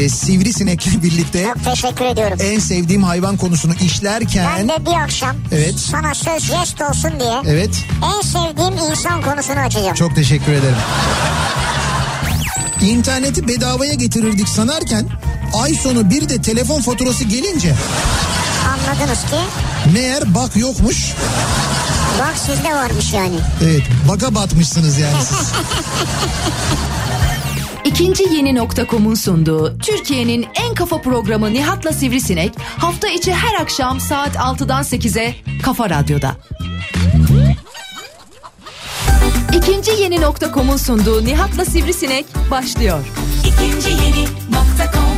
Sivrisinek'le birlikte. Çok teşekkür ediyorum. En sevdiğim hayvan konusunu işlerken. Ben de bir akşam evet. sana söz jest olsun diye. Evet. En sevdiğim insan konusunu açacağım. Çok teşekkür ederim. İnterneti bedavaya getirirdik sanarken ay sonu bir de telefon faturası gelince. Anladınız ki. Meğer bak yokmuş. Bak sizde varmış yani. Evet, baka batmışsınız yani siz. İkinci Yeni.com'un sunduğu Türkiye'nin en kafa programı Nihat'la Sivrisinek hafta içi her akşam saat 6'dan 8'e Kafa Radyo'da. İkinci Yeni.com'un sunduğu Nihat'la Sivrisinek başlıyor. İkinci Yeni.com.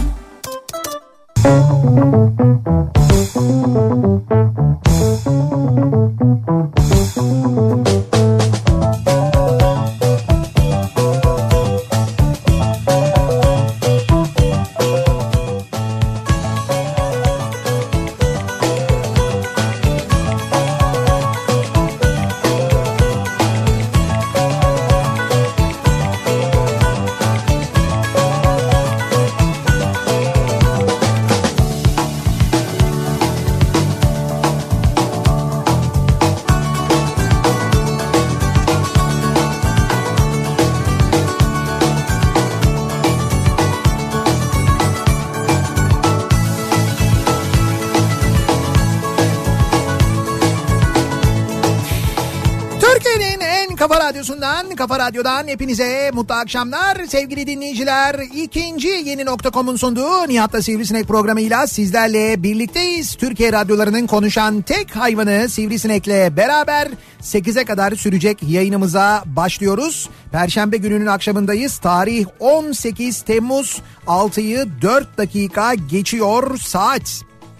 Kafa Radyo'dan hepinize mutlu akşamlar sevgili dinleyiciler. İkinci Yeni.com'un sunduğu Nihat'la Sivrisinek programıyla sizlerle birlikteyiz. Türkiye radyolarının konuşan tek hayvanı Sivrisinek'le beraber 8'e kadar sürecek yayınımıza başlıyoruz. Perşembe gününün akşamındayız. Tarih 18 Temmuz, 6'yı 4 dakika geçiyor saat.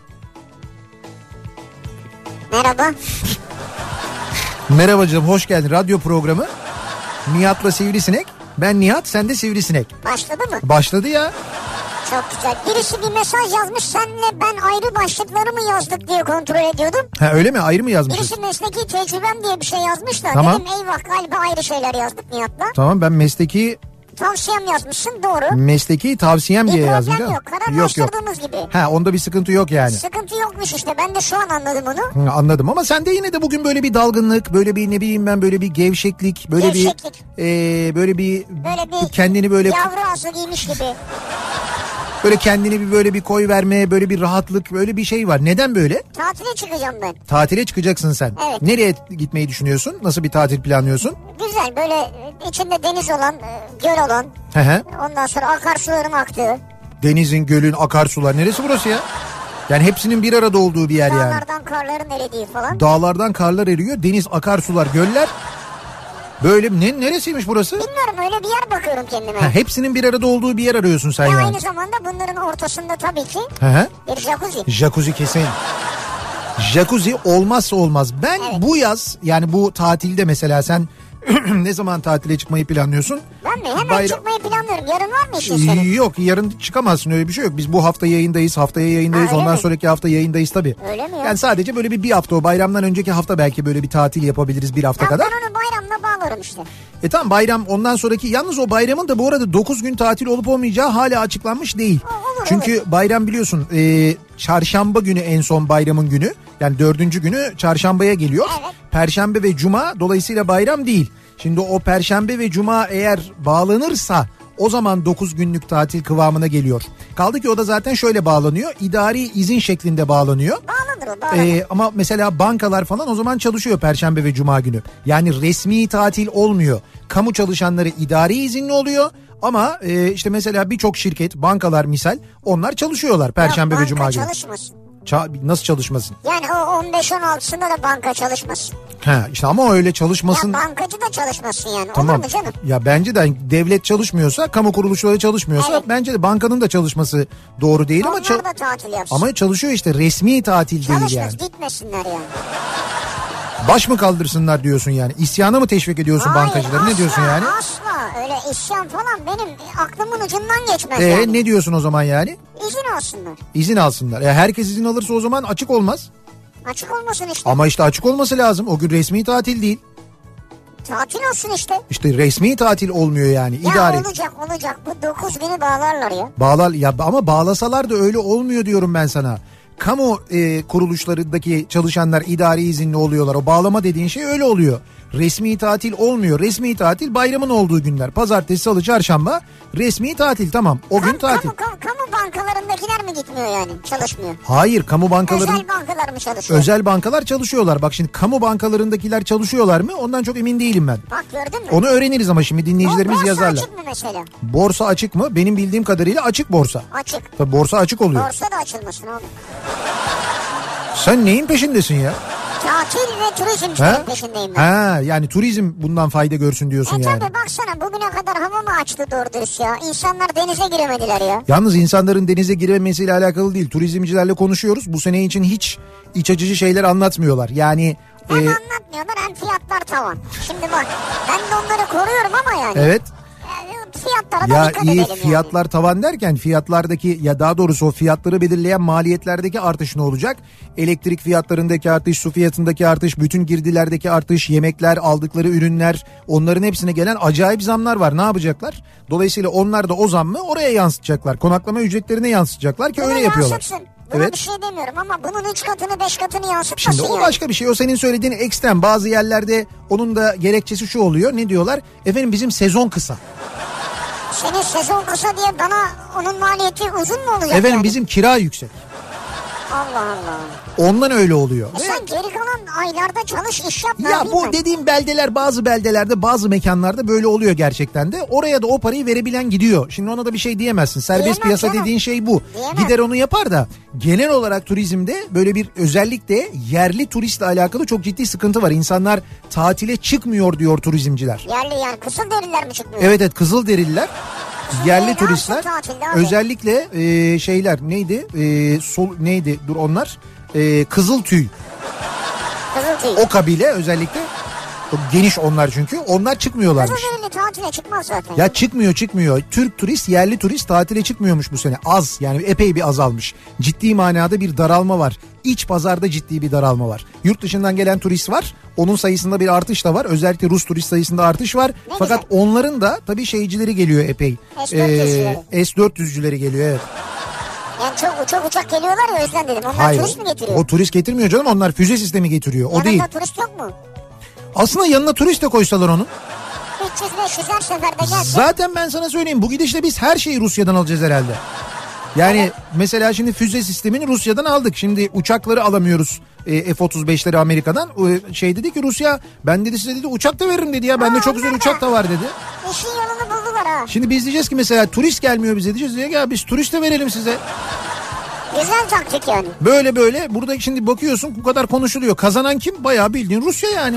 Merhaba. Merhaba canım, hoş geldin. Radyo programı Nihat'la Sivrisinek. Ben Nihat, sen de Sivrisinek. Başladı mı? Başladı ya. Çok güzel. Birisi bir mesaj yazmış, senle ben ayrı başlıkları mı yazdık diye kontrol ediyordum. Ha, öyle mi? Ayrı mı yazmışız? Birisi mesleki tecrübem diye bir şey yazmış da. Tamam. Dedim eyvah, galiba ayrı şeyler yazdık Nihat'la. Tamam, ben mesleki... Tavsiyem yazmışsın, doğru. Mesleki tavsiyem diye yazdım. Bir problem yok. Kararlaştırdığımız gibi. Ha, onda bir sıkıntı yok yani. Sıkıntı yokmuş işte. Ben de şu an anladım onu. Anladım ama sende yine de bugün böyle bir dalgınlık, böyle bir ne bileyim ben, böyle bir gevşeklik, böyle gevşeklik. Böyle bir kendini böyle yavru ağzı giymiş gibi. Böyle kendini bir böyle bir koy vermeye, böyle bir rahatlık, böyle bir şey var. Neden böyle? Tatile çıkacağım ben. Tatile çıkacaksın sen. Evet. Nereye gitmeyi düşünüyorsun? Nasıl bir tatil planlıyorsun? Güzel, böyle içinde deniz olan, göl olan. Hı. Ondan sonra akarsuların aktığı. Denizin, gölün, akarsular. Neresi burası ya? Yani hepsinin bir arada olduğu bir yer yani. Dağlardan karların eridiği falan. Dağlardan karlar eriyor. Deniz, akarsular, göller. Böyle neresiymiş burası? Bilmiyorum, öyle bir yer bakıyorum kendime. Ha, hepsinin bir arada olduğu bir yer arıyorsun sen yani. Aynı zamanda bunların ortasında tabii ki bir jacuzzi. Jacuzzi kesin. Jacuzzi olmazsa olmaz. Ben bu yaz, yani bu tatilde mesela sen ne zaman tatile çıkmayı planlıyorsun? Ben mi? Hemen çıkmayı planlıyorum. Yarın var mı işin senin? Yok, yarın çıkamazsın, öyle bir şey yok. Biz bu hafta yayındayız, haftaya yayındayız, ondan sonraki hafta yayındayız tabii. Öyle mi ya? Yani sadece böyle bir hafta, o bayramdan önceki hafta belki böyle bir tatil yapabiliriz bir hafta kadar. Ben onu bayramla bağlarım işte. Tamam, bayram ondan sonraki, yalnız o bayramın da bu arada 9 gün tatil olup olmayacağı hala açıklanmış değil. Olur, çünkü bayram biliyorsun çarşamba günü en son bayramın günü, yani 4. günü çarşambaya geliyor. Evet. Perşembe ve cuma, dolayısıyla bayram değil. Şimdi o perşembe ve cuma eğer bağlanırsa o zaman 9 günlük tatil kıvamına geliyor. Kaldı ki o da zaten şöyle bağlanıyor. İdari izin şeklinde bağlanıyor. Bağlanır. Ama mesela bankalar falan o zaman çalışıyor perşembe ve cuma günü. Yani resmi tatil olmuyor. Kamu çalışanları idari izinli oluyor. Ama işte mesela birçok şirket, bankalar misal, onlar çalışıyorlar perşembe ve cuma günü. Banka çalışmasın. Nasıl çalışmasın? Yani o 15-16'sında da banka çalışmasın. Ha işte, ama öyle çalışmasın. Ya bankacı da çalışmasın yani. Tamam. Olur mu canım? Ya bence de devlet çalışmıyorsa, kamu kuruluşları çalışmıyorsa bence de bankanın da çalışması doğru değil. Onlar ama da tatil yapsın. Ama çalışıyor işte, resmi tatil değil yani. Gitmesinler yani. Baş mı kaldırsınlar diyorsun yani? İsyana mı teşvik ediyorsun bankacıları? Ne diyorsun yani? Asla öyle isyan falan benim aklımın ucundan geçmez yani. Ne diyorsun o zaman yani? İzin alsınlar. İzin alsınlar. Herkes izin alırsa o zaman açık olmaz. Açık olmasın işte. Ama işte açık olması lazım. O gün resmi tatil değil. Tatil olsun işte. İşte resmi tatil olmuyor yani. Ya İdari. olacak. Bu 9 günü bağlarlar ya. Bağlar ya, ama bağlasalar da öyle olmuyor diyorum ben sana. Kamu kuruluşlarındaki çalışanlar idari izinli oluyorlar. O bağlama dediğin şey öyle oluyor. Resmi tatil olmuyor. Resmi tatil bayramın olduğu günler. Pazartesi, salı, çarşamba resmi tatil, tamam. O gün tatil. Kamu bankalarındakiler mi gitmiyor yani? Çalışmıyor. Hayır, kamu bankaların... Özel bankalar mı çalışıyor? Özel bankalar çalışıyorlar. Bak şimdi kamu bankalarındakiler çalışıyorlar mı? Ondan çok emin değilim ben. Bak gördün mü? Onu öğreniriz ama şimdi dinleyicilerimiz borsa yazarlar. Borsa açık mı mesela? Borsa açık mı? Benim bildiğim kadarıyla açık borsa. Açık. Tabii borsa açık oluyor. Borsa da açılmasın oğlum. Sen neyin peşindesin ya? Tatil ve turizm peşindeyim ben. Ha, yani turizm bundan fayda görsün diyorsun yani. Tabii baksana bugüne kadar hava mı açtı doğru dürüst ya? İnsanlar denize giremediler ya. Yalnız insanların denize girememesiyle alakalı değil. Turizmcilerle konuşuyoruz. Bu sene için hiç iç açıcı şeyler anlatmıyorlar. Yani... Hem anlatmıyorlar hem fiyatlar tavan. Şimdi bak ben de onları koruyorum ama yani. Evet. Fiyatlara da dikkat edelim yani. Fiyatlar tavan derken fiyatlardaki, ya daha doğrusu o fiyatları belirleyen maliyetlerdeki artış ne olacak? Elektrik fiyatlarındaki artış, su fiyatındaki artış, bütün girdilerdeki artış, yemekler, aldıkları ürünler, onların hepsine gelen acayip zamlar var. Ne yapacaklar? Dolayısıyla onlar da o zammı oraya yansıtacaklar. Konaklama ücretlerine yansıtacaklar ki öyle yapıyorlar. Buna bir şey demiyorum ama bunun 3 katını 5 katını yansıtmasın. Şimdi o başka bir şey. O senin söylediğin ekstrem. Bazı yerlerde onun da gerekçesi şu oluyor. Ne diyorlar? Efendim bizim sezon kısa. Senin sezon kısa diye bana onun maliyeti uzun mu olacak? Efendim yani? bizim kira yüksek. Allah Allah. Ondan öyle oluyor. Sen geri kalan aylarda çalış, iş yap. Ya bu dediğim beldeler, bazı beldelerde, bazı mekanlarda böyle oluyor gerçekten de. Oraya da o parayı verebilen gidiyor. Şimdi ona da bir şey diyemezsin. Serbest piyasa dediğin şey bu. Gider onu yapar da genel olarak turizmde böyle bir, özellikle yerli turistle alakalı çok ciddi sıkıntı var. İnsanlar tatile çıkmıyor diyor turizmciler. Yerli yani Kızılderililer mi çıkmıyor? Evet, Kızılderililer. Yerli turistler özellikle şeyler neydi, neydi dur onlar, Kızıltüy. O kabile özellikle, geniş onlar çünkü, onlar çıkmıyorlarmış. Kızılderili tatile çıkmaz zaten. Ya çıkmıyor. Türk turist, yerli turist tatile çıkmıyormuş bu sene. Az, yani epey bir azalmış. Ciddi manada bir daralma var. İç pazarda ciddi bir daralma var. Yurt dışından gelen turist var. Onun sayısında bir artış da var. Özellikle Rus turist sayısında artış var. Ne fakat güzel. Onların da tabii şeycileri geliyor epey. S-400'cüleri geliyor, evet. Yani çok uçak geliyorlar ya, o yüzden dedim. Onlar Hayır, turist mi getiriyor? o turist getirmiyor canım. Onlar füze sistemi getiriyor. O yanında değil. Turist yok mu? Aslında yanına turist de koysalar onun. 300-500 her seferde gelse. Zaten ben sana söyleyeyim, bu gidişle biz her şeyi Rusya'dan alacağız herhalde. Yani mesela şimdi füze sistemini Rusya'dan aldık. Şimdi uçakları alamıyoruz, F-35'leri Amerika'dan. Şey dedi ki Rusya, ben dedi size dedi uçak da veririm dedi ya. Bende çok güzel uçak da var dedi. İşin yolunu buldular ha. Şimdi biz diyeceğiz ki mesela turist gelmiyor bize, diyeceğiz ya biz turist de verelim size. Güzel taktik yani. Böyle burada şimdi bakıyorsun bu kadar konuşuluyor. Kazanan kim? Bayağı bildiğin Rusya yani.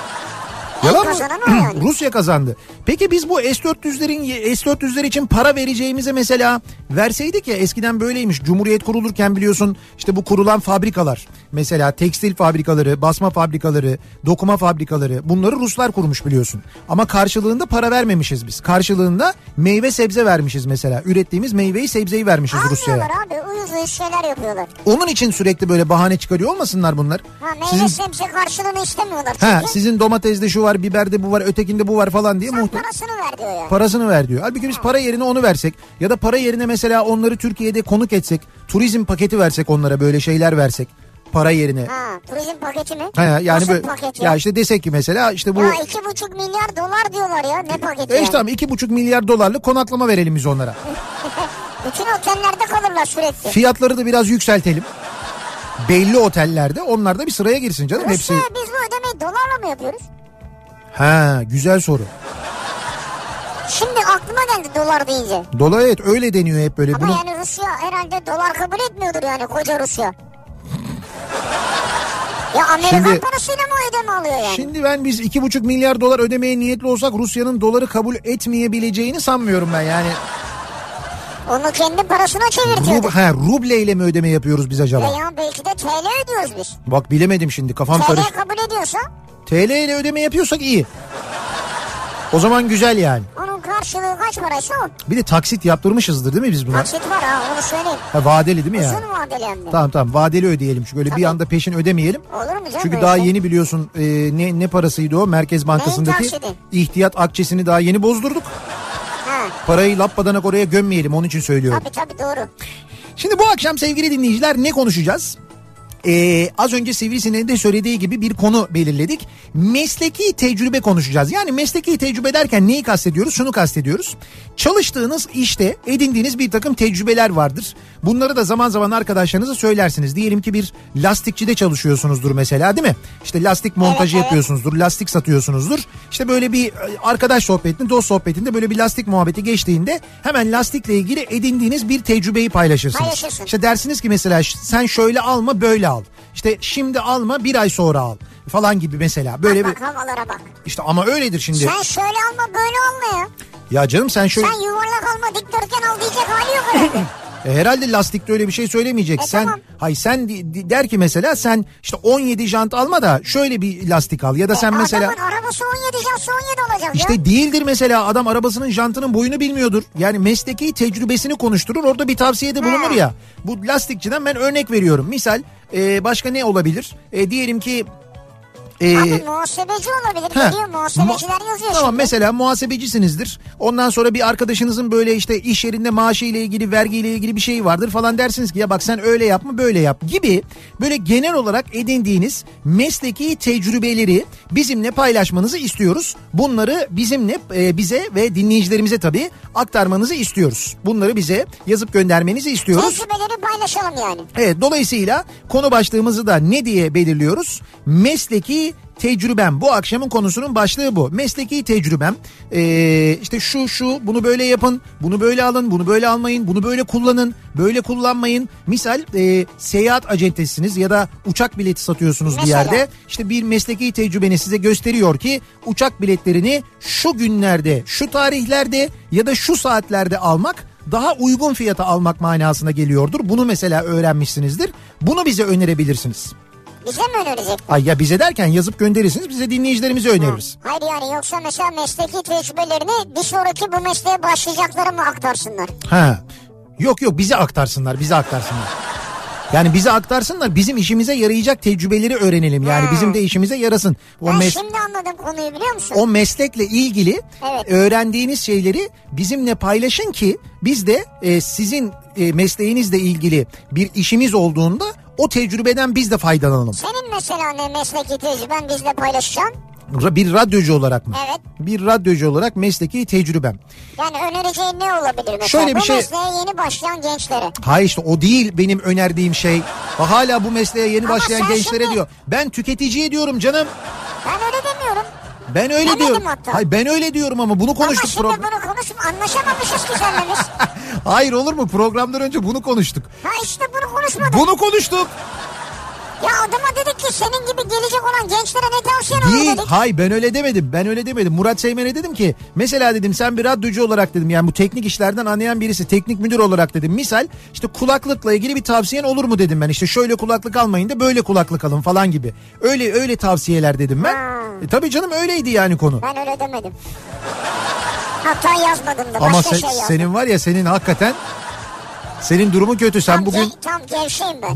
Yalan mı? Yani. Rusya kazandı. Peki biz bu S-400'ler için para vereceğimize mesela verseydik ya, eskiden böyleymiş. Cumhuriyet kurulurken biliyorsun işte bu kurulan fabrikalar, mesela tekstil fabrikaları, basma fabrikaları, dokuma fabrikaları, bunları Ruslar kurmuş biliyorsun. Ama karşılığında para vermemişiz biz. Karşılığında meyve sebze vermişiz mesela. Ürettiğimiz meyveyi sebzeyi vermişiz Rusya'ya. Almıyorlar abi, uyuz şeyler yapıyorlar. Onun için sürekli böyle bahane çıkarıyor olmasınlar bunlar. Meyve sebze karşılığını istemiyorlar çünkü. Sizin domatesde şu var, biberde bu var, ötekinde bu var falan diye. Parasını ver diyor yani. Parasını ver diyor. Halbuki biz para yerine onu versek ya da para yerine mesela onları Türkiye'de konuk etsek, turizm paketi versek, onlara böyle şeyler versek para yerine. Turizm paketi mi? Yani nasıl böyle paket ya işte desek ki mesela işte bu. Ya 2,5 milyar dolar diyorlar ya, ne paketi ya? İşte tamam, 2,5 milyar dolarlık konaklama verelim biz onlara. Bütün otellerde kalırlar sürekli. Fiyatları da biraz yükseltelim. Belli otellerde onlar da bir sıraya girsin canım. Rusya, hepsi. biz bu ödemeyi dolarla mı yapıyoruz? Güzel soru. Şimdi aklıma geldi dolar deyince. Dolar, evet, öyle deniyor hep böyle. Ama yani Rusya herhalde dolar kabul etmiyordur yani, koca Rusya. Ya Amerikan parasıyla mı ödeme alıyor yani? Şimdi biz 2,5 milyar dolar ödemeye niyetli olsak Rusya'nın doları kabul etmeyebileceğini sanmıyorum ben yani. Onu kendi parasına çevirtiyordur. Rubleyle mi ödeme yapıyoruz biz acaba? Ya belki de TL ödüyoruz biz. Bak bilemedim şimdi, kafam karıştı. TL kabul ediyorsa? TL ile ödeme yapıyorsak iyi. O zaman güzel yani. Onun karşılığı kaç paraysa o. Bir de taksit yaptırmışızdır değil mi biz buna? Taksit var ha, onu söyleyeyim. Ha, vadeli değil mi yani? Uzun vadeli hem de. Tamam vadeli ödeyelim çünkü öyle bir anda peşin ödemeyelim. Olur mu canım? Çünkü daha yeni biliyorsun ne parasıydı o Merkez Bankası'ndaki ihtiyat akçesini daha yeni bozdurduk. Ha. Parayı lappadanak oraya gömmeyelim, onun için söylüyorum. Tabii doğru. Şimdi bu akşam sevgili dinleyiciler ne konuşacağız? Az önce Sivrisinek'in de söylediği gibi bir konu belirledik. Mesleki tecrübe konuşacağız. Yani mesleki tecrübe derken neyi kastediyoruz? Şunu kastediyoruz. Çalıştığınız işte edindiğiniz bir takım tecrübeler vardır. Bunları da zaman zaman arkadaşlarınıza söylersiniz. Diyelim ki bir lastikçide çalışıyorsunuzdur mesela, değil mi? İşte lastik montajı yapıyorsunuzdur, lastik satıyorsunuzdur. İşte böyle bir arkadaş sohbetinde, dost sohbetinde böyle bir lastik muhabbeti geçtiğinde hemen lastikle ilgili edindiğiniz bir tecrübeyi paylaşırsınız. İşte dersiniz ki mesela sen şöyle alma, böyle al. İşte şimdi alma, bir ay sonra al falan gibi mesela. Böyle bak havalara bak. İşte ama öyledir şimdi. Sen şöyle alma, böyle alma ya. Ya canım sen şöyle. Sen yuvarlak alma, dikdörtgen al diyecek hali yok herhalde. Herhalde lastikte öyle bir şey söylemeyecek. Tamam. Sen der ki mesela sen işte 17 jant alma da şöyle bir lastik al ya da sen mesela. Adamın arabası 17 jant 17 olacak İşte ya. Değildir mesela, adam arabasının jantının boyunu bilmiyordur. Yani mesleki tecrübesini konuşturur, orada bir tavsiyede bulunur ya. Bu lastikçiden ben örnek veriyorum. Misal başka ne olabilir? Diyelim ki Abi muhasebeci olabilir. Geliyor muhasebeciler yazıyor. Tamam, mesela muhasebecisinizdir. Ondan sonra bir arkadaşınızın böyle işte iş yerinde maaşı ile ilgili, vergi ile ilgili bir şey vardır falan, dersiniz ki ya bak sen öyle yapma, böyle yap gibi böyle genel olarak edindiğiniz mesleki tecrübeleri bizimle paylaşmanızı istiyoruz. Bunları bize ve dinleyicilerimize tabii aktarmanızı istiyoruz. Bunları bize yazıp göndermenizi istiyoruz. Tecrübeleri paylaşalım yani. Evet, dolayısıyla konu başlığımızı da ne diye belirliyoruz? Mesleki tecrübem. Bu akşamın konusunun başlığı bu. Mesleki tecrübem. İşte şu bunu böyle yapın, bunu böyle alın, bunu böyle almayın, bunu böyle kullanın, böyle kullanmayın. Misal seyahat acentesiniz ya da uçak bileti satıyorsunuz mesela bir yerde. İşte bir mesleki tecrübeniz size gösteriyor ki uçak biletlerini şu günlerde, şu tarihlerde ya da şu saatlerde almak daha uygun fiyata almak manasına geliyordur. Bunu mesela öğrenmişsinizdir. Bunu bize önerebilirsiniz. Bize mi önerecek? Ay ya bize derken yazıp gönderirsiniz, bize dinleyicilerimize öneririz. Hayır yani yoksa mesela mesleki tecrübelerini bir sonraki bu mesleğe başlayacakları mı aktarsınlar? Ha. Yok bize aktarsınlar. Yani bize aktarsınlar, bizim işimize yarayacak tecrübeleri öğrenelim. Yani bizim de işimize yarasın. Ben şimdi anladım konuyu, biliyor musun? O meslekle ilgili öğrendiğiniz şeyleri bizimle paylaşın ki biz de sizin mesleğinizle ilgili bir işimiz olduğunda o tecrübeden biz de faydalanalım. Senin mesela ne mesleki tecrüben bizle paylaşacaksın? Bir radyocu olarak mı? Evet. Bir radyocu olarak mesleki tecrübem. Yani önereceğin ne olabilir mesela? Şöyle bir bu mesleğe yeni başlayan gençlere. Hayır, işte o değil benim önerdiğim şey. Hala bu mesleğe yeni başlayan gençlere şimdi diyor. Ben tüketiciye diyorum canım. Ben öyle demiyorum. Ben öyle Demedim diyorum. hatta. Hayır, ben öyle diyorum ama bunu konuştuk. Ama şimdi bunu konuşup anlaşamamışız ki seninle biz. Hayır, olur mu? Programdan önce bunu konuştuk. Ha işte bunu konuşmadık. Bunu konuştuk. Ya adama dedik ki senin gibi gelecek olan gençlere ne tavsiyen olur dedik. Hayır, ben öyle demedim. Murat Seymen'e dedim ki mesela dedim sen bir radyocu olarak dedim, yani bu teknik işlerden anlayan birisi, teknik müdür olarak dedim, misal işte kulaklıkla ilgili bir tavsiyen olur mu dedim ben, işte şöyle kulaklık almayın da böyle kulaklık alın falan gibi. Öyle tavsiyeler dedim ben. Tabii canım, öyleydi yani konu. Ben öyle demedim. Hatta yazmadım da başka ama şey yazdım. Senin var ya, senin hakikaten senin durumu kötü. Sen Tam gevşeyim ben.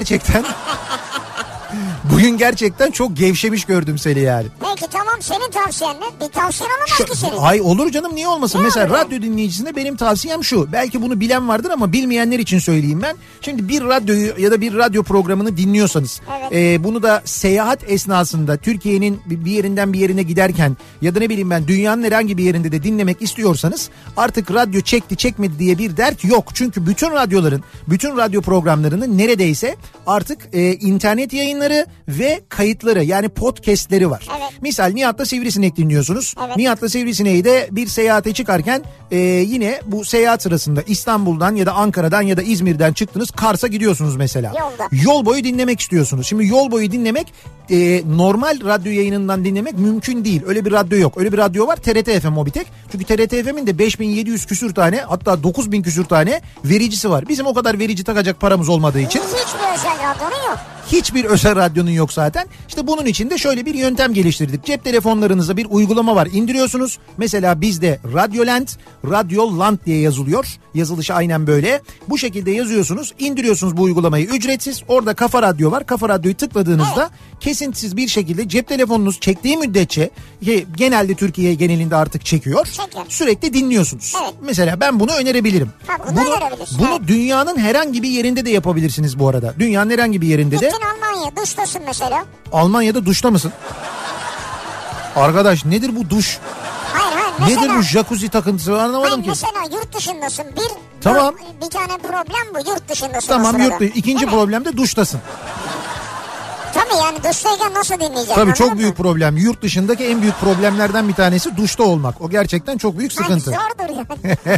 Bugün gerçekten çok gevşemiş gördüm seni yani. Peki tamam, senin tavsiyen ne? Bir tavsiyen olamaz ki senin. Ay olur canım, niye olmasın? Ne mesela olur? Radyo dinleyicisine benim tavsiyem şu. Belki bunu bilen vardır ama bilmeyenler için söyleyeyim ben. Şimdi bir radyoyu ya da bir radyo programını dinliyorsanız, bunu da seyahat esnasında Türkiye'nin bir yerinden bir yerine giderken ya da ne bileyim ben dünyanın herhangi bir yerinde de dinlemek istiyorsanız artık radyo çekti çekmedi diye bir dert yok. Çünkü bütün radyo programlarının neredeyse artık internet yayınları ve kayıtları, yani podcastleri var. Evet. Misal Nihat'la Sivrisinek dinliyorsunuz. Evet. Nihat'la Sivrisinek'i de bir seyahate çıkarken yine bu seyahat sırasında İstanbul'dan ya da Ankara'dan ya da İzmir'den çıktınız, Kars'a gidiyorsunuz mesela. Yol boyu dinlemek istiyorsunuz. Şimdi yol boyu dinlemek normal radyo yayınından dinlemek mümkün değil. Öyle bir radyo yok. Öyle bir radyo var, TRT FM o bir tek. Çünkü TRT FM'in de 5700 küsür tane, hatta 9000 küsür tane vericisi var. Bizim o kadar verici takacak paramız olmadığı için. Hiçbir özel radyonun yok. Hiçbir özel radyonun yok zaten. İşte bunun için de şöyle bir yöntem geliştirdik. Cep telefonlarınızı cihazınıza bir uygulama var. İndiriyorsunuz. Mesela bizde Radyoland diye yazılıyor. Yazılışı aynen böyle. Bu şekilde yazıyorsunuz. İndiriyorsunuz bu uygulamayı ücretsiz. Orada Kafa Radyo var. Kafa Radyo'yu tıkladığınızda kesintisiz bir şekilde cep telefonunuz çektiği müddetçe, genelde Türkiye genelinde artık çekiyor. Sürekli dinliyorsunuz. Evet. Mesela ben bunu önerebilirim. Bunu dünyanın herhangi bir yerinde de yapabilirsiniz bu arada. Dünyanın herhangi bir yerinde de. Gittin Almanya, duştasın mesela. Almanya'da duşta mısın? Arkadaş nedir bu duş? Hayır mesela. Nedir bu jacuzzi takıntısı, anlamadım ki. Mesela yurt dışındasın. Tamam. Bir tane problem bu, yurt dışındasın. Tamam, İkinci problem de duştasın. Tabii yani duştayken nasıl dinleyeceksin? Tabii çok büyük problem. Yurt dışındaki en büyük problemlerden bir tanesi duşta olmak. O gerçekten çok büyük sıkıntı. Zordur yani.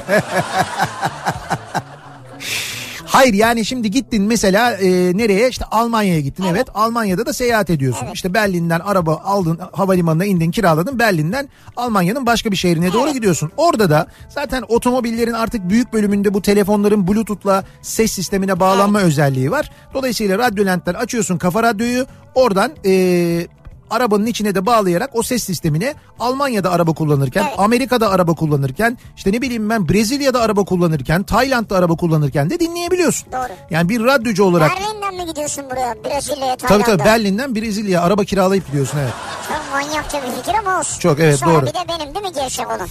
Hayır yani şimdi gittin mesela nereye? İşte Almanya'ya gittin, evet. Almanya'da da seyahat ediyorsun. Evet. İşte Berlin'den araba aldın, havalimanına indin, kiraladın. Berlin'den Almanya'nın başka bir şehrine doğru gidiyorsun. Orada da zaten otomobillerin artık büyük bölümünde bu telefonların Bluetooth'la ses sistemine bağlanma özelliği var. Dolayısıyla Radyoland'den açıyorsun Kafa Radyo'yu. Oradan arabanın içine de bağlayarak o ses sistemine Almanya'da araba kullanırken, Amerika'da araba kullanırken, işte ne bileyim ben Brezilya'da araba kullanırken, Tayland'da araba kullanırken de dinleyebiliyorsun. Doğru. Yani bir radyocu olarak. Berlin'den mi gidiyorsun buraya, Brezilya'ya, Tayland'a? Tabii Berlin'den Brezilya'ya araba kiralayıp gidiyorsun, evet. Çok manyakça bir fikir ama olsun. Çok, evet. Sonra doğru. Bir de benim değil mi gevşek olan?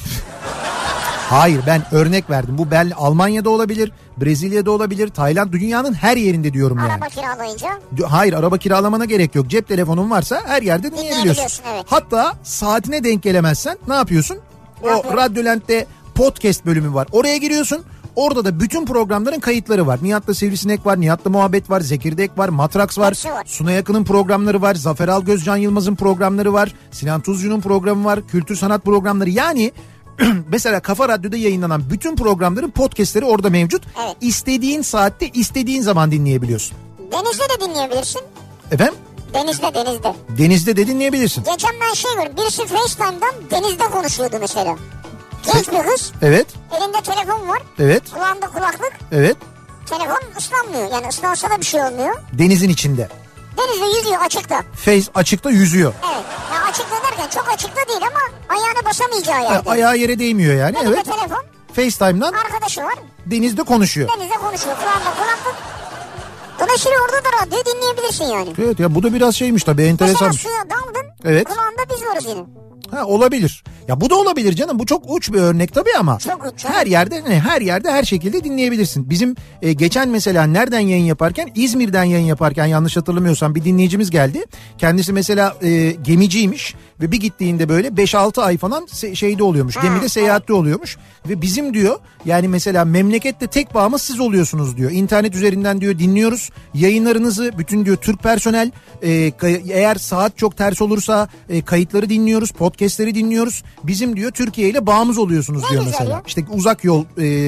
Hayır, ben örnek verdim. Bu Almanya'da olabilir, Brezilya'da olabilir, Tayland, dünyanın her yerinde diyorum yani. Araba kiralayınca? Hayır, araba kiralamana gerek yok. Cep telefonun varsa her yerde dinleyebiliyorsun. Evet. Hatta saatine denk gelemezsen ne yapıyorsun? Radyoland'de podcast bölümü var. Oraya giriyorsun. Orada da bütün programların kayıtları var. Nihat'la Sivrisinek var, Nihat'la Muhabbet var, Zekirdek var, Matraks var. Suna Yakın'ın programları var, Zafer Algöz, Can Yılmaz'ın programları var, Sinan Tuzcu'nun programı var, kültür sanat programları. Yani mesela Kafa Radyo'da yayınlanan bütün programların podcastleri orada mevcut. Evet. İstediğin saatte, istediğin zaman dinleyebiliyorsun. Denizde de dinleyebilirsin. Efendim? Denizde. Denizde de dinleyebilirsin. Geçen ben gördüm. Birisi FaceTime'dan denizde konuşuyordu mesela. Genç bir kız. Evet. Elinde telefon var. Evet. Kulağında kulaklık. Evet. Telefon ıslanmıyor. Yani ıslansa da bir şey olmuyor. Denizin içinde. Denizde yüzüyor, açıkta. Açıkta yüzüyor. Evet. Yani açıkta derken çok açıkta değil ama ayağını basamayacağı yerde. Ayağı yere değmiyor yani. Elinde evet. telefon. FaceTime'dan. Arkadaşı var. Denizde konuşuyor. Kulağında kulaklık. Dolayısıyla orada da radyoyu dinleyebilirsin yani. Evet ya, bu da biraz şeymiş tabii, enteresan. Mesela suya daldın. Evet. Kulağında biz varız yine. Olabilir. Ya bu da olabilir canım. Bu çok uç bir örnek tabii ama her yerde her şekilde dinleyebilirsin. Bizim geçen mesela nereden yayın yaparken, İzmir'den yayın yaparken yanlış hatırlamıyorsam bir dinleyicimiz geldi. Kendisi mesela gemiciymiş ve bir gittiğinde böyle 5-6 ay falan şeyde oluyormuş. Gemide seyahatte oluyormuş ve bizim diyor yani mesela memlekette tek bağımız siz oluyorsunuz diyor. İnternet üzerinden diyor dinliyoruz. Yayınlarınızı bütün diyor Türk personel, eğer saat çok ters olursa kayıtları dinliyoruz, podcastleri dinliyoruz. Bizim diyor Türkiye ile bağımız oluyorsunuz diyor mesela. Ya. İşte uzak yol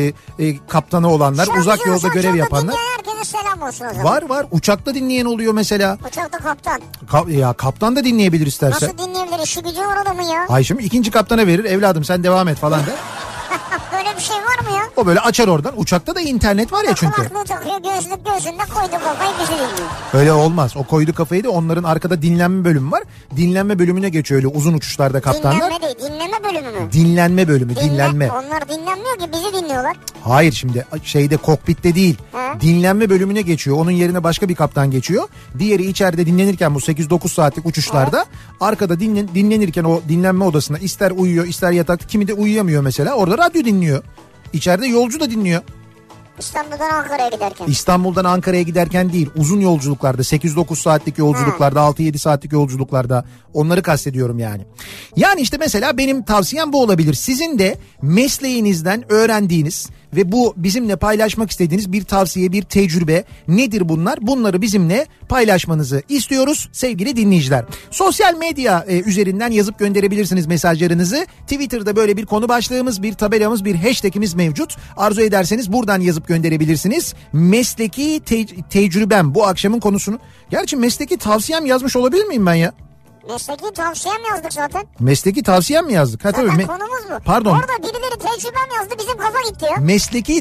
kaptanı olanlar, uzak yolda görev yapanlar. Herkese selam olsun o zaman. Var. Uçakta dinleyen oluyor mesela. Uçakta kaptan. Kaptan da dinleyebilir istersen. Nasıl dinleyebilir? İşi gücü var adamın ya. Ay şimdi ikinci kaptana verir, evladım sen devam et falan der. Böyle bir şey var mı ya? O böyle açar oradan. Uçakta da internet var ya çünkü. Kulaklığı takıyor, gözünde koydu kafayı bizi dinliyor. Öyle olmaz. O koydu kafayı da onların arkada dinlenme bölümü var. Dinlenme bölümüne geçiyor öyle uzun uçuşlarda kaptanlar. Dinlenme değil, dinleme bölümü mü? Dinlenme bölümü, dinlenme. Onlar dinlenmiyor ki, bizi dinliyorlar. Hayır şimdi kokpitte değil. Dinlenme bölümüne geçiyor. Onun yerine başka bir kaptan geçiyor. Diğeri içeride dinlenirken bu 8-9 saatlik uçuşlarda arkada dinlenirken o dinlenme odasında ister uyuyor ister yatakta, kimi de uyuyamıyor mesela. Orada radyo dinliyor. İçeride yolcu da dinliyor. İstanbul'dan Ankara'ya giderken. İstanbul'dan Ankara'ya giderken değil, uzun yolculuklarda, 8-9 saatlik yolculuklarda, 6-7 saatlik yolculuklarda, onları kastediyorum yani. Yani işte mesela benim tavsiyem bu olabilir. Sizin de mesleğinizden öğrendiğiniz ve bu bizimle paylaşmak istediğiniz bir tavsiye, bir tecrübe nedir bunlar? Bunları bizimle paylaşmanızı istiyoruz sevgili dinleyiciler. Sosyal medya üzerinden yazıp gönderebilirsiniz mesajlarınızı. Twitter'da böyle bir konu başlığımız, bir tabelamız, bir hashtagimiz mevcut. Arzu ederseniz buradan yazıp gönderebilirsiniz. Mesleki tecrübem bu akşamın konusunu. Gerçi mesleki tavsiyem yazmış olabilir miyim ben ya? Mesleki tavsiyem yazdık zaten. Mesleki tavsiyem mi yazdık? Zaten konumuz bu. Pardon. Orada birileri tecrübem yazdı, bizim kafa gitti ya. Mesleki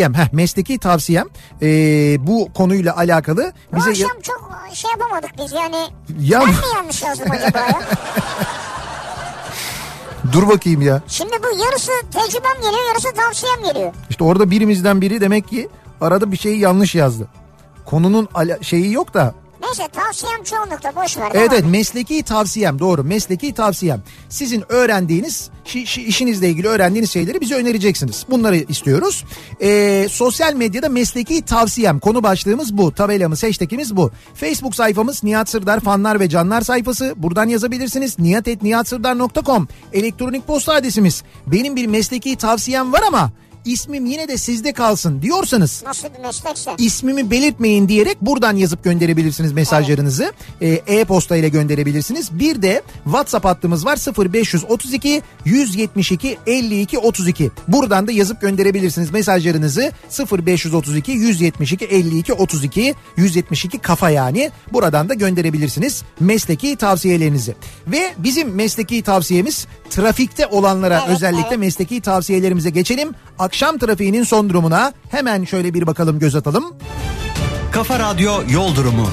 tavsiyem. Bu konuyla alakalı. Bu bize akşam çok yapamadık biz yani. Ben mi yanlış yazdım acaba ya? Dur bakayım ya. Şimdi bu yarısı tecrübem geliyor, yarısı tavsiyem geliyor. İşte orada birimizden biri demek ki arada bir şeyi yanlış yazdı. Konunun şeyi yok da. Neyse tavsiyem çoğunlukla, boş ver. Evet, mesleki tavsiyem, doğru, mesleki tavsiyem. Sizin öğrendiğiniz, işinizle ilgili öğrendiğiniz şeyleri bize önereceksiniz. Bunları istiyoruz. Sosyal medyada mesleki tavsiyem, konu başlığımız bu. Tabelamız, hashtagimiz bu. Facebook sayfamız Nihat Sırdar fanlar ve canlar sayfası. Buradan yazabilirsiniz. nihat@nihatsırdar.com elektronik posta adresimiz. Benim bir mesleki tavsiyem var ama İsmim yine de sizde kalsın diyorsanız, nasıl bir meslekse, ismimi belirtmeyin diyerek buradan yazıp gönderebilirsiniz mesajlarınızı. Evet. E-posta ile gönderebilirsiniz. Bir de WhatsApp hattımız var, 0532 172 52 32. Buradan da yazıp gönderebilirsiniz mesajlarınızı. 0532 172 52 32, 172 kafa yani. Buradan da gönderebilirsiniz mesleki tavsiyelerinizi. Ve bizim mesleki tavsiyemiz, trafikte olanlara özellikle mesleki tavsiyelerimize geçelim. Akşam trafiğinin son durumuna hemen şöyle bir bakalım, göz atalım. Kafa Radyo Yol Durumu.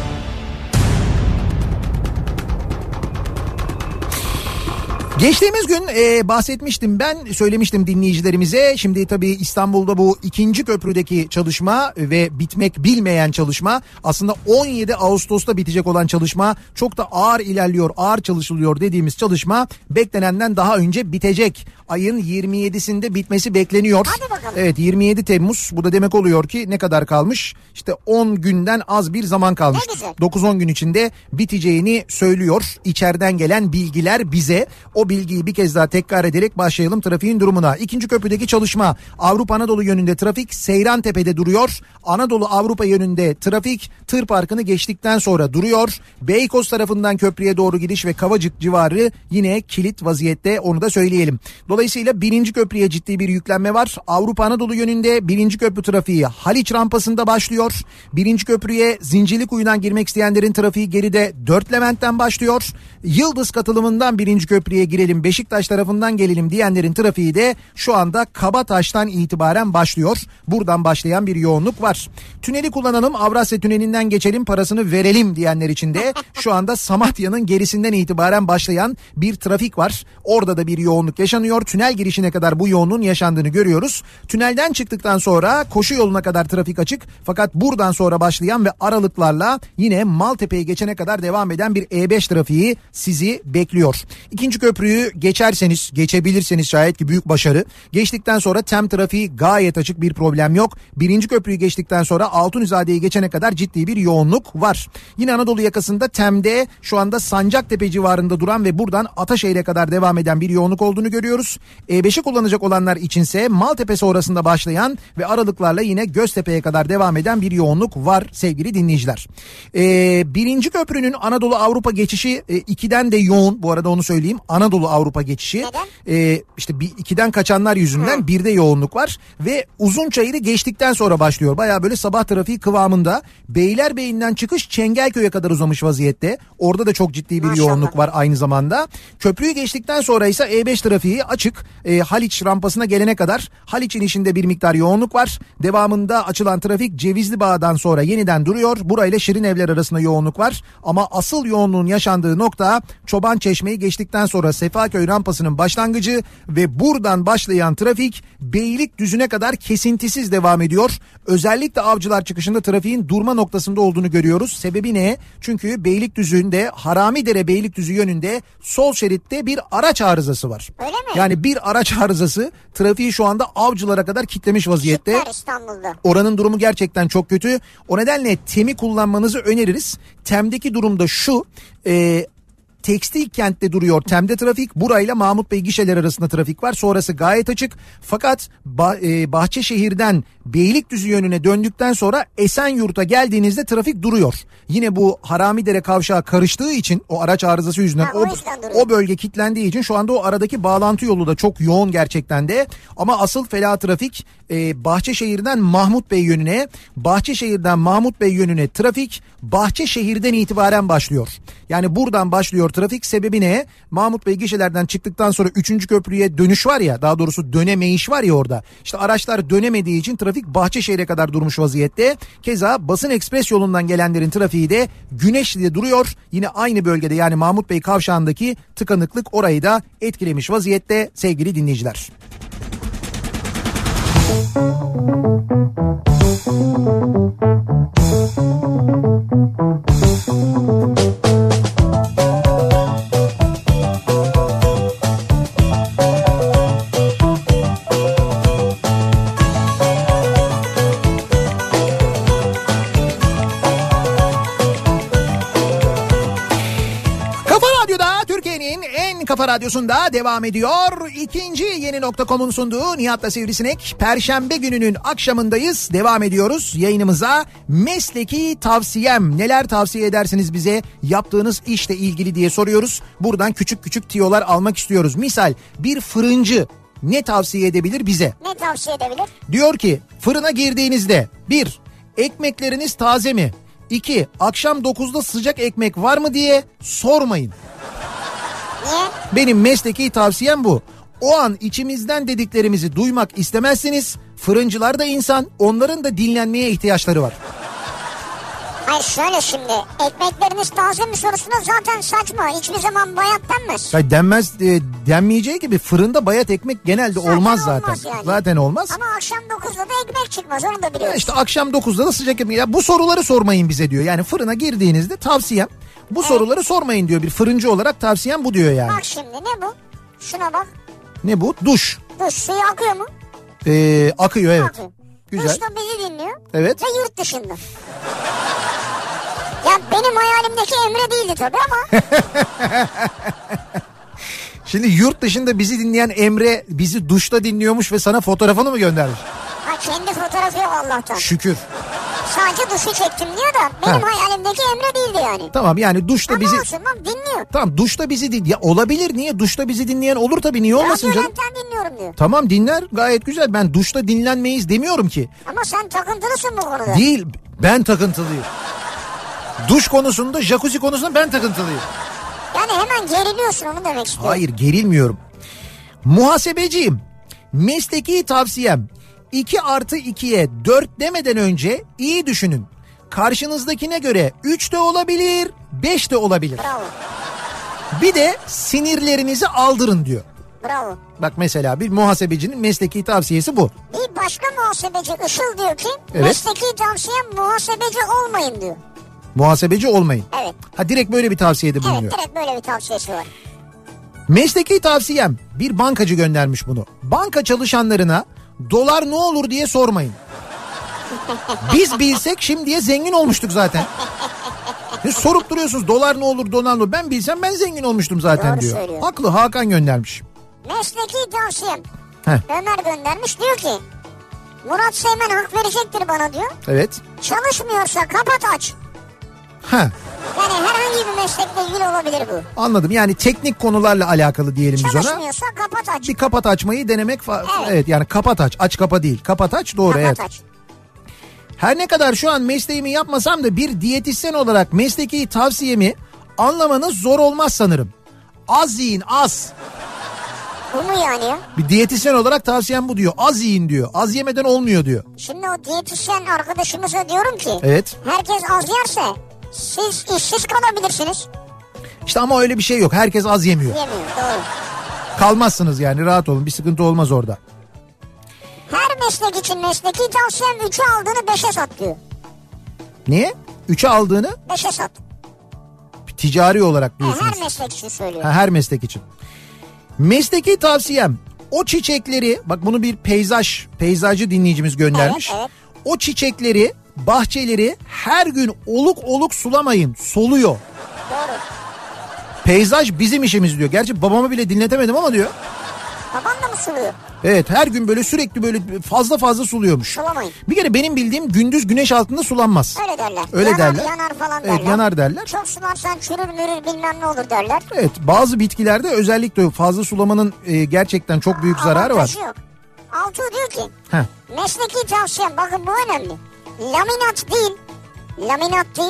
Geçtiğimiz gün bahsetmiştim ben, söylemiştim dinleyicilerimize. Şimdi tabii İstanbul'da bu 2. köprüdeki çalışma ve bitmek bilmeyen çalışma, aslında 17 Ağustos'ta bitecek olan çalışma, çok da ağır ilerliyor, ağır çalışılıyor dediğimiz çalışma beklenenden daha önce bitecek. Ayın 27'sinde bitmesi bekleniyor. Hadi bakalım. Evet, 27 Temmuz. Bu da demek oluyor ki ne kadar kalmış? İşte 10 günden az bir zaman kalmış. 9-10 gün içinde biteceğini söylüyor İçeriden gelen bilgiler bize. O bilgiyi bir kez daha tekrar ederek başlayalım trafiğin durumuna. 2. köprüdeki çalışma, Avrupa Anadolu yönünde trafik Seyrantepe'de duruyor. Anadolu Avrupa yönünde trafik Tır Parkı'nı geçtikten sonra duruyor. Beykoz tarafından köprüye doğru gidiş ve Kavacık civarı yine kilit vaziyette, onu da söyleyelim. Dolayısıyla 1. köprüye ciddi bir yüklenme var. Avrupa Anadolu yönünde 1. köprü trafiği Haliç rampasında başlıyor. 1. köprüye Zincirlikuyu'dan girmek isteyenlerin trafiği geride 4 Levent'ten başlıyor. Yıldız katılımından 1. köprüye girelim, Beşiktaş tarafından gelelim diyenlerin trafiği de şu anda Kabataş'tan itibaren başlıyor. Buradan başlayan bir yoğunluk var. Tüneli kullanalım, Avrasya Tüneli'nden geçelim, parasını verelim diyenler için de şu anda Samatya'nın gerisinden itibaren başlayan bir trafik var. Orada da bir yoğunluk yaşanıyor. Tünel girişine kadar bu yoğunluğun yaşandığını görüyoruz. Tünelden çıktıktan sonra koşu yoluna kadar trafik açık. Fakat buradan sonra başlayan ve aralıklarla yine Maltepe'yi geçene kadar devam eden bir E5 trafiği sizi bekliyor. 2. köprüyü geçebilirseniz şayet ki büyük başarı. Geçtikten sonra TEM trafiği gayet açık, bir problem yok. 1. köprüyü geçtikten sonra Altunizade'yi geçene kadar ciddi bir yoğunluk var. Yine Anadolu yakasında TEM'de şu anda Sancaktepe civarında duran ve buradan Ataşehir'e kadar devam eden bir yoğunluk olduğunu görüyoruz. E5'i kullanacak olanlar içinse Maltepe sonrasında başlayan ve aralıklarla yine Göztepe'ye kadar devam eden bir yoğunluk var sevgili dinleyiciler. 1. köprünün Anadolu Avrupa geçişi 2'den de yoğun, bu arada onu söyleyeyim. Anadolu Avrupa geçişi. Neden? İşte 2'den kaçanlar yüzünden 1'de yoğunluk var ve Uzunçayır'ı geçtikten sonra başlıyor. Baya böyle sabah trafiği kıvamında. Beylerbeyi'nden çıkış Çengelköy'e kadar uzamış vaziyette. Orada da çok ciddi bir yoğunluk var aynı zamanda. Köprüyü geçtikten sonra ise E5 trafiği açık. Haliç rampasına gelene kadar Haliç inişinde bir miktar yoğunluk var. Devamında açılan trafik Cevizlibağ'dan sonra yeniden duruyor. Burayla Şirinevler arasında yoğunluk var. Ama asıl yoğunluğun yaşandığı nokta Çobançeşme'yi geçtikten sonra Sefaköy rampasının başlangıcı ve buradan başlayan trafik Beylikdüzü'ne kadar kesintisiz devam ediyor. Özellikle Avcılar çıkışında trafiğin durma noktasında olduğunu görüyoruz. Sebebi ne? Çünkü Beylikdüzü'nde Haramidere Beylikdüzü yönünde sol şeritte bir araç arızası var. Öyle mi? Yani bir araç arızası trafiği şu anda Avcılar'a kadar kitlemiş vaziyette. Süper İstanbul'da. Oranın durumu gerçekten çok kötü. O nedenle TEM'i kullanmanızı öneririz. TEM'deki durumda şu... Tekstil kentte duruyor TEM'de trafik. Burayla Mahmut Bey gişeler arasında trafik var. Sonrası gayet açık. Fakat Bahçeşehir'den Beylikdüzü yönüne döndükten sonra Esenyurt'a geldiğinizde trafik duruyor. Yine bu Haramidere kavşağı karıştığı için, o araç arızası yüzünden o bölge kilitlendiği için şu anda o aradaki bağlantı yolu da çok yoğun gerçekten de. Ama asıl fela trafik Bahçeşehir'den Mahmut Bey yönüne, Bahçeşehir'den Mahmut Bey yönüne trafik Bahçeşehir'den itibaren başlıyor. Yani buradan başlıyor Trafik sebebi ne? Mahmut Bey gişelerden çıktıktan sonra 3. köprüye dönüş var ya, daha doğrusu dönemeyiş var ya orada. İşte araçlar dönemediği için trafik Bahçeşehir'e kadar durmuş vaziyette. Keza Basın Ekspres yolundan gelenlerin trafiği de Güneşli'de duruyor. Yine aynı bölgede, yani Mahmut Bey kavşağındaki tıkanıklık orayı da etkilemiş vaziyette sevgili dinleyiciler. Kafa Radyosu'nda devam ediyor. İkinci yeni nokta.com'un sunduğu Nihat'la Sivrisinek. Perşembe gününün akşamındayız. Devam ediyoruz yayınımıza. Mesleki tavsiyem. Neler tavsiye edersiniz bize? Yaptığınız işle ilgili diye soruyoruz. Buradan küçük küçük tiyolar almak istiyoruz. Misal bir fırıncı ne tavsiye edebilir bize? Ne tavsiye edebilir? Diyor ki fırına girdiğinizde 1. Ekmekleriniz taze mi? 2. Akşam 9'da sıcak ekmek var mı diye sormayın. Niye? Benim mesleki tavsiyem bu. O an içimizden dediklerimizi duymak istemezsiniz. Fırıncılar da insan, onların da dinlenmeye ihtiyaçları var. Hayır şöyle, şimdi ekmekleriniz taze mi sorusuna zaten saçma. Hiçbir zaman bayat denmez. Ya denmez, denmeyeceği gibi fırında bayat ekmek genelde olmaz zaten. Yani. Zaten olmaz. Ama akşam 9'da da ekmek çıkmaz, onu da biliyoruz. İşte akşam 9'da da sıcak ekmek. Ya bu soruları sormayın bize diyor. Yani fırına girdiğinizde tavsiyem bu soruları sormayın diyor. Bir fırıncı olarak tavsiyem bu diyor yani. Bak şimdi ne bu? Şuna bak. Ne bu? Duş. Duş suyu akıyor mu? Akıyor, evet. Akıyor. Güzel. Duşta bizi dinliyor. Evet. Ve yurt dışında. Ya benim hayalimdeki Emre değildi tabii ama. Şimdi yurt dışında bizi dinleyen Emre bizi duşta dinliyormuş ve sana fotoğrafını mı göndermiş? Ha, kendi fotoğrafı yok Allah'tan. Şükür. Sadece duşu çektim diyor da benim hayalimdeki Emre değildi yani. Tamam, yani duşta ama bizi... olsun bak, dinliyor. Tamam, duşta bizi dinliyor. Olabilir, niye? Duşta bizi dinleyen olur tabii, niye olmasın canım? Radyodan dinliyorum diyor. Tamam, dinler, gayet güzel. Ben duşta dinlenmeyiz demiyorum ki. Ama sen takıntılısın bu konuda. Değil, ben takıntılıyım. Duş konusunda, jacuzzi konusunda ben takıntılıyım. Yani hemen geriliyorsun, onu demek istiyorum. Hayır, gerilmiyorum. Muhasebeciyim. Mesleki tavsiyem 2+2'ye 4 demeden önce iyi düşünün. Karşınızdakine göre 3 de olabilir, 5 de olabilir. Bravo. Bir de sinirlerinizi aldırın diyor. Bravo. Bak mesela bir muhasebecinin mesleki tavsiyesi bu. Bir başka muhasebeci Işıl diyor ki evet. Mesleki tavsiyem muhasebeci olmayın diyor. Muhasebeci olmayın. Evet. Ha, direkt böyle bir tavsiyede bulunuyor. Evet, direkt böyle bir tavsiyesi var. Mesleki tavsiyem, bir bankacı göndermiş bunu. Banka çalışanlarına dolar ne olur diye sormayın. Biz bilsek şimdiye zengin olmuştuk zaten. Sorup duruyorsunuz dolar ne olur, dolar ne olur. Ben bilsem ben zengin olmuştum zaten. Doğru diyor. söylüyor. Haklı, Hakan göndermiş. Mesleki tavsiyem. Heh. Ömer göndermiş, diyor ki Murat Seymen hak verecektir bana diyor. Evet. Çalışmıyorsa kapat aç. Ha. Yani herhangi bir meslekle ilgili olabilir bu. Anladım, yani teknik konularla alakalı diyelim biz ona. Çalışmıyorsa kapat aç. Bir kapat açmayı denemek evet. Evet, yani kapat aç kapa değil, kapat aç, doğru. Kapat Evet. aç. Her ne kadar şu an mesleğimi yapmasam da bir diyetisyen olarak mesleki tavsiyemi anlamanız zor olmaz sanırım. Az yiyin, az. Bu mu yani ya? Bir diyetisyen olarak tavsiyem bu diyor. Az yiyin diyor. Az yemeden olmuyor diyor. Şimdi o diyetisyen arkadaşımıza diyorum ki evet. Herkes az yerse siz işsiz kalabilirsiniz. İşte ama öyle bir şey yok. Herkes az yemiyor. Yemiyor, doğru. Kalmazsınız yani, rahat olun, bir sıkıntı olmaz orada. Her meslek için mesleki tavsiyem 3'e aldığını 5'e sat diyor. Niye? 3'e aldığını 5'e sat. Ticari olarak diyorsunuz. Her meslek için söylüyor. Her meslek için. Mesleki tavsiyem o çiçekleri, bak bunu bir peyzajcı dinleyicimiz göndermiş. Evet, evet. O çiçekleri, bahçeleri her gün oluk oluk sulamayın, soluyor. Doğru. Peyzaj bizim işimiz diyor. Gerçi babamı bile dinletemedim ama diyor. Baban da mı suluyor? Evet, her gün böyle sürekli böyle fazla suluyormuş. Sulamayın. Bir kere benim bildiğim gündüz güneş altında sulanmaz. Öyle derler. Öyle derler. Yanar falan derler. Evet, yanar derler. Çok sularsan çürür mürür bilmem ne olur derler. Evet, bazı bitkilerde özellikle fazla sulamanın gerçekten çok büyük zararı var. Yok. Altuğ diyor ki Heh. mesleki tavsiyem, bakın bu önemli. Laminat değil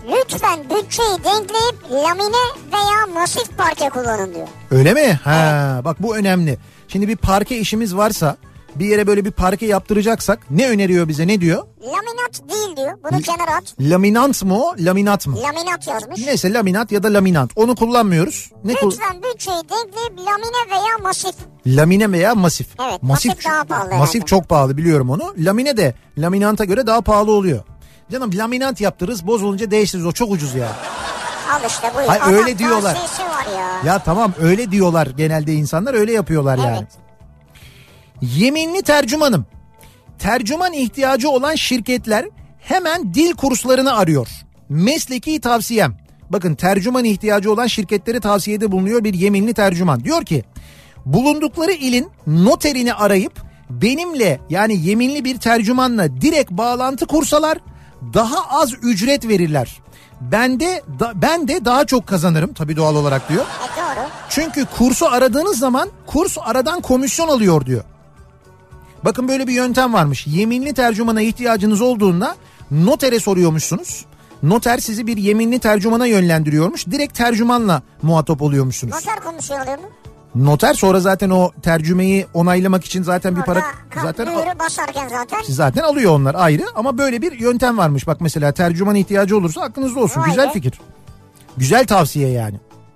Lütfen bütçeyi denkleyip lamine veya masif parke kullanın diyor. Öyle mi? Ha, evet. Bak bu önemli. Şimdi bir parke işimiz varsa, bir yere böyle bir parke yaptıracaksak ne öneriyor bize, ne diyor? Laminat değil diyor. Bunu kenara at. Laminant mı o? Laminat mı? Laminat yazmış. Neyse, laminat ya da laminant. Onu kullanmıyoruz. Lütfen bütçeyi denkleyip lamine veya masif. Lamine veya masif. Evet, masif daha pahalı. Masif herhalde. çok pahalı, biliyorum onu. Lamine de laminanta göre daha pahalı oluyor. Canım laminant yaptırırız, bozulunca değiştiririz, o çok ucuz ya. Al işte bu. Hayır, öyle diyorlar. Var ya. Ya tamam, öyle diyorlar genelde insanlar, öyle yapıyorlar yani. Evet. Yeminli tercümanım. Tercüman ihtiyacı olan şirketler hemen dil kurslarını arıyor. Mesleki tavsiyem. Bakın, tercüman ihtiyacı olan şirketlere tavsiyede bulunuyor bir yeminli tercüman. Diyor ki, bulundukları ilin noterini arayıp benimle, yani yeminli bir tercümanla direkt bağlantı kursalar daha az ücret verirler. Ben de daha çok kazanırım tabii, doğal olarak diyor. Doğru. Çünkü kursu aradığınız zaman kurs aradan komisyon alıyor diyor. Bakın, böyle bir yöntem varmış. Yeminli tercümana ihtiyacınız olduğunda notere soruyormuşsunuz. Noter sizi bir yeminli tercümana yönlendiriyormuş. Direkt tercümanla muhatap oluyormuşsunuz. Noter komisyon alıyor mu? Noter sonra zaten o tercümeyi onaylamak için zaten bir para mühürü basarken zaten alıyor onlar, ayrı, ama böyle bir yöntem varmış. Bak mesela, tercüman ihtiyacı olursa aklınızda olsun. Vay Güzel be. fikir. Güzel tavsiye yani.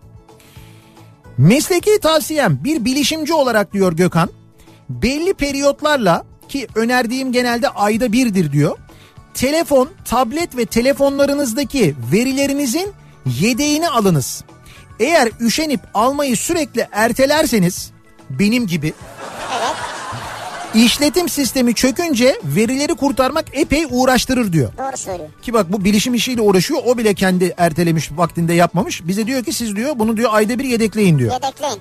Mesleki tavsiyem bir bilişimci olarak diyor Gökhan, belli periyotlarla, ki önerdiğim genelde ayda birdir diyor, telefon, tablet ve telefonlarınızdaki verilerinizin yedeğini alınız. Eğer üşenip almayı sürekli ertelerseniz, benim gibi, evet, işletim sistemi çökünce verileri kurtarmak epey uğraştırır diyor. Doğru söylüyor. Ki bak, bu bilişim işiyle uğraşıyor, o bile kendi ertelemiş, vaktinde yapmamış. Bize diyor ki siz diyor bunu diyor ayda bir yedekleyin diyor. Yedekleyin.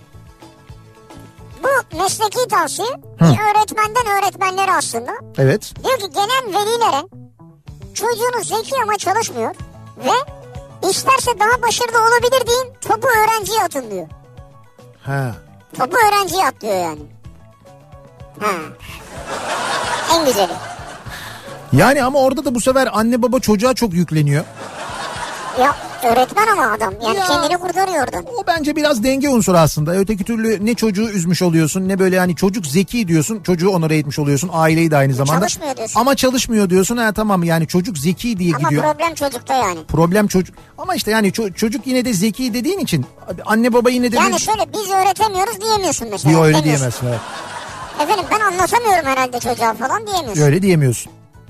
Bu mesleki tavsiye bir öğretmenden öğretmenlere aslında. Evet. Diyor ki gelen velilere çocuğunuz zeki ama çalışmıyor ve isterse daha başarılı olabilir deyin, topu öğrenciye atın diyor. Ha. Topu öğrenciye at diyor yani. Ha. En güzeli. Yani ama orada da bu sefer anne baba çocuğa çok yükleniyor. Ya öğretmen ama adam yani Ya, kendini kurtarıyor oradan. O bence biraz denge unsuru aslında. Öteki türlü ne çocuğu üzmüş oluyorsun, ne böyle hani çocuk zeki diyorsun, çocuğu onore etmiş oluyorsun, aileyi de aynı zamanda. Çalışmıyor diyorsun. Ama çalışmıyor diyorsun, ha tamam, yani çocuk zeki diye ama gidiyor. Ama problem çocukta yani. Problem çocuk. Ama işte yani çocuk yine de zeki dediğin için anne baba yine de... Yani şöyle, biz öğretemiyoruz diyemiyorsun mesela. Yok, öyle demiyorsun. diyemezsin, evet. Efendim ben anlatamıyorum herhalde çocuğa falan diyemiyorsun. Öyle diyemiyorsun.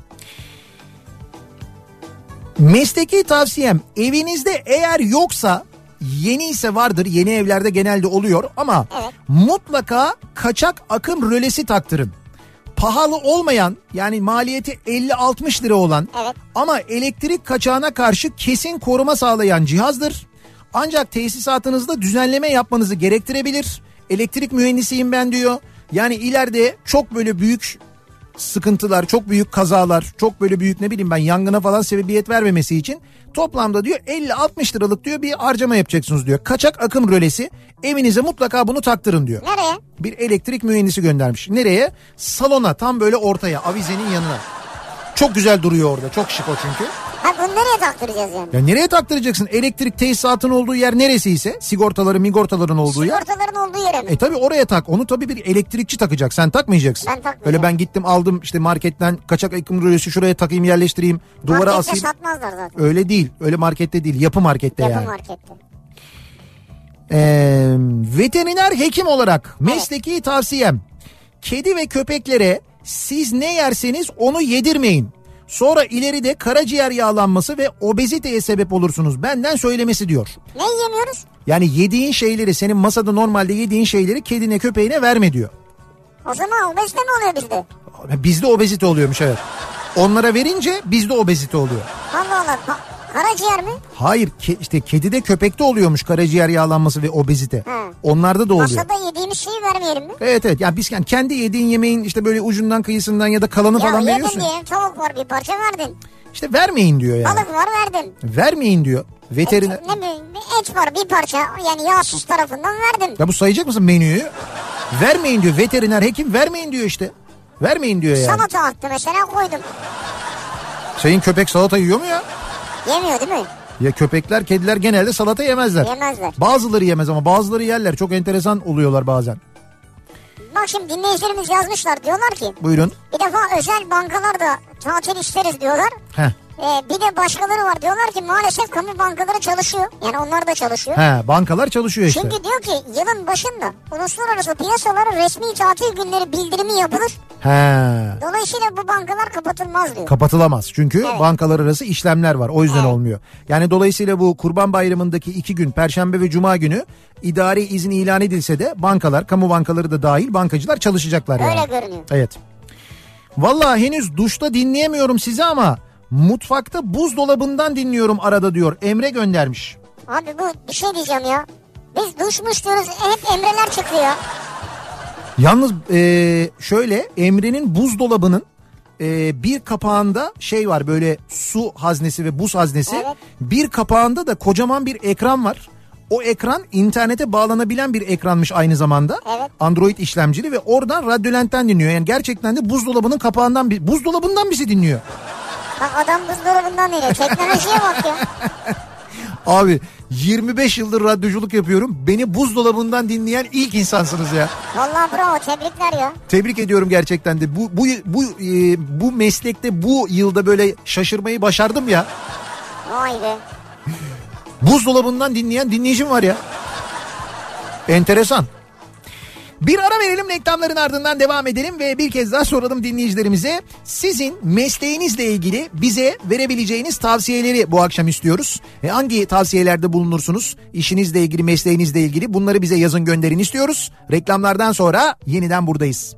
Mesleki tavsiyem, evinizde eğer yoksa, yeni ise vardır, yeni evlerde genelde oluyor ama evet, mutlaka kaçak akım rölesi taktırın. Pahalı olmayan, yani maliyeti 50-60 lira olan, evet, ama elektrik kaçağına karşı kesin koruma sağlayan cihazdır. Ancak tesisatınızda düzenleme yapmanızı gerektirebilir. Elektrik mühendisiyim ben diyor. Yani ileride çok böyle büyük sıkıntılar, çok büyük kazalar, çok böyle büyük ne bileyim ben yangına falan sebebiyet vermemesi için toplamda diyor 50-60 liralık diyor bir harcama yapacaksınız diyor. Kaçak akım rölesi, evinize mutlaka bunu taktırın diyor. Nereye? Bir elektrik mühendisi göndermiş. Nereye? Salona, tam böyle ortaya, avizenin yanına. Çok güzel duruyor orada, çok şık o çünkü. Ha, bunu nereye taktıracağız yani? Ya nereye taktıracaksın? Elektrik tesisatının olduğu yer neresiyse, sigortaların olduğu yer. Sigortaların olduğu yere mi? Tabii oraya tak. Onu tabii bir elektrikçi takacak. Sen takmayacaksın. Ben takmayacağım. Öyle ben gittim aldım işte marketten kaçak akım rölesi, şuraya takayım, yerleştireyim, duvara Markette asayım. satmazlar zaten. Öyle değil. Öyle markette değil. Yapı markette yani. Yapı markette. Veteriner hekim olarak mesleki tavsiyem, kedi ve köpeklere siz ne yerseniz onu yedirmeyin. Sonra ileride karaciğer yağlanması ve obeziteye sebep olursunuz. Benden söylemesi diyor. Ne yemiyoruz? Yani yediğin şeyleri, senin masada normalde yediğin şeyleri kedine köpeğine verme diyor. O zaman obezite mi oluyor bizde? Bizde obezite oluyormuş, evet. Onlara verince bizde obezite oluyor. Allah Allah. Karaciğer mi? Hayır, işte kedide köpekte oluyormuş karaciğer yağlanması ve obezite. Onlarda da oluyor. Masada yediğimiz şeyi vermeyelim mi? Evet. Yani biz kendi yediğin yemeğin işte böyle ucundan kıyısından ya da kalanı falan veriyorsun. Ya yedin diyelim, tavuk var bir parça verdin. İşte vermeyin diyor yani. Balık var verdin. Vermeyin diyor. Veteriner. Ne bileyim, et var bir parça, yani yağsız tarafından verdin. Ya bu sayacak mısın menüyü? Vermeyin diyor. Veteriner hekim vermeyin diyor işte. Vermeyin diyor yani. Salata attı mesela, koydum. Senin köpek salata yiyor mu ya? Yemiyor değil mi? Ya köpekler, kediler genelde salata yemezler. Yemezler. Bazıları yemez ama bazıları yerler. Çok enteresan oluyorlar bazen. Bak şimdi dinleyicilerimiz yazmışlar, diyorlar ki. Buyurun. Bir defa özel bankalarda tatil isteriz diyorlar. Heh. Bir de başkaları var, diyorlar ki maalesef kamu bankaları çalışıyor. Yani onlar da çalışıyor. He, bankalar çalışıyor işte. Çünkü diyor ki yılın başında uluslararası piyasalara resmi tatil günleri bildirimi yapılır. He. Dolayısıyla bu bankalar kapatılmaz diyor. Kapatılamaz çünkü Evet. bankalar arası işlemler var, o yüzden Evet. olmuyor. Yani dolayısıyla bu Kurban Bayramı'ndaki 2 gün, Perşembe ve Cuma günü idari izin ilan edilse de bankalar, kamu bankaları da dahil bankacılar çalışacaklar yani. Öyle görünüyor. Evet. Vallahi henüz duşta dinleyemiyorum sizi ama mutfakta buzdolabından dinliyorum arada diyor. Emre göndermiş. Abi bu bir şey diyeceğim ya. Biz duşmuş diyoruz, hep emreler çıkıyor. Yalnız şöyle, Emre'nin buzdolabının bir kapağında şey var, böyle su haznesi ve buz haznesi. Evet. Bir kapağında da kocaman bir ekran var. O ekran internete bağlanabilen bir ekranmış aynı zamanda. Evet. Android işlemcili ve oradan Radyolentten dinliyor. Yani gerçekten de buzdolabının kapağından, buzdolabından bizi dinliyor. Bak adam buzdolabından dinliyor. Teknolojiye bak ya. Abi 25 yıldır radyoculuk yapıyorum. Beni buzdolabından dinleyen ilk insansınız ya. Vallahi bravo, tebrikler ya. Tebrik ediyorum gerçekten de. Bu meslekte bu yılda böyle şaşırmayı başardım ya. Vay be. Buzdolabından dinleyen dinleyicim var ya. Enteresan. Bir ara verelim, reklamların ardından devam edelim ve bir kez daha soralım dinleyicilerimize. Sizin mesleğinizle ilgili bize verebileceğiniz tavsiyeleri bu akşam istiyoruz. Hangi tavsiyelerde bulunursunuz? İşinizle ilgili, mesleğinizle ilgili, bunları bize yazın, gönderin istiyoruz. Reklamlardan sonra yeniden buradayız.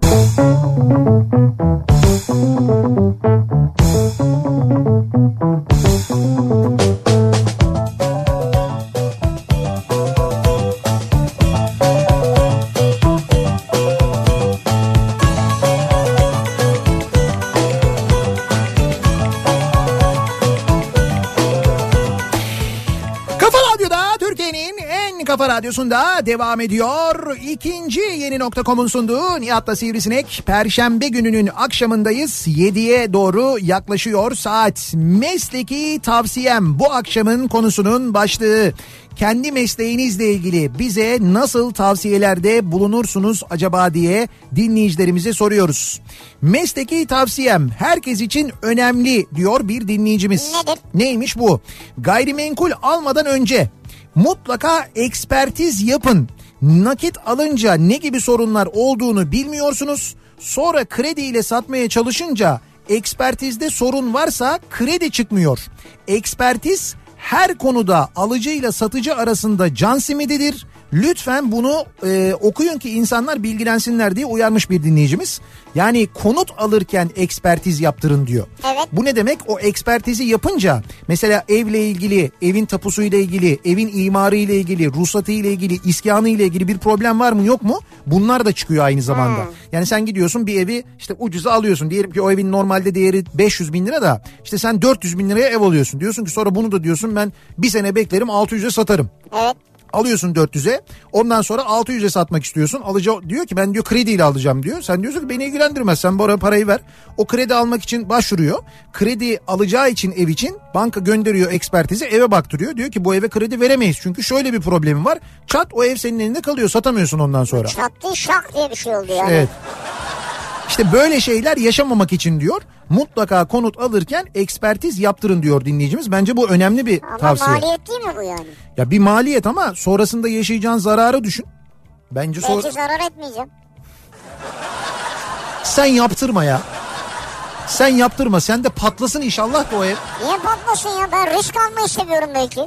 Kafa Radyosu'nda devam ediyor. İkinci yeni nokta.com'un sunduğu Nihat'la Sivrisinek. Perşembe gününün akşamındayız. 7'ye doğru yaklaşıyor saat. Mesleki tavsiyem bu akşamın konusunun başlığı. Kendi mesleğinizle ilgili bize nasıl tavsiyelerde bulunursunuz acaba diye dinleyicilerimize soruyoruz. Mesleki tavsiyem herkes için önemli diyor bir dinleyicimiz. Nedir? Neymiş bu? Gayrimenkul almadan önce mutlaka ekspertiz yapın. Nakit alınca ne gibi sorunlar olduğunu bilmiyorsunuz. Sonra krediyle satmaya çalışınca ekspertizde sorun varsa kredi çıkmıyor. Ekspertiz her konuda alıcıyla satıcı arasında can simididir. Lütfen bunu okuyun ki insanlar bilgilensinler diye uyarmış bir dinleyicimiz. Yani konut alırken ekspertiz yaptırın diyor. Evet. Bu ne demek? O ekspertizi yapınca mesela evle ilgili, evin tapusuyla ilgili, evin imarı ile ilgili, ruhsatı ile ilgili, iskanı ile ilgili bir problem var mı yok mu? Bunlar da çıkıyor aynı zamanda. Yani sen gidiyorsun bir evi işte ucuza alıyorsun. Diyelim ki o evin normalde değeri 500 bin lira da işte sen 400 bin liraya ev alıyorsun. Diyorsun ki sonra bunu da diyorsun ben bir sene beklerim 600'e satarım. Evet. Alıyorsun 400'e, ondan sonra 600'e satmak istiyorsun. Alıcı diyor ki ben diyor krediyle alacağım diyor. Sen diyorsun ki beni ilgilendirmez, sen bana parayı ver. O kredi almak için başvuruyor. Kredi alacağı için ev için banka gönderiyor ekspertizi, eve baktırıyor. Diyor ki bu eve kredi veremeyiz çünkü şöyle bir problemi var. Çat o ev senin elinde kalıyor, satamıyorsun ondan sonra. Çattı şak diye bir şey oldu yani. Evet. İşte böyle şeyler yaşamamak için diyor mutlaka konut alırken ekspertiz yaptırın diyor dinleyicimiz. Bence bu önemli bir tavsiye. Ama maliyet değil mi bu yani? Ya bir maliyet ama sonrasında yaşayacağın zararı düşün. Bence Belki zarar etmeyeceğim. Sen yaptırma ya. Sen yaptırma. Sen de patlasın inşallah da o ev. Niye patlasın ya? Ben risk almayı seviyorum belki.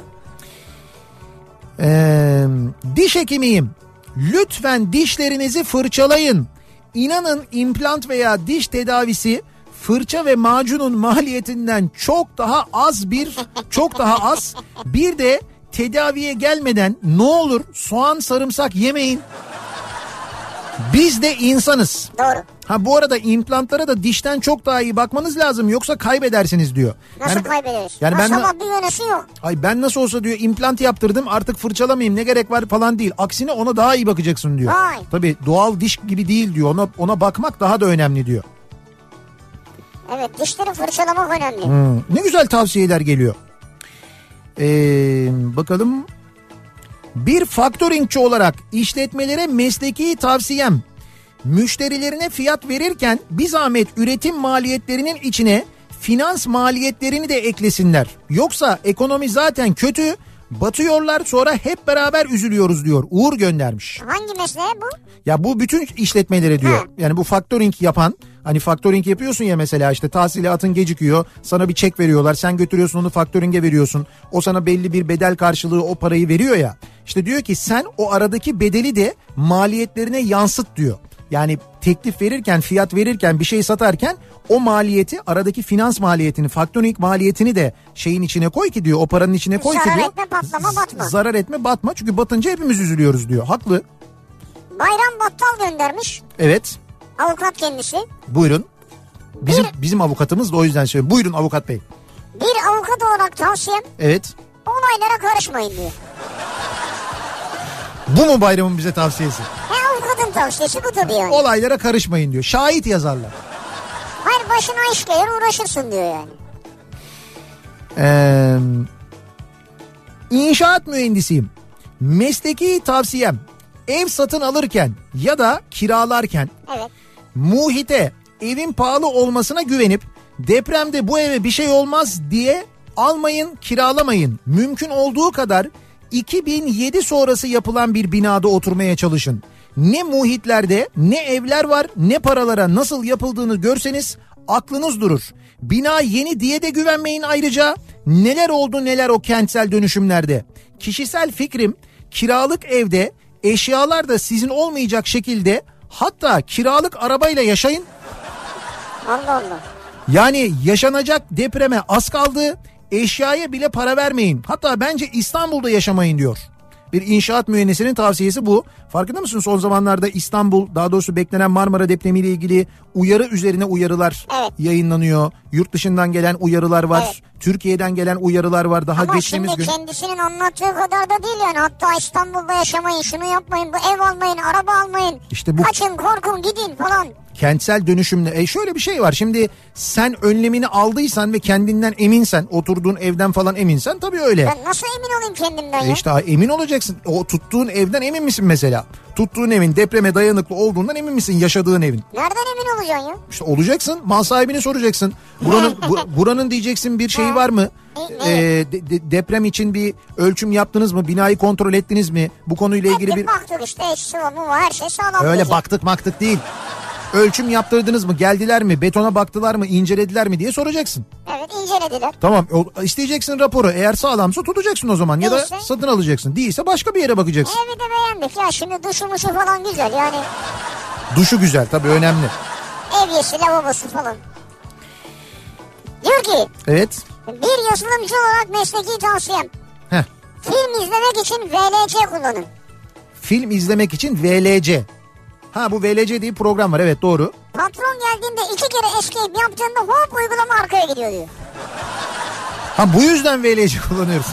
Diş hekimiyim. Lütfen dişlerinizi fırçalayın. İnanın implant veya diş tedavisi fırça ve macunun maliyetinden çok daha az. Bir de tedaviye gelmeden ne olur soğan sarımsak yemeyin. Biz de insanız. Doğru. Ha bu arada implantlara da dişten çok daha iyi bakmanız lazım yoksa kaybedersiniz diyor. Nasıl kaybederiz? Yani Maşallah bir yönesi yok. Ay ben nasıl olsa diyor implant yaptırdım artık fırçalamayayım ne gerek var falan değil. Aksine ona daha iyi bakacaksın diyor. Vay. Tabii doğal diş gibi değil diyor, ona bakmak daha da önemli diyor. Evet, dişleri fırçalamak önemli. Ne güzel tavsiyeler geliyor. Bakalım. Bir faktöringçi olarak işletmelere mesleki tavsiyem: müşterilerine fiyat verirken bir zahmet üretim maliyetlerinin içine finans maliyetlerini de eklesinler. Yoksa ekonomi zaten kötü, batıyorlar, sonra hep beraber üzülüyoruz diyor. Uğur göndermiş. Hangi mesleğe bu? Ya bu bütün işletmelere diyor. Ha. Yani bu faktöring yapan, hani faktöring yapıyorsun ya mesela, işte tahsilatın gecikiyor, sana bir çek veriyorlar, sen götürüyorsun onu faktöringe veriyorsun. O sana belli bir bedel karşılığı o parayı veriyor ya. İşte diyor ki sen o aradaki bedeli de maliyetlerine yansıt diyor. Yani teklif verirken, fiyat verirken, bir şey satarken o maliyeti, aradaki finans maliyetini, faktöring maliyetini de şeyin içine koy ki diyor, o paranın içine koy ki diyor. Zarar etme, patlama, batma. Zarar etme, batma, çünkü batınca hepimiz üzülüyoruz diyor. Haklı. Bayram Battal göndermiş. Evet. Avukat kendisi. Buyurun. Bizim avukatımız da o yüzden söylüyor. Buyurun avukat bey. Bir avukat olarak tavsiyem, Evet. olaylara karışmayın diyor. Bu mu bayramın bize tavsiyesi? Avukatın tavsiyesi bu tabii yani. Olaylara karışmayın diyor. Şahit yazarlar. Hayır, başına iş gelir, uğraşırsın diyor yani. İnşaat mühendisiyim. Mesleki tavsiyem: ev satın alırken ya da kiralarken Evet. muhite, evin pahalı olmasına güvenip depremde bu eve bir şey olmaz diye almayın, kiralamayın. Mümkün olduğu kadar 2007 sonrası yapılan bir binada oturmaya çalışın. Ne muhitlerde ne evler var, ne paralara nasıl yapıldığını görseniz aklınız durur. Bina yeni diye de güvenmeyin ayrıca. Neler oldu neler o kentsel dönüşümlerde. Kişisel fikrim, kiralık evde eşyalar da sizin olmayacak şekilde, hatta kiralık arabayla yaşayın. Allah Allah. Yani yaşanacak depreme az kaldı, eşyaya bile para vermeyin. Hatta bence İstanbul'da yaşamayın diyor. Bir inşaat mühendisinin tavsiyesi bu. Farkında mısın, son zamanlarda İstanbul, daha doğrusu beklenen Marmara depremiyle ilgili uyarı üzerine uyarılar yayınlanıyor. Yurt dışından gelen uyarılar var. Evet. Türkiye'den gelen uyarılar var. Daha ama geçtiğimiz gün. Ama şimdi kendisinin anlattığı kadar da değil yani. Hatta İstanbul'da yaşamayın, şunu yapmayın, bu ev almayın, araba almayın. İşte bu... Kaçın, korkun, gidin falan. Kentsel dönüşümle şöyle bir şey var. Şimdi sen önlemini aldıysan ve kendinden eminsen, oturduğun evden falan eminsen, tabii öyle. Ben nasıl emin olayım kendimden ya? İşte emin olacaksın. O tuttuğun evden emin misin mesela? Tuttuğun evin depreme dayanıklı olduğundan emin misin, yaşadığın evin? Nereden emin olacaksın ya? İşte olacaksın. Mal sahibini soracaksın. Buranın diyeceksin bir şeyi var mı? Deprem için bir ölçüm yaptınız mı? Binayı kontrol ettiniz mi? Bu konuyla ilgili bir... Baktık işte, sıvı var, her şey sağlam. Öyle diyecek. Baktık değil. Ölçüm yaptırdınız mı? Geldiler mi? Betona baktılar mı? İncelediler mi diye soracaksın. Evet, incelediler. Tamam, isteyeceksin raporu. Eğer sağlamsa tutacaksın o zaman. Değilse, ya da satın alacaksın. Değilse başka bir yere bakacaksın. Evi de beğendik ya, şimdi duşu falan güzel yani. Duşu güzel tabii, önemli. Evyesi, lavabosu falan. Diyor ki. Evet. Bir yazılımcı olarak mesleki tavsiyem. Film izlemek için VLC kullanın. Film izlemek için VLC. Ha, bu VLC diye bir program var, evet doğru. Patron geldiğinde 2 kere escape yaptığında hop uygulama arkaya gidiyor diyor. Ha, bu yüzden VLC kullanıyoruz.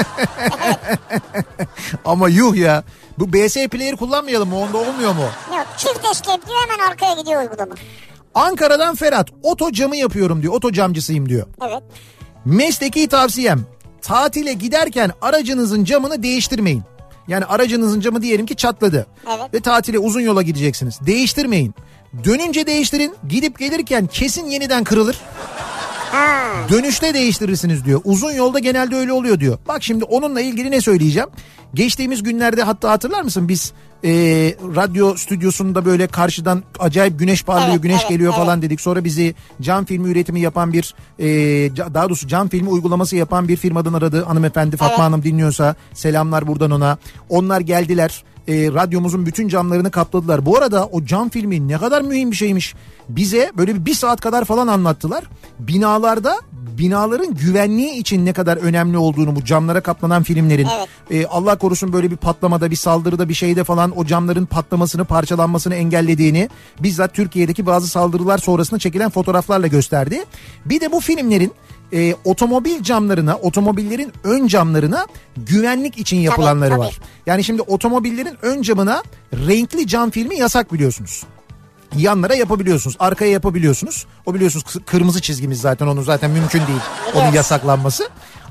Ama yuh ya. Bu BS Player kullanmayalım mı? Onda olmuyor mu? Yok, çift escape diyor, hemen arkaya gidiyor uygulama. Ankara'dan Ferhat, oto camı yapıyorum diyor. Oto camcısıyım diyor. Evet. Mesleki tavsiyem: tatile giderken aracınızın camını değiştirmeyin. Yani aracınızın camı diyelim ki çatladı. Evet. Ve tatile, uzun yola gideceksiniz. Değiştirmeyin. Dönünce değiştirin. Gidip gelirken kesin yeniden kırılır. Dönüşte değiştirirsiniz diyor. Uzun yolda genelde öyle oluyor diyor. Bak şimdi onunla ilgili ne söyleyeceğim. Geçtiğimiz günlerde, hatta hatırlar mısın, biz radyo stüdyosunda böyle karşıdan acayip güneş parlıyor, güneş geliyor falan dedik. Sonra bizi cam filmi üretimi yapan bir, daha doğrusu cam filmi uygulaması yapan bir firmadan aradı hanımefendi. Fatma Hanım dinliyorsa selamlar buradan ona. Onlar geldiler. Radyomuzun bütün camlarını kapladılar. Bu arada o cam filmi ne kadar mühim bir şeymiş. Bize böyle bir saat kadar falan anlattılar. Binaların güvenliği için ne kadar önemli olduğunu, bu camlara kaplanan filmlerin. Allah korusun böyle bir patlamada, bir saldırıda, bir şeyde falan o camların patlamasını, parçalanmasını engellediğini bizzat Türkiye'deki bazı saldırılar sonrasında çekilen fotoğraflarla gösterdi. Bir de bu filmlerin otomobil camlarına, otomobillerin ön camlarına güvenlik için yapılanları var. Yani şimdi otomobillerin ön camına renkli cam filmi yasak, biliyorsunuz. Yanlara yapabiliyorsunuz, arkaya yapabiliyorsunuz. O biliyorsunuz kırmızı çizgimiz zaten, onun zaten mümkün değil onun yasaklanması.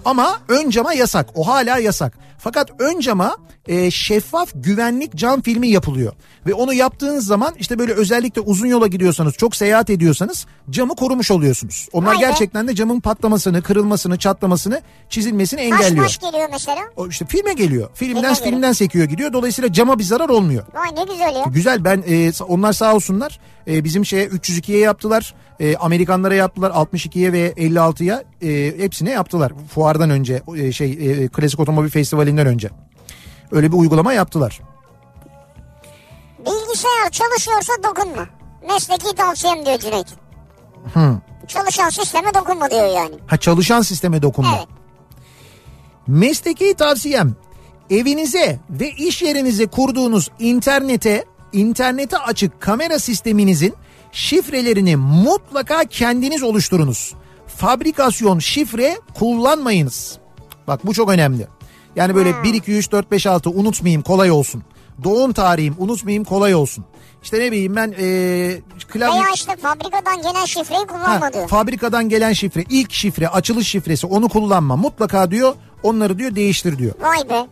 Ama ön cama yasak. O hala yasak. Fakat ön cama şeffaf güvenlik cam filmi yapılıyor. Ve onu yaptığınız zaman işte böyle özellikle uzun yola gidiyorsanız, çok seyahat ediyorsanız camı korumuş oluyorsunuz. Onlar gerçekten de camın patlamasını, kırılmasını, çatlamasını, çizilmesini engelliyor. Kaç geliyor mesela? O işte filme geliyor. Filmden sekiyor gidiyor. Dolayısıyla cama bir zarar olmuyor. Vay ne güzel ya. Güzel, ben onlar sağ olsunlar bizim 302'ye yaptılar. Amerikanlara yaptılar, 62'ye ve 56'ya hepsine yaptılar. Fuardan önce Klasik Otomobil Festivali'nden önce. Öyle bir uygulama yaptılar. Bilgisayar çalışıyorsa dokunma. Mesleki tavsiyem diyor Cüneyt. Çalışan sisteme dokunma diyor yani. Çalışan sisteme dokunma. Evet. Mesleki tavsiyem, evinize ve iş yerinize kurduğunuz internete açık kamera sisteminizin şifrelerini mutlaka kendiniz oluşturunuz. Fabrikasyon şifre kullanmayınız. Bak bu çok önemli. Yani böyle 1, 2, 3, 4, 5, 6 unutmayayım, kolay olsun. Doğum tarihim unutmayayım, kolay olsun. İşte ne bileyim ben klavye... Veya işte fabrikadan gelen şifreyi kullanma diyor. Fabrikadan gelen şifre, ilk şifre, açılış şifresi, onu kullanma. Mutlaka diyor, onları diyor değiştir diyor. Vay be.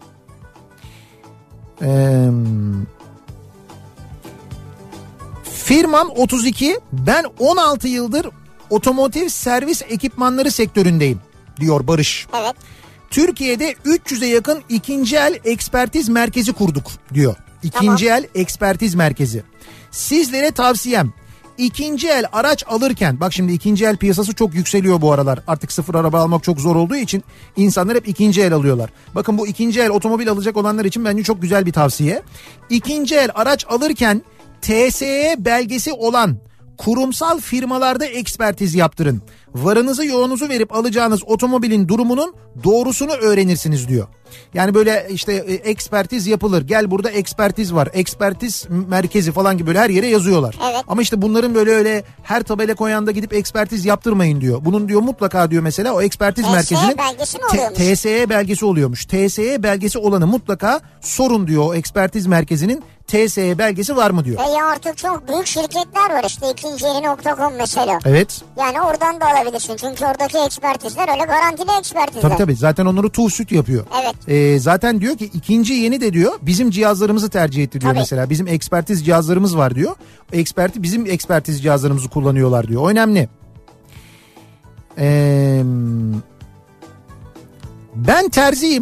Firmam 32, ben 16 yıldır otomotiv servis ekipmanları sektöründeyim diyor Barış. Evet. Türkiye'de 300'e yakın ikinci el ekspertiz merkezi kurduk diyor. İkinci el ekspertiz merkezi. Sizlere tavsiyem, ikinci el araç alırken, bak şimdi ikinci el piyasası çok yükseliyor bu aralar. Artık sıfır araba almak çok zor olduğu için insanlar hep ikinci el alıyorlar. Bakın bu ikinci el otomobil alacak olanlar için bence çok güzel bir tavsiye. İkinci el araç alırken TSE belgesi olan kurumsal firmalarda ekspertiz yaptırın. Varınızı yoğunuzu verip alacağınız otomobilin durumunun doğrusunu öğrenirsiniz diyor. Yani böyle işte ekspertiz yapılır. Gel burada ekspertiz var. Ekspertiz merkezi falan gibi böyle her yere yazıyorlar. Evet. Ama işte bunların böyle öyle her tabela koyan da gidip ekspertiz yaptırmayın diyor. Bunun diyor mutlaka diyor mesela o ekspertiz merkezinin TSE belgesi oluyormuş. TSE belgesi olanı mutlaka sorun diyor, o ekspertiz merkezinin TSE belgesi var mı diyor. Ya artık çok büyük şirketler var işte ikinciyeli.com mesela. Evet. Yani oradan da alabilirsin çünkü oradaki ekspertizler öyle garantili ekspertizler. Tabii zaten onları tuğ süt yapıyor. Evet. Zaten diyor ki ikinci yeni de diyor bizim cihazlarımızı tercih etti diyor mesela. Bizim ekspertiz cihazlarımız var diyor. Bizim ekspertiz cihazlarımızı kullanıyorlar diyor. O önemli. Ben terziyim.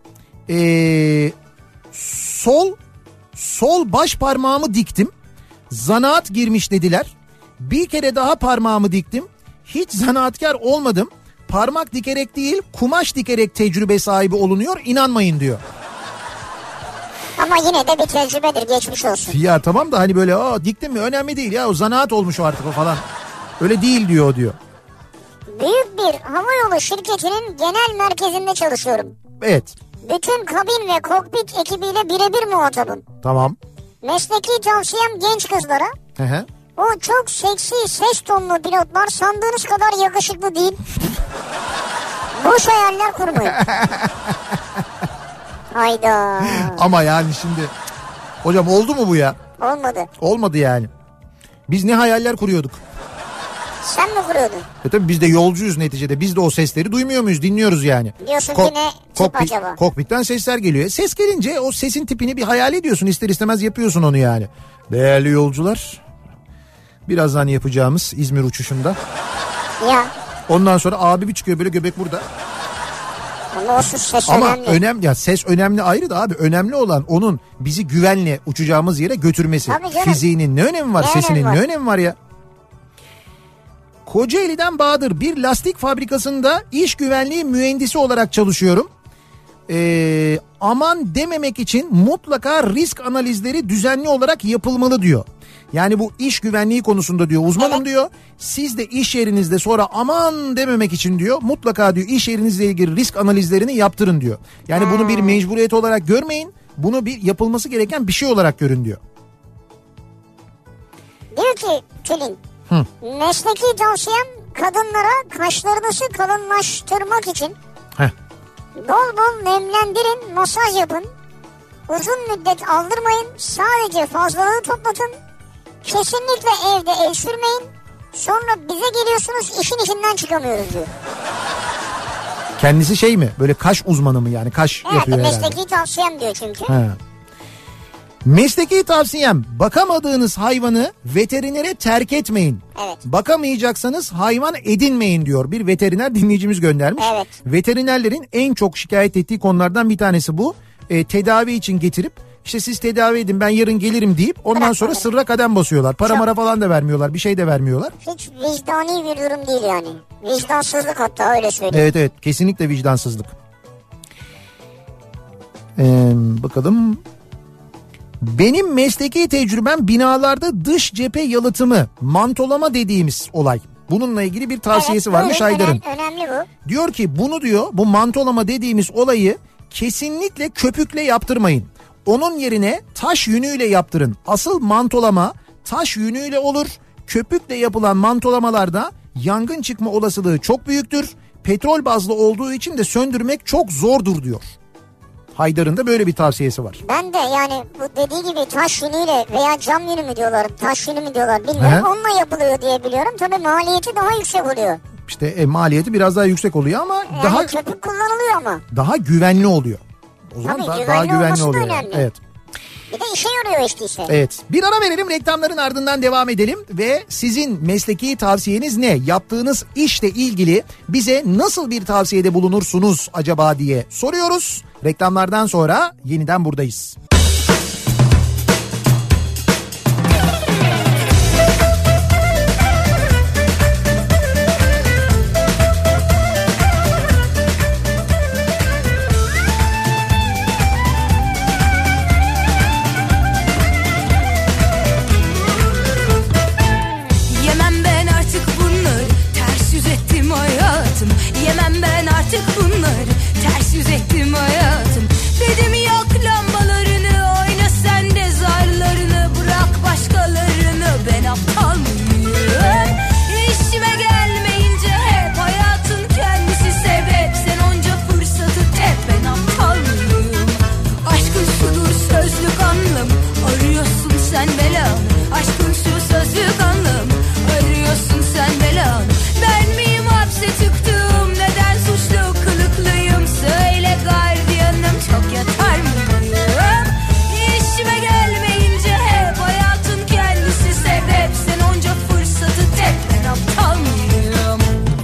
Sol baş parmağımı diktim. Zanaat girmiş dediler. Bir kere daha parmağımı diktim. Hiç zanaatkar olmadım. Parmak dikerek değil, kumaş dikerek tecrübe sahibi olunuyor. İnanmayın diyor. Ama yine de bir tecrübedir, geçmiş olsun. Ya tamam da hani böyle diktim mi önemli değil ya, o zanaat olmuş o artık o falan. Öyle değil diyor. Büyük bir havayolu şirketinin genel merkezinde çalışıyorum. Evet. Bütün kabin ve kokpit ekibiyle birebir muhatabım. Tamam. Mesleki tavsiyem genç kızlara. Hı. O çok seksi ses tonlu pilotlar sandığınız kadar yakışıklı değil. Boş hayaller kurmayın. Hayda. Ama yani şimdi hocam oldu mu bu ya? Olmadı. Olmadı yani. Biz ne hayaller kuruyorduk? Sen mi kuruyordun? Tabii biz de yolcuyuz neticede. Biz de o sesleri duymuyor muyuz? Dinliyoruz yani. Diyorsun ki ne tip acaba? Kokpitten sesler geliyor. Ses gelince o sesin tipini bir hayal ediyorsun. İster istemez yapıyorsun onu yani. Değerli yolcular, birazdan yapacağımız İzmir uçuşunda. Ya. Ondan sonra abi bir çıkıyor böyle, göbek burada. Ama olsun, ses ama önemli. Ya ses önemli ayrı da abi, önemli olan onun bizi güvenle uçacağımız yere götürmesi. Fiziğinin ne önemi var, sesinin ne önemi var ya? Kocaeli'den Bahadır, bir lastik fabrikasında iş güvenliği mühendisi olarak çalışıyorum. Aman dememek için mutlaka risk analizleri düzenli olarak yapılmalı diyor. Yani bu iş güvenliği konusunda diyor uzmanım diyor. Siz de iş yerinizde sonra aman dememek için diyor mutlaka diyor iş yerinizle ilgili risk analizlerini yaptırın diyor. Yani bunu bir mecburiyet olarak görmeyin. Bunu bir yapılması gereken bir şey olarak görün diyor. Diyor ki Tülin, mesleki tavsiyem kadınlara kaşlarınızı kalınlaştırmak için bol bol nemlendirin, masaj yapın. Uzun müddet aldırmayın, sadece fazlalığı toplatın. Kesinlikle evde el sürmeyin. Sonra bize geliyorsunuz, işin içinden çıkamıyoruz diyor. Kendisi şey mi? Böyle kaş uzmanı mı yani? Kaş yapıyor herhalde. Mesleki tavsiyem diyor çünkü. Ha. Mesleki tavsiyem, bakamadığınız hayvanı veterinere terk etmeyin. Evet. Bakamayacaksanız hayvan edinmeyin diyor. Bir veteriner dinleyicimiz göndermiş. Evet. Veterinerlerin en çok şikayet ettiği konulardan bir tanesi bu. Tedavi için getirip işte siz tedavi edin ben yarın gelirim deyip ondan sonra sırra kadem basıyorlar. Para mara falan da vermiyorlar, bir şey de vermiyorlar. Hiç vicdani bir durum değil yani. Vicdansızlık hatta, öyle söyleyeyim. Evet kesinlikle vicdansızlık. Bakalım. Benim mesleki tecrübem binalarda dış cephe yalıtımı, mantolama dediğimiz olay. Bununla ilgili bir tavsiyesi varmış Haydar'ın. Önemli bu. Diyor ki bunu diyor, bu mantolama dediğimiz olayı kesinlikle köpükle yaptırmayın. Onun yerine taş yünüyle yaptırın. Asıl mantolama taş yünüyle olur. Köpükle yapılan mantolamalarda yangın çıkma olasılığı çok büyüktür. Petrol bazlı olduğu için de söndürmek çok zordur diyor. Haydar'ın da böyle bir tavsiyesi var. Ben de yani bu dediği gibi taş yünüyle veya cam yünü mü diyorlar, taş yünü mü diyorlar bilmiyorum. Onunla yapılıyor diye biliyorum. Tabii maliyeti daha yüksek oluyor. İşte maliyeti biraz daha yüksek oluyor ama yani daha köpük kullanılıyor ama. Daha güvenli oluyor. O zaman tabii daha güvenli oluyor. Önemli. Evet. Bir de işe yarıyor işte. Evet. Bir ara verelim, reklamların ardından devam edelim ve sizin mesleki tavsiyeniz ne? Yaptığınız işle ilgili bize nasıl bir tavsiyede bulunursunuz acaba diye soruyoruz. Reklamlardan sonra yeniden buradayız. Yemem ben artık bunları, ters yüz ettim hayatım. Dedim yok lambalarını, oyna sen de zarlarını, bırak başkalarını, ben aptal mıyım? İşime gelmeyince hep hayatın kendisi sebep, sen onca fırsatı tep, ben aptal mıyım? Aşkın şudur sözlük anlam, arıyorsun sen belanı. Aşkın şu sözlük anlam, arıyorsun sen belanı. Ben miyim hapse çıktım, neden suçlu kılıklıyım? Söyle gardiyanım, çok yatar mıyım? İşime gelmeyince hep hayatın kendisi sebep, sen onca fırsatı tep, ben aptal mıyım?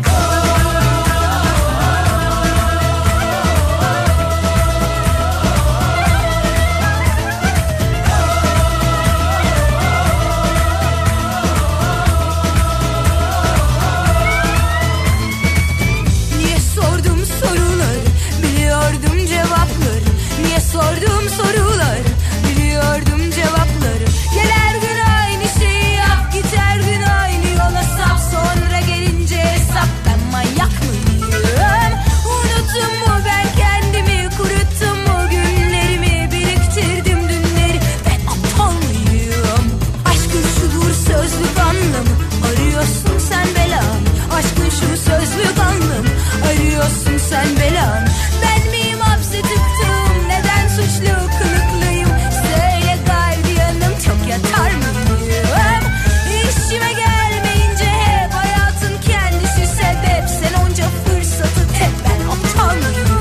Sordum sorular, biliyordum cevapları. Gel her gün aynı şeyi yap, git her gün aynı yola sap. Sonra gelince hesap, ben manyak mıyım? Unuttum mu ben kendimi, kuruttum mu günlerimi, biriktirdim dünleri, ben aptal mıyım? Aşkın şudur sözlük anlamı, arıyorsun sen belanı. Aşkın şu sözlük anlamı, arıyorsun sen belanı. Ben miyim hapse tıktım, neden suçlu kılıklıyım? Söyle gardiyanım, çok yatar mıyım? İşime gelmeyince hep hayatın kendisi sebep, sen onca fırsatı tep, ben aptal mıyım?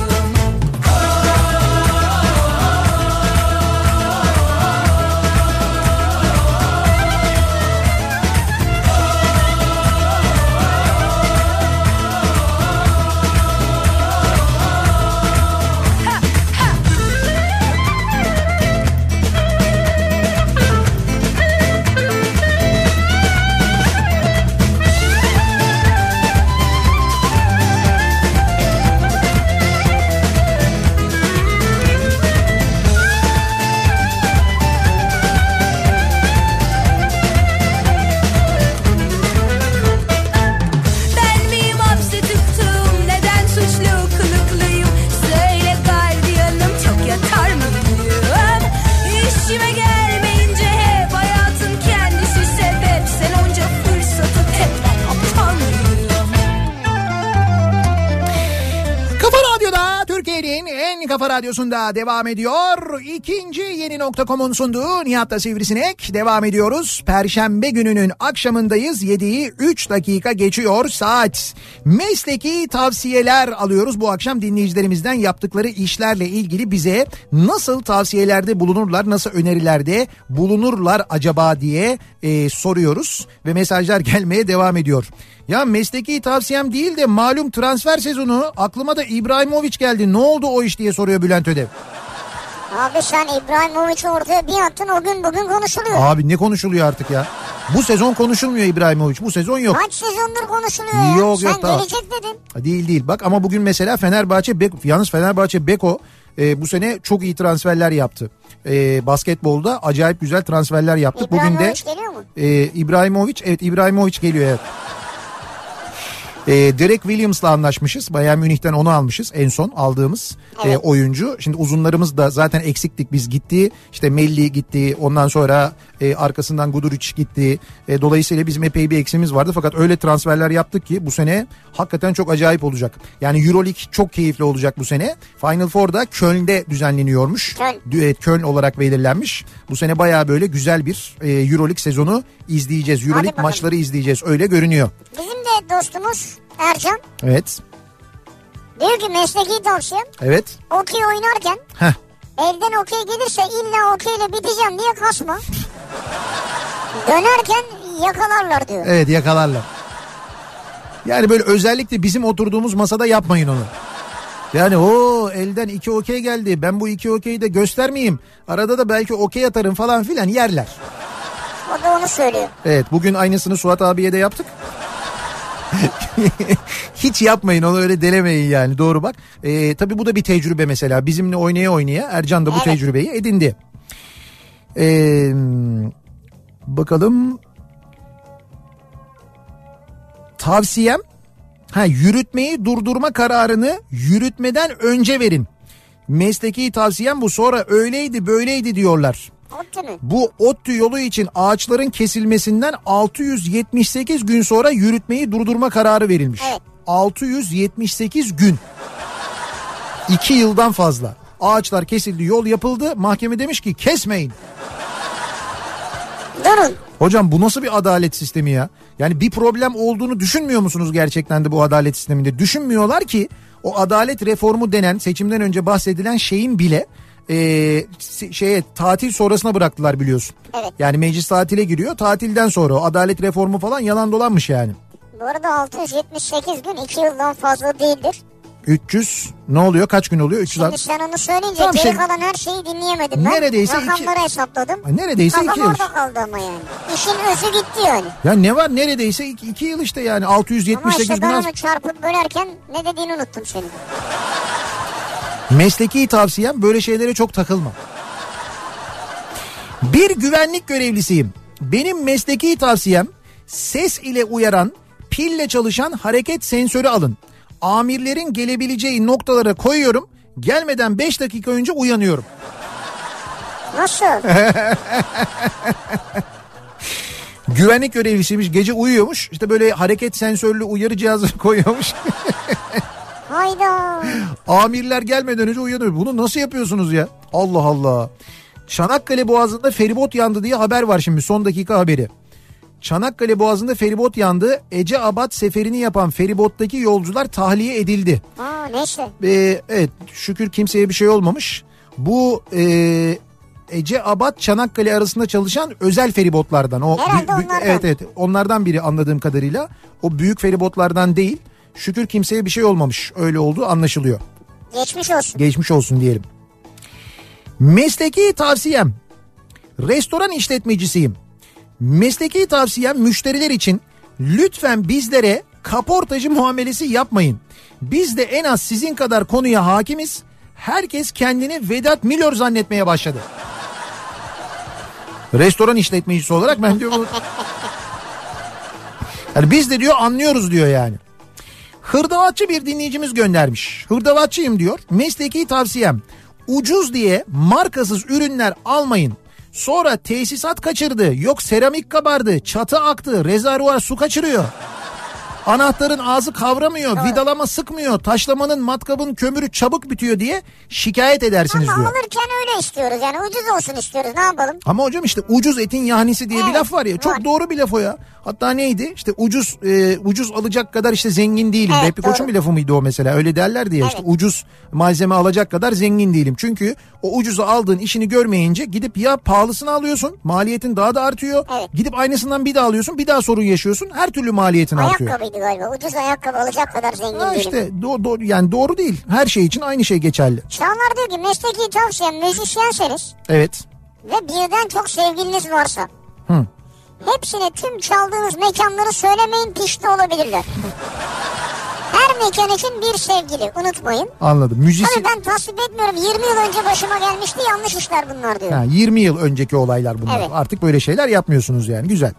Modern Kafa Radyosu'nda devam ediyor. İkinci yeni nokta.com'un sunduğu Nihat'la Sivrisinek devam ediyoruz. Perşembe gününün akşamındayız. 7'yi 3 dakika geçiyor saat. Mesleki tavsiyeler alıyoruz. Bu akşam dinleyicilerimizden yaptıkları işlerle ilgili bize nasıl tavsiyelerde bulunurlar, nasıl önerilerde bulunurlar acaba diye soruyoruz. Ve mesajlar gelmeye devam ediyor. Ya mesleki tavsiyem değil de malum transfer sezonu, aklıma da İbrahimovic geldi. Ne oldu o iş diye soruyor Bülent Ödev. Abi sen İbrahimovic'i ortaya bir attın, o gün bugün konuşuluyor. Abi ne konuşuluyor artık ya? Bu sezon konuşulmuyor İbrahimovic. Bu sezon yok. Kaç sezondur konuşuluyor ya? Yok, sen tamam. gelecek dedin. Değil. Bak ama bugün mesela Fenerbahçe Beko bu sene çok iyi transferler yaptı. Basketbolda acayip güzel transferler yaptık. Bugün de geliyor mu? İbrahimovic geliyor evet. Derek Williams'la anlaşmışız. Bayern Münih'ten onu almışız en son aldığımız oyuncu. Şimdi uzunlarımız da zaten eksiktik, biz gitti. İşte Melli gitti, ondan sonra arkasından Guduric gitti. Dolayısıyla bizim epey bir eksimiz vardı. Fakat öyle transferler yaptık ki bu sene hakikaten çok acayip olacak. Yani Euroleague çok keyifli olacak bu sene. Final Four'da Köln'de düzenleniyormuş. Köln olarak belirlenmiş. Bu sene bayağı böyle güzel bir Euroleague sezonu izleyeceğiz. Euroleague maçları izleyeceğiz. Öyle görünüyor. Bizim de dostumuz Ercan. Evet. Diyor ki mesleki tavsiyem. Evet. Okey oynarken elden okey gelirse illa okeyle biteceğim diye kasma. Dönerken yakalarlar diyor. Evet, yakalarlar. Yani böyle özellikle bizim oturduğumuz masada yapmayın onu. Yani o elden 2 okey geldi, ben bu 2 okeyi de göstermeyeyim. Arada da belki okey atarım falan filan, yerler. O da onu söylüyor. Evet, bugün aynısını Suat abiye de yaptık. Hiç yapmayın onu, öyle delemeyin yani, doğru bak. Tabii bu da bir tecrübe mesela. Bizimle oynaya Ercan da bu tecrübeyi edindi. Bakalım. Tavsiyem yürütmeyi durdurma kararını yürütmeden önce verin. Mesleki tavsiyem bu. Sonra öyleydi böyleydi diyorlar. Bu ODTÜ yolu için ağaçların kesilmesinden 678 gün sonra yürütmeyi durdurma kararı verilmiş. Evet. 678 gün. 2 yıldan fazla. Ağaçlar kesildi, yol yapıldı. Mahkeme demiş ki kesmeyin. Durun. Hocam bu nasıl bir adalet sistemi ya? Yani bir problem olduğunu düşünmüyor musunuz gerçekten de bu adalet sisteminde? Düşünmüyorlar ki o adalet reformu denen, seçimden önce bahsedilen şeyin bile tatil sonrasına bıraktılar biliyorsun. Evet. Yani meclis tatile giriyor, tatilden sonra o adalet reformu falan yalan dolanmış yani. Bu arada 678 gün 2 yıldan fazla değildir. 300 ne oluyor, kaç gün oluyor? 300. Şimdi sen onu söyleyince geri kalan her şeyi dinleyemedim ben. Neredeyse rakamları hesapladım. Neredeyse 2 yıl. Kafam orada kaldı ama yani. İşin özü gitti yani. Ya ne var, neredeyse 2 yıl işte yani 678 ama işte gün ben az. onu çarpıp bölerken ne dediğini unuttum senin. Mesleki tavsiyem böyle şeylere çok takılma. Bir güvenlik görevlisiyim. Benim mesleki tavsiyem ses ile uyaran, pille çalışan hareket sensörü alın. Amirlerin gelebileceği noktalara koyuyorum. Gelmeden 5 dakika önce uyanıyorum. Nasıl? Güvenlik görevlisiymiş, gece uyuyormuş. İşte böyle hareket sensörlü uyarı cihazı koyuyormuş. Hayda. Amirler gelmeden önce uyanıyor. Bunu nasıl yapıyorsunuz ya? Allah Allah. Çanakkale Boğazı'nda feribot yandı diye haber var şimdi, son dakika haberi. Çanakkale Boğazı'nda feribot yandı. Eceabat seferini yapan feribottaki yolcular tahliye edildi. Neyse. Evet, şükür kimseye bir şey olmamış. Bu Eceabat Çanakkale arasında çalışan özel feribotlardan. Herhalde onlardan. Evet, onlardan biri anladığım kadarıyla. O büyük feribotlardan değil. Şükür kimseye bir şey olmamış. Öyle olduğu anlaşılıyor. Geçmiş olsun. Geçmiş olsun diyelim. Mesleki tavsiyem. Restoran işletmecisiyim. Mesleki tavsiyem müşteriler için lütfen bizlere kaportacı muamelesi yapmayın. Biz de en az sizin kadar konuya hakimiz. Herkes kendini Vedat Milor zannetmeye başladı. Restoran işletmecisi olarak ben diyor. Yani biz de diyor anlıyoruz diyor yani. Hırdavatçı bir dinleyicimiz göndermiş. Hırdavatçıyım diyor. Mesleki tavsiyem ucuz diye markasız ürünler almayın. Sonra tesisat kaçırdı, yok seramik kabardı, çatı aktı, rezervuar su kaçırıyor. Anahtarın ağzı kavramıyor, vidalama sıkmıyor, taşlamanın matkabın kömürü çabuk bitiyor diye şikayet edersiniz ama diyor. alırken öyle istiyoruz yani, ucuz olsun istiyoruz, ne yapalım? Ama hocam işte ucuz etin yahnisi diye bir laf var ya, çok var. doğru bir laf o ya. Hatta neydi işte ucuz alacak kadar işte zengin değilim. Evet, Vehbi Koç'un bir lafı mıydı o mesela, öyle derlerdi ya, işte Evet. ucuz malzeme alacak kadar zengin değilim. Çünkü o ucuzu aldığın işini görmeyince gidip ya pahalısını alıyorsun, maliyetin daha da artıyor. Evet. Gidip aynısından bir daha alıyorsun, bir daha sorun yaşıyorsun, her türlü maliyetin artıyor. Ayakkabıydı galiba, ucuz ayakkabı alacak kadar zengin Ha değilim. işte yani doğru değil, her şey için aynı şey geçerli. Çağlar diyor ki mesleki tavsiyem, müzisyenseniz Evet. ve birden çok sevgiliniz varsa Hı. hepsine tüm çaldığınız mekanları söylemeyin, pişti olabilirler. Her mekan için bir sevgili, unutmayın. Anladım. Tabii ben tasvip etmiyorum, 20 yıl önce başıma gelmişti, yanlış işler bunlar diyor. Ha, 20 yıl önceki olaylar bunlar. Evet. Artık böyle şeyler yapmıyorsunuz yani. Güzel.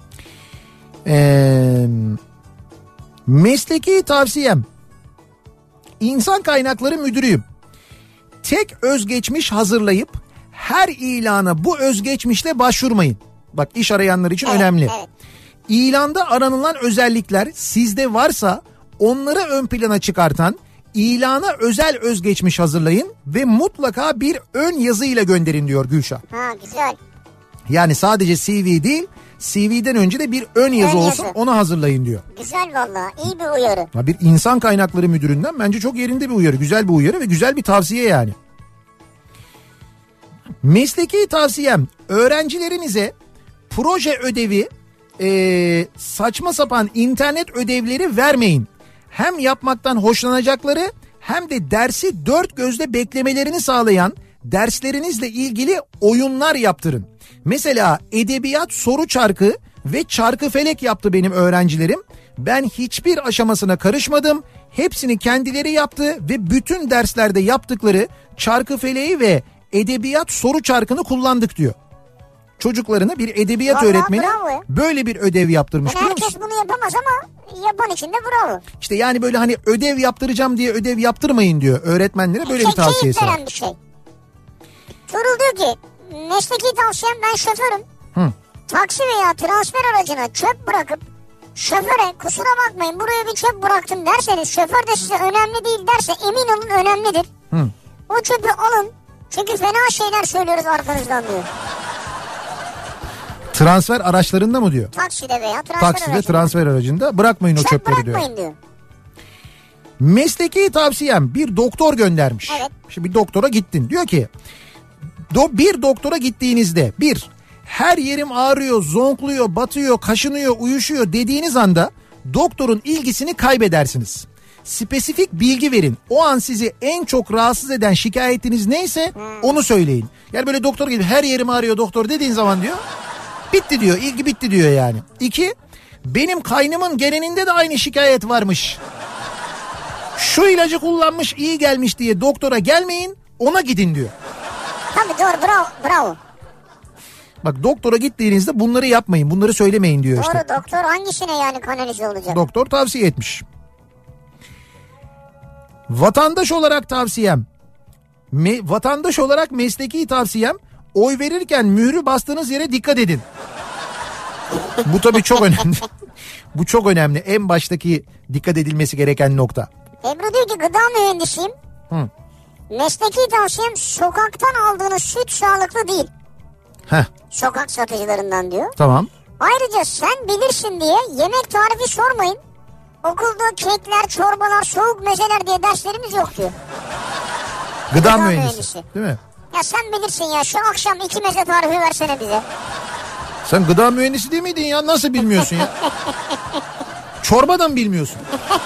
Mesleki tavsiyem. İnsan kaynakları müdürüyüm. Tek özgeçmiş hazırlayıp her ilana bu özgeçmişle başvurmayın. Bak, iş arayanlar için Evet, önemli. evet. İlanda aranılan özellikler sizde varsa onları ön plana çıkartan ilana özel özgeçmiş hazırlayın ve mutlaka bir ön yazıyla gönderin diyor Gülşah. Ha, güzel. Yani sadece CV değil, CV'den önce de bir ön yazı Ön olsun, yazı. onu hazırlayın diyor. Güzel valla, iyi bir uyarı. Ya bir insan kaynakları müdüründen bence çok yerinde bir uyarı, güzel bir uyarı ve güzel bir tavsiye yani. Mesleki tavsiyem, öğrencilerinize proje ödevi, saçma sapan internet ödevleri vermeyin. Hem yapmaktan hoşlanacakları hem de dersi dört gözle beklemelerini sağlayan derslerinizle ilgili oyunlar yaptırın. Mesela edebiyat soru çarkı ve çarkıfelek yaptı benim öğrencilerim. Ben hiçbir aşamasına karışmadım. Hepsini kendileri yaptı ve bütün derslerde yaptıkları çarkıfeleği ve edebiyat soru çarkını kullandık diyor. Çocuklarına bir edebiyat Vallahi öğretmeni bravo. böyle bir ödev yaptırmış, Yani biliyor herkes musun? bunu yapamaz ama yapan için de bravo. İşte yani böyle hani ödev yaptıracağım diye ödev yaptırmayın diyor öğretmenlere, böyle bir tavsiyesi Keyif var. veren bir şey. Tuğrul diyor ki mesleki tavsiyem, ben şoförüm. Hı. Taksi veya transfer aracına çöp bırakıp şoföre kusura bakmayın buraya bir çöp bıraktım derseniz, şoför de size önemli değil derse emin olun önemlidir. Hı. O çöpü alın çünkü fena şeyler söylüyoruz arkanızdan diyor. Transfer araçlarında mı diyor? Takside veya transfer Takside, aracında. transfer aracında bırakmayın o Çöp çöpleri diyor. bırakmayın diyor. Mesleki tavsiyem, bir doktor göndermiş. Evet. Şimdi bir doktora gittin. Diyor ki bir doktora gittiğinizde her yerim ağrıyor, zonkluyor, batıyor, kaşınıyor, uyuşuyor dediğiniz anda doktorun ilgisini kaybedersiniz. Spesifik bilgi verin. O an sizi en çok rahatsız eden şikayetiniz neyse onu söyleyin. Yani böyle doktora gidip her yerim ağrıyor doktor dediğin zaman diyor, bitti diyor, ilgi bitti diyor yani. 2, benim kaynımın geneninde de aynı şikayet varmış. Şu ilacı kullanmış, iyi gelmiş diye doktora gelmeyin, ona gidin diyor. Tabii doğru, bravo, bravo. Bak, doktora gittiğinizde bunları yapmayın, bunları söylemeyin diyor Doğru, işte. doktor hangisine yani kanalize olacak? Doktor tavsiye etmiş. Vatandaş olarak tavsiyem, vatandaş olarak mesleki tavsiyem, oy verirken mührü bastığınız yere dikkat edin. Bu tabii çok önemli. Bu çok önemli. En baştaki dikkat edilmesi gereken nokta. Ebru diyor ki gıda mühendisiyim. Hı. Mesleki tavsiyem, sokaktan aldığınız süt sağlıklı değil. Heh, Sokak satıcılarından diyor. tamam. Ayrıca sen bilirsin diye yemek tarifi sormayın. Okulda kekler, çorbalar, soğuk mezeler diye derslerimiz yok diyor. Gıda mühendisi. mühendisi. Değil mi? Ya sen bilirsin ya, şu akşam 2 meze tarifi versene bize. Sen gıda mühendisi değil miydin ya? Nasıl bilmiyorsun ya? Çorbadan bilmiyorsun.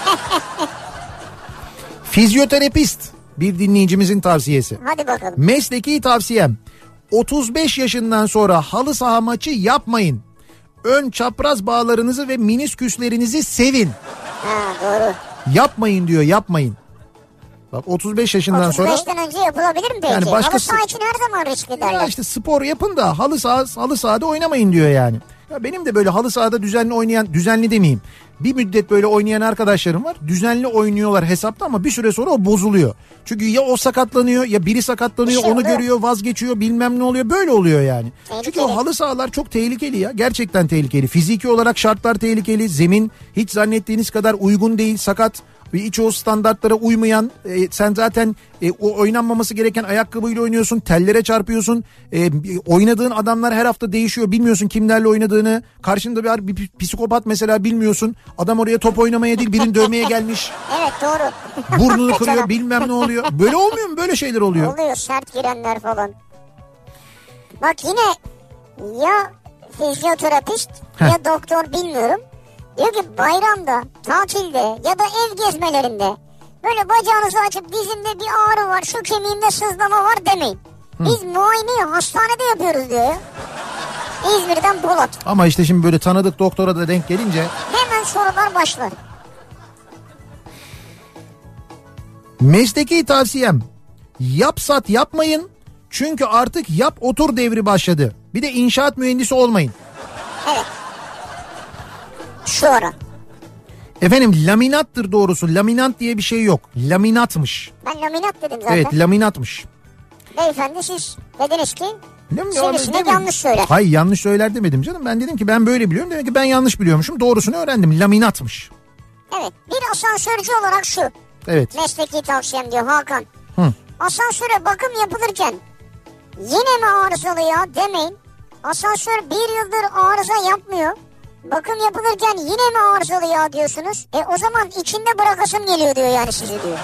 Fizyoterapist, bir dinleyicimizin tavsiyesi. Hadi bakalım. Mesleki tavsiyem, 35 yaşından sonra halı saha maçı yapmayın. Ön çapraz bağlarınızı ve minisküslerinizi sevin. Ha, doğru. Yapmayın diyor, yapmayın. Bak 35 yaşından sonra 35'ten önce yapılabilir mi peki? Yani başkası- Halı saha için her zaman riskli ya derler. işte spor yapın da halı sahada oynamayın diyor yani. Ya benim de böyle halı sahada düzenli demeyeyim. Bir müddet böyle oynayan arkadaşlarım var. Düzenli oynuyorlar hesapta ama bir süre sonra o bozuluyor. Çünkü ya o sakatlanıyor ya biri sakatlanıyor, onu görüyor, vazgeçiyor, bilmem ne oluyor. Böyle oluyor yani. Tehlikeli. Çünkü o halı sahalar çok tehlikeli ya. Gerçekten tehlikeli. Fiziki olarak şartlar tehlikeli. Zemin hiç zannettiğiniz kadar uygun değil, sakat. Hiç o standartlara uymayan, sen zaten o oynanmaması gereken ayakkabıyla oynuyorsun, tellere çarpıyorsun, oynadığın adamlar her hafta değişiyor, bilmiyorsun kimlerle oynadığını, karşında bir psikopat mesela, bilmiyorsun, adam oraya top oynamaya değil birini dövmeye gelmiş. Evet, doğru. Burnunu kırıyor, bilmem ne oluyor, böyle olmuyor mu, böyle şeyler oluyor. Oluyor, sert girenler falan. Bak yine ya fizyoterapist ya doktor, bilmiyorum. Diyor ki bayramda, tatilde ya da ev gezmelerinde böyle bacağınızı açıp dizimde bir ağrı var, şu kemiğimde sızlama var demeyin. Biz muayeneyi hastanede yapıyoruz diyor. İzmir'den Polat. Ama işte şimdi böyle tanıdık doktora da denk gelince hemen sorular başlar. Mesleki tavsiyem, yap sat yapmayın çünkü artık yap otur devri başladı. Bir de inşaat mühendisi olmayın. Evet. Şu ara. Efendim laminattır doğrusu. Laminat diye bir şey yok. Laminatmış. Ben laminat dedim zaten. Evet, laminatmış. Beyefendi siz dediniz ki Sivrisinek sivrisinek yanlış söyler. Hayır, yanlış söyler demedim canım. Ben dedim ki ben böyle biliyorum. Demek ki ben yanlış biliyormuşum. Doğrusunu öğrendim. Laminatmış. Evet, bir asansörcü olarak şu. Evet. Mesleki tavsiyem diyor Hakan. Hı. Asansöre bakım yapılırken yine mi arızalı ya demeyin. Asansör bir yıldır arıza yapmıyor. Bakım yapılırken yine mi arızalı ya diyorsunuz. O zaman içinde bırakasım geliyor diyor yani sizi diyor.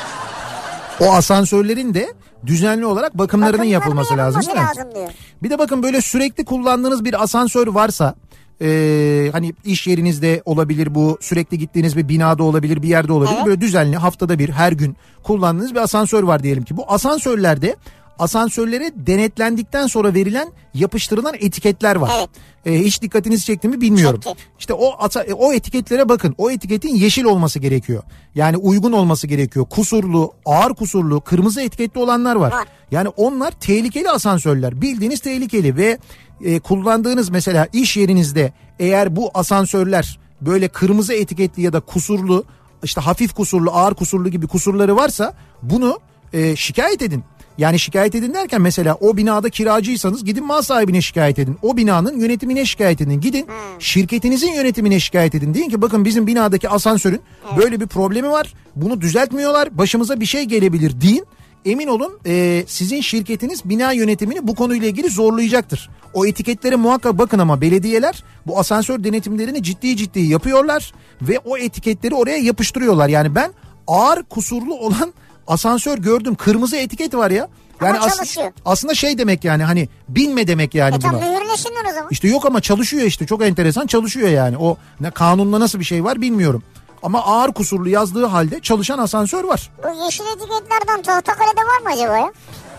O asansörlerin de düzenli olarak bakımlarının yapılması lazım değil mi? Diyor. Bir de bakın böyle sürekli kullandığınız bir asansör varsa, hani iş yerinizde olabilir bu, sürekli gittiğiniz bir binada olabilir, bir yerde olabilir. Evet. Böyle düzenli haftada bir, her gün kullandığınız bir asansör var diyelim ki. Bu asansörlerde asansörlere denetlendikten sonra verilen, yapıştırılan etiketler var. Evet. Hiç dikkatinizi çekti mi bilmiyorum. Çekti. İşte o etiketlere bakın. O etiketin yeşil olması gerekiyor. Yani uygun olması gerekiyor. Kusurlu, ağır kusurlu, kırmızı etiketli olanlar var. Yani onlar tehlikeli asansörler. Bildiğiniz tehlikeli ve kullandığınız mesela iş yerinizde eğer bu asansörler böyle kırmızı etiketli ya da kusurlu, işte hafif kusurlu, ağır kusurlu gibi kusurları varsa bunu şikayet edin. Yani şikayet edin derken mesela o binada kiracıysanız gidin mal sahibine şikayet edin. O binanın yönetimine şikayet edin. Gidin şirketinizin yönetimine şikayet edin. Deyin ki bakın bizim binadaki asansörün böyle bir problemi var. Bunu düzeltmiyorlar. Başımıza bir şey gelebilir deyin. Emin olun sizin şirketiniz bina yönetimini bu konuyla ilgili zorlayacaktır. O etiketlere muhakkak bakın ama belediyeler bu asansör denetimlerini ciddi yapıyorlar. Ve o etiketleri oraya yapıştırıyorlar. Yani ben ağır kusurlu olan asansör gördüm. Kırmızı etiket var ya. Yani aslında şey demek yani, hani binme demek yani buna. Mühürlesinler o zaman. İşte yok ama çalışıyor işte. Çok enteresan çalışıyor yani. O kanunda nasıl bir şey var bilmiyorum. Ama ağır kusurlu yazdığı halde çalışan asansör var. Bu yeşil etiketlerden Tahtakale'de var mı acaba ya?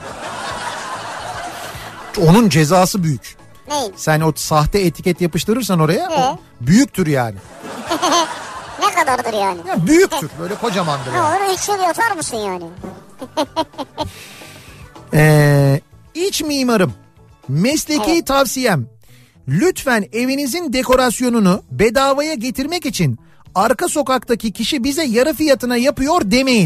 Onun cezası büyük. Ne? Sen o sahte etiket yapıştırırsan oraya o büyüktür yani. Ne kadardır yani? Ya büyüktür, böyle kocamandır yani. Ne olur 3 yıl yatar mısın yani? İç mimarım. Mesleki tavsiyem. Lütfen evinizin dekorasyonunu bedavaya getirmek için arka sokaktaki kişi bize yarı fiyatına yapıyor demeyin.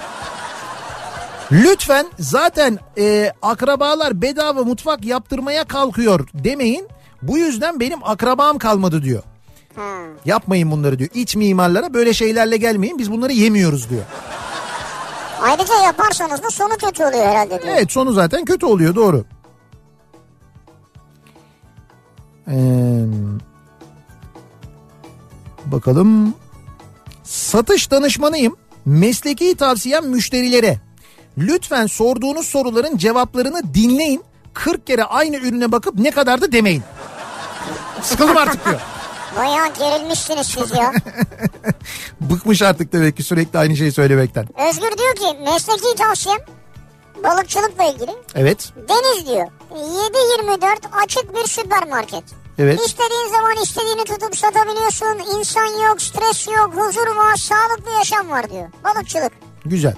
Lütfen zaten akrabalar bedava mutfak yaptırmaya kalkıyor demeyin. Bu yüzden benim akrabam kalmadı diyor. Yapmayın bunları diyor. İç mimarlara böyle şeylerle gelmeyin, biz bunları yemiyoruz diyor. Ayrıca yaparsanız da sonu kötü oluyor herhalde diyor. Evet, sonu zaten kötü oluyor, doğru. Bakalım. Satış danışmanıyım. Mesleki tavsiyem müşterilere. Lütfen sorduğunuz soruların cevaplarını dinleyin. 40 kere aynı ürüne bakıp ne kadar da demeyin. Sıkıldım artık diyor. Bayağı gerilmişsiniz siz ya. Bıkmış artık demek ki sürekli aynı şeyi söylemekten. Özgür diyor ki mesleki tavsiyem balıkçılıkla ilgili. Evet. Deniz diyor 7/24 açık bir süpermarket. Evet. İstediğin zaman istediğini tutup satabiliyorsun. İnsan yok, stres yok, huzur var, sağlıklı yaşam var diyor. Balıkçılık. Güzel.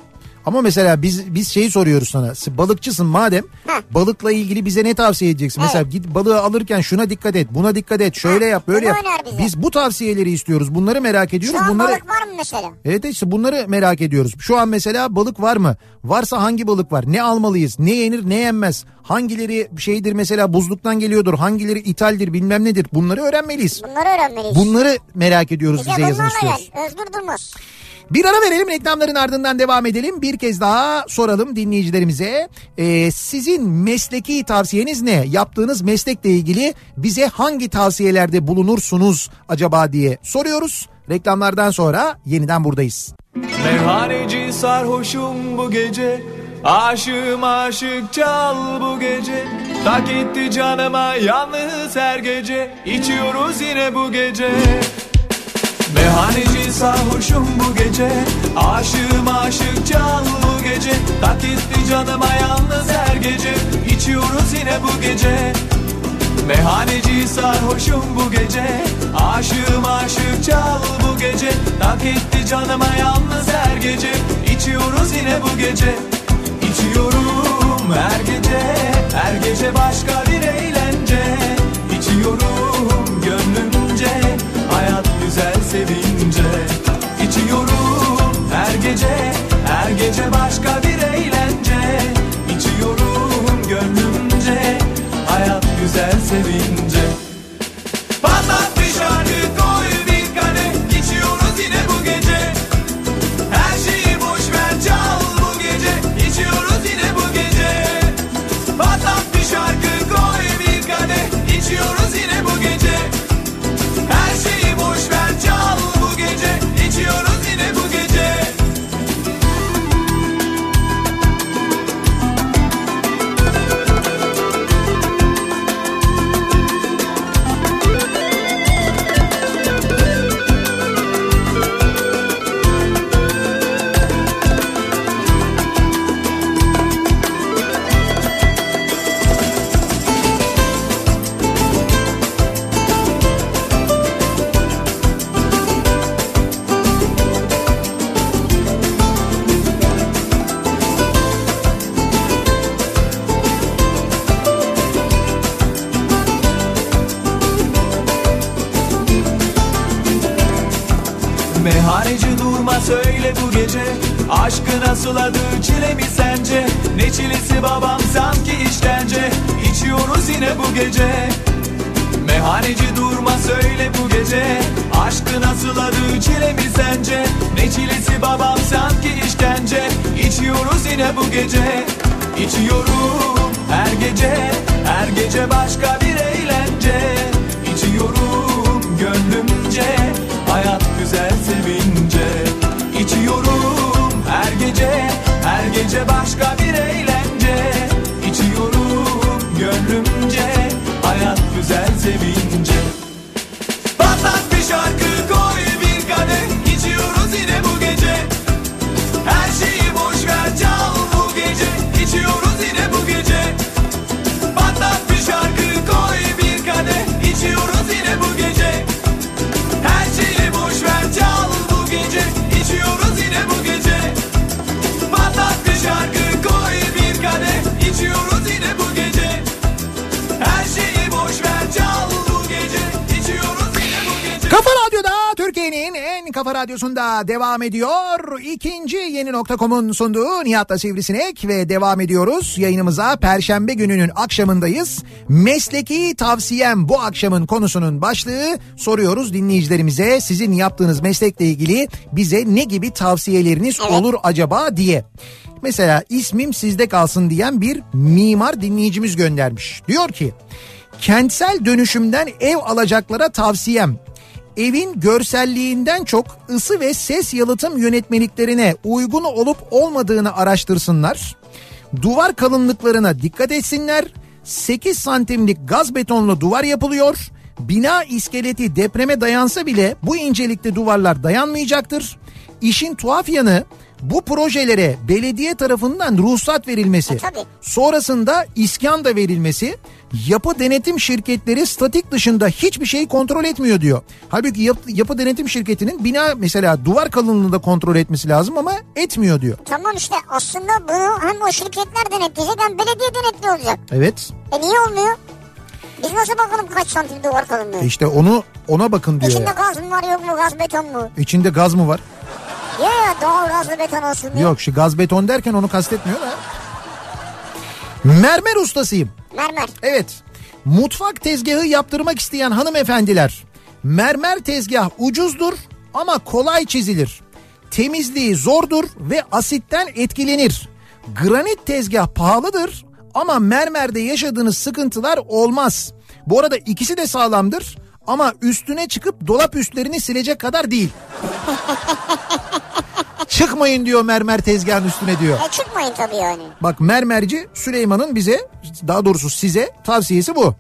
Ama mesela biz şeyi soruyoruz sana. Balıkçısın madem, balıkla ilgili bize ne tavsiye edeceksin? Evet. Mesela git balığı alırken şuna dikkat et, buna dikkat et, şöyle yap, böyle yap. Biz bu tavsiyeleri istiyoruz. Bunları merak ediyoruz. Şu an balık var mı mesela? Evet işte bunları merak ediyoruz. Şu an mesela balık var mı? Varsa hangi balık var? Ne almalıyız? Ne yenir, ne yenmez? Hangileri şeydir mesela, buzluktan geliyordur? Hangileri ithaldir, bilmem nedir? Bunları öğrenmeliyiz. Bunları merak ediyoruz, bize yazın istiyoruz. Özgür Durmaz. Bir ara verelim, reklamların ardından devam edelim. Bir kez daha soralım dinleyicilerimize. Sizin mesleki tavsiyeniz ne? Yaptığınız meslekle ilgili bize hangi tavsiyelerde bulunursunuz acaba diye soruyoruz. Reklamlardan sonra yeniden buradayız. Meyhaneci sarhoşum bu gece, aşığım aşık çal bu gece. Tak etti canıma yalnız her gece, içiyoruz yine bu gece. Meyhaneci sarhoşum bu gece, aşığım aşık çal bu gece. Tak etti canıma yalnız her gece, içiyoruz yine bu gece. Meyhaneci sarhoşum bu gece, aşığım aşık çal bu gece. Tak etti canıma yalnız her gece, içiyoruz yine bu gece. İçiyorum her gece, her gece başka bir eğlence. İçiyorum gönlümce, hayat güzel sevince. İçiyorum her gece, her gece başka bir eğlence. İçiyorum gönlümce, hayat güzel sevince. Patlat bir şarkı koy bir kadeh, içiyoruz yine bu gece. Her şeyi boş ver çal bu gece, içiyoruz yine bu gece. Patlat bir şarkı koy bir kadeh, içiyoruz yine bu gece. Her şeyi boş ver çal bu gece, içiyoruz yine bu gece. Meyhaneci durma söyle bu gece, aşkı nasıl adı çile mi sence? Ne çilesi babam sanki işkence, içiyoruz yine bu gece. Meyhaneci durma söyle bu gece, aşkı nasıl adı çile mi sence? Ne çilesi babam sanki işkence, içiyoruz yine bu gece. İçiyorum her gece, her gece başka bir eğlence. İçiyorum gönlümce, hayat güzel sevince. İçiyorum her gece, her gece başka bir eğlence. İçiyorum gönlümce, hayat güzel sevince. Patlat bir şarkı koy bir kadeh, içiyoruz yine bu gece. Her şeyi boş ver çal bu gece, içiyoruz yine bu gece. Patlat bir şarkı koy bir kadeh, içiyoruz yine bu gece. Her şeyi boş ver çal bu gece, içiyoruz yine bu gece. Patlat bir şarkı koy bir kadeh, içiyoruz yine bu gece. Her şeyi boş ver çal bu gece, içiyoruz yine bu gece. Kafa Radyo'da, Türkiye'nin en kafa radyosunda devam ediyor. İkinci Yeni.com'un sunduğu Nihat'la Sivrisinek ve devam ediyoruz. Yayınımıza Perşembe gününün akşamındayız. Mesleki tavsiyem bu akşamın konusunun başlığı. Soruyoruz dinleyicilerimize, sizin yaptığınız meslekle ilgili bize ne gibi tavsiyeleriniz olur acaba diye. Mesela ismim sizde kalsın diyen bir mimar dinleyicimiz göndermiş. Diyor ki, kentsel dönüşümden ev alacaklara tavsiyem, evin görselliğinden çok ısı ve ses yalıtım yönetmeliklerine uygun olup olmadığını araştırsınlar. Duvar kalınlıklarına dikkat etsinler. 8 santimlik gaz betonlu duvar yapılıyor. Bina iskeleti depreme dayansa bile bu incelikte duvarlar dayanmayacaktır. işin tuhaf yanı bu projelere belediye tarafından ruhsat verilmesi. Tabii. Sonrasında iskan da verilmesi. Yapı denetim şirketleri statik dışında hiçbir şeyi kontrol etmiyor diyor. Halbuki yapı denetim şirketinin bina mesela duvar kalınlığını da kontrol etmesi lazım ama etmiyor diyor. Tamam işte aslında bunu hem o şirketler denetleyecek hem belediye denetli olacak. Evet. Niye olmuyor? Biz nasıl bakalım kaç santim duvar kalınlığı? İşte ona bakın diyor. İçinde ya. gaz mı var yok mu, gaz beton mu? İçinde gaz mı var? Ya doğal gazlı beton olsun diye. Yok şu gaz beton derken onu kastetmiyor da. Mermer ustasıyım. Mermer. Evet. Mutfak tezgahı yaptırmak isteyen hanımefendiler. Mermer tezgah ucuzdur ama kolay çizilir. Temizliği zordur ve asitten etkilenir. Granit tezgah pahalıdır ama mermerde yaşadığınız sıkıntılar olmaz. Bu arada ikisi de sağlamdır ama üstüne çıkıp dolap üstlerini silecek kadar değil. Çıkmayın diyor mermer tezgahın üstüne diyor. Çıkmayın tabii yani. Bak mermerci Süleyman'ın bize, daha doğrusu size tavsiyesi bu.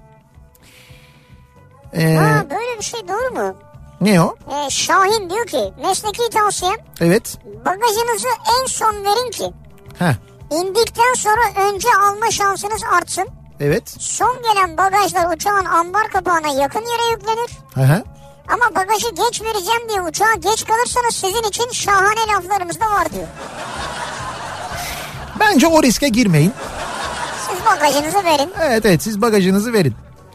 Böyle bir şey doğru mu? Ne o? Şahin diyor ki mesleki tavsiyem Evet. bagajınızı en son verin ki Heh. indikten sonra önce alma şansınız artsın. Evet. Son gelen bagajlar uçağın ambar kapağına yakın yere yüklenir. Hı. Ama bagajı geç vereceğim diye uçağa geç kalırsanız sizin için şahane laflarımız da var diyor. Bence o riske girmeyin. Siz bagajınızı verin. Evet siz bagajınızı verin.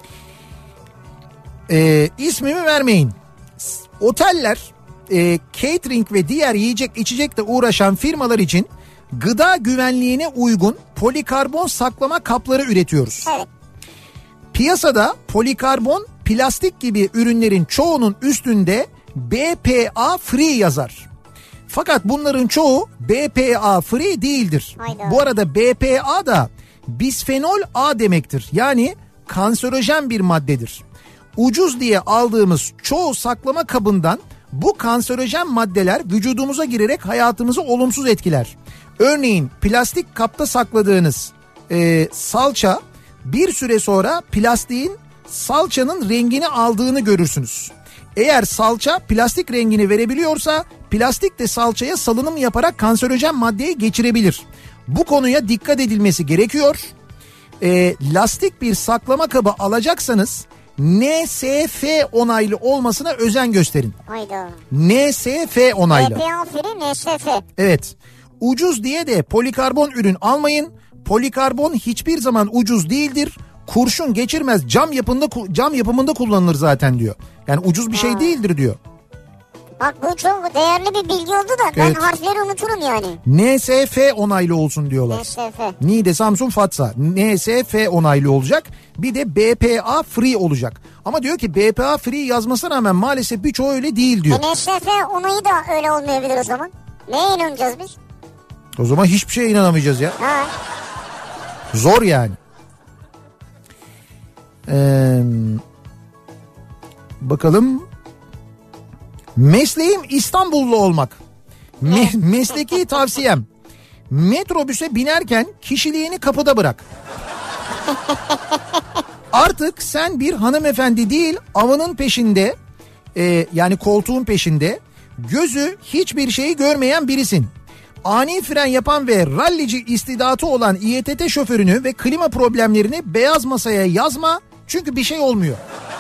İsmimi vermeyin. Oteller, catering ve diğer yiyecek içecekle uğraşan firmalar için gıda güvenliğine uygun polikarbon saklama kapları üretiyoruz. Evet. Piyasada polikarbon, plastik gibi ürünlerin çoğunun üstünde BPA free yazar. Fakat bunların çoğu BPA free değildir. Hayda. Bu arada BPA da bisfenol A demektir. Yani kanserojen bir maddedir. Ucuz diye aldığımız çoğu saklama kabından bu kanserojen maddeler vücudumuza girerek hayatımızı olumsuz etkiler. Örneğin plastik kapta sakladığınız salça bir süre sonra plastiğin salçanın rengini aldığını görürsünüz. Eğer salça plastik rengini verebiliyorsa plastik de salçaya salınım yaparak kanserojen maddeyi geçirebilir. Bu konuya dikkat edilmesi gerekiyor. Lastik bir saklama kabı alacaksanız NSF onaylı olmasına özen gösterin. Hayda. NSF onaylı. BPA free NSF. Evet. Ucuz diye de polikarbon ürün almayın. Polikarbon hiçbir zaman ucuz değildir. Kurşun geçirmez, cam yapımında kullanılır zaten diyor. Yani ucuz bir şey değildir diyor. Bak bu çok değerli bir bilgi oldu da ben Evet. harfleri unuturum yani. NSF onaylı olsun diyorlar. NSF. Niğde, Samsun, Fatsa. NSF onaylı olacak. Bir de BPA free olacak. Ama diyor ki BPA free yazmasına rağmen maalesef birçoğu öyle değil diyor. NSF onayı da öyle olmayabilir o zaman. Neye inanacağız biz? O zaman hiçbir şeye inanamayacağız ya. Ha. Zor yani. Bakalım. Mesleğim İstanbullu olmak. Mesleki tavsiyem. Metrobüse binerken kişiliğini kapıda bırak. Artık sen bir hanımefendi değil, avının peşinde, yani koltuğun peşinde, gözü hiçbir şeyi görmeyen birisin. Ani fren yapan ve rallici istidatı olan İETT şoförünü ve klima problemlerini beyaz masaya yazma, çünkü bir şey olmuyor.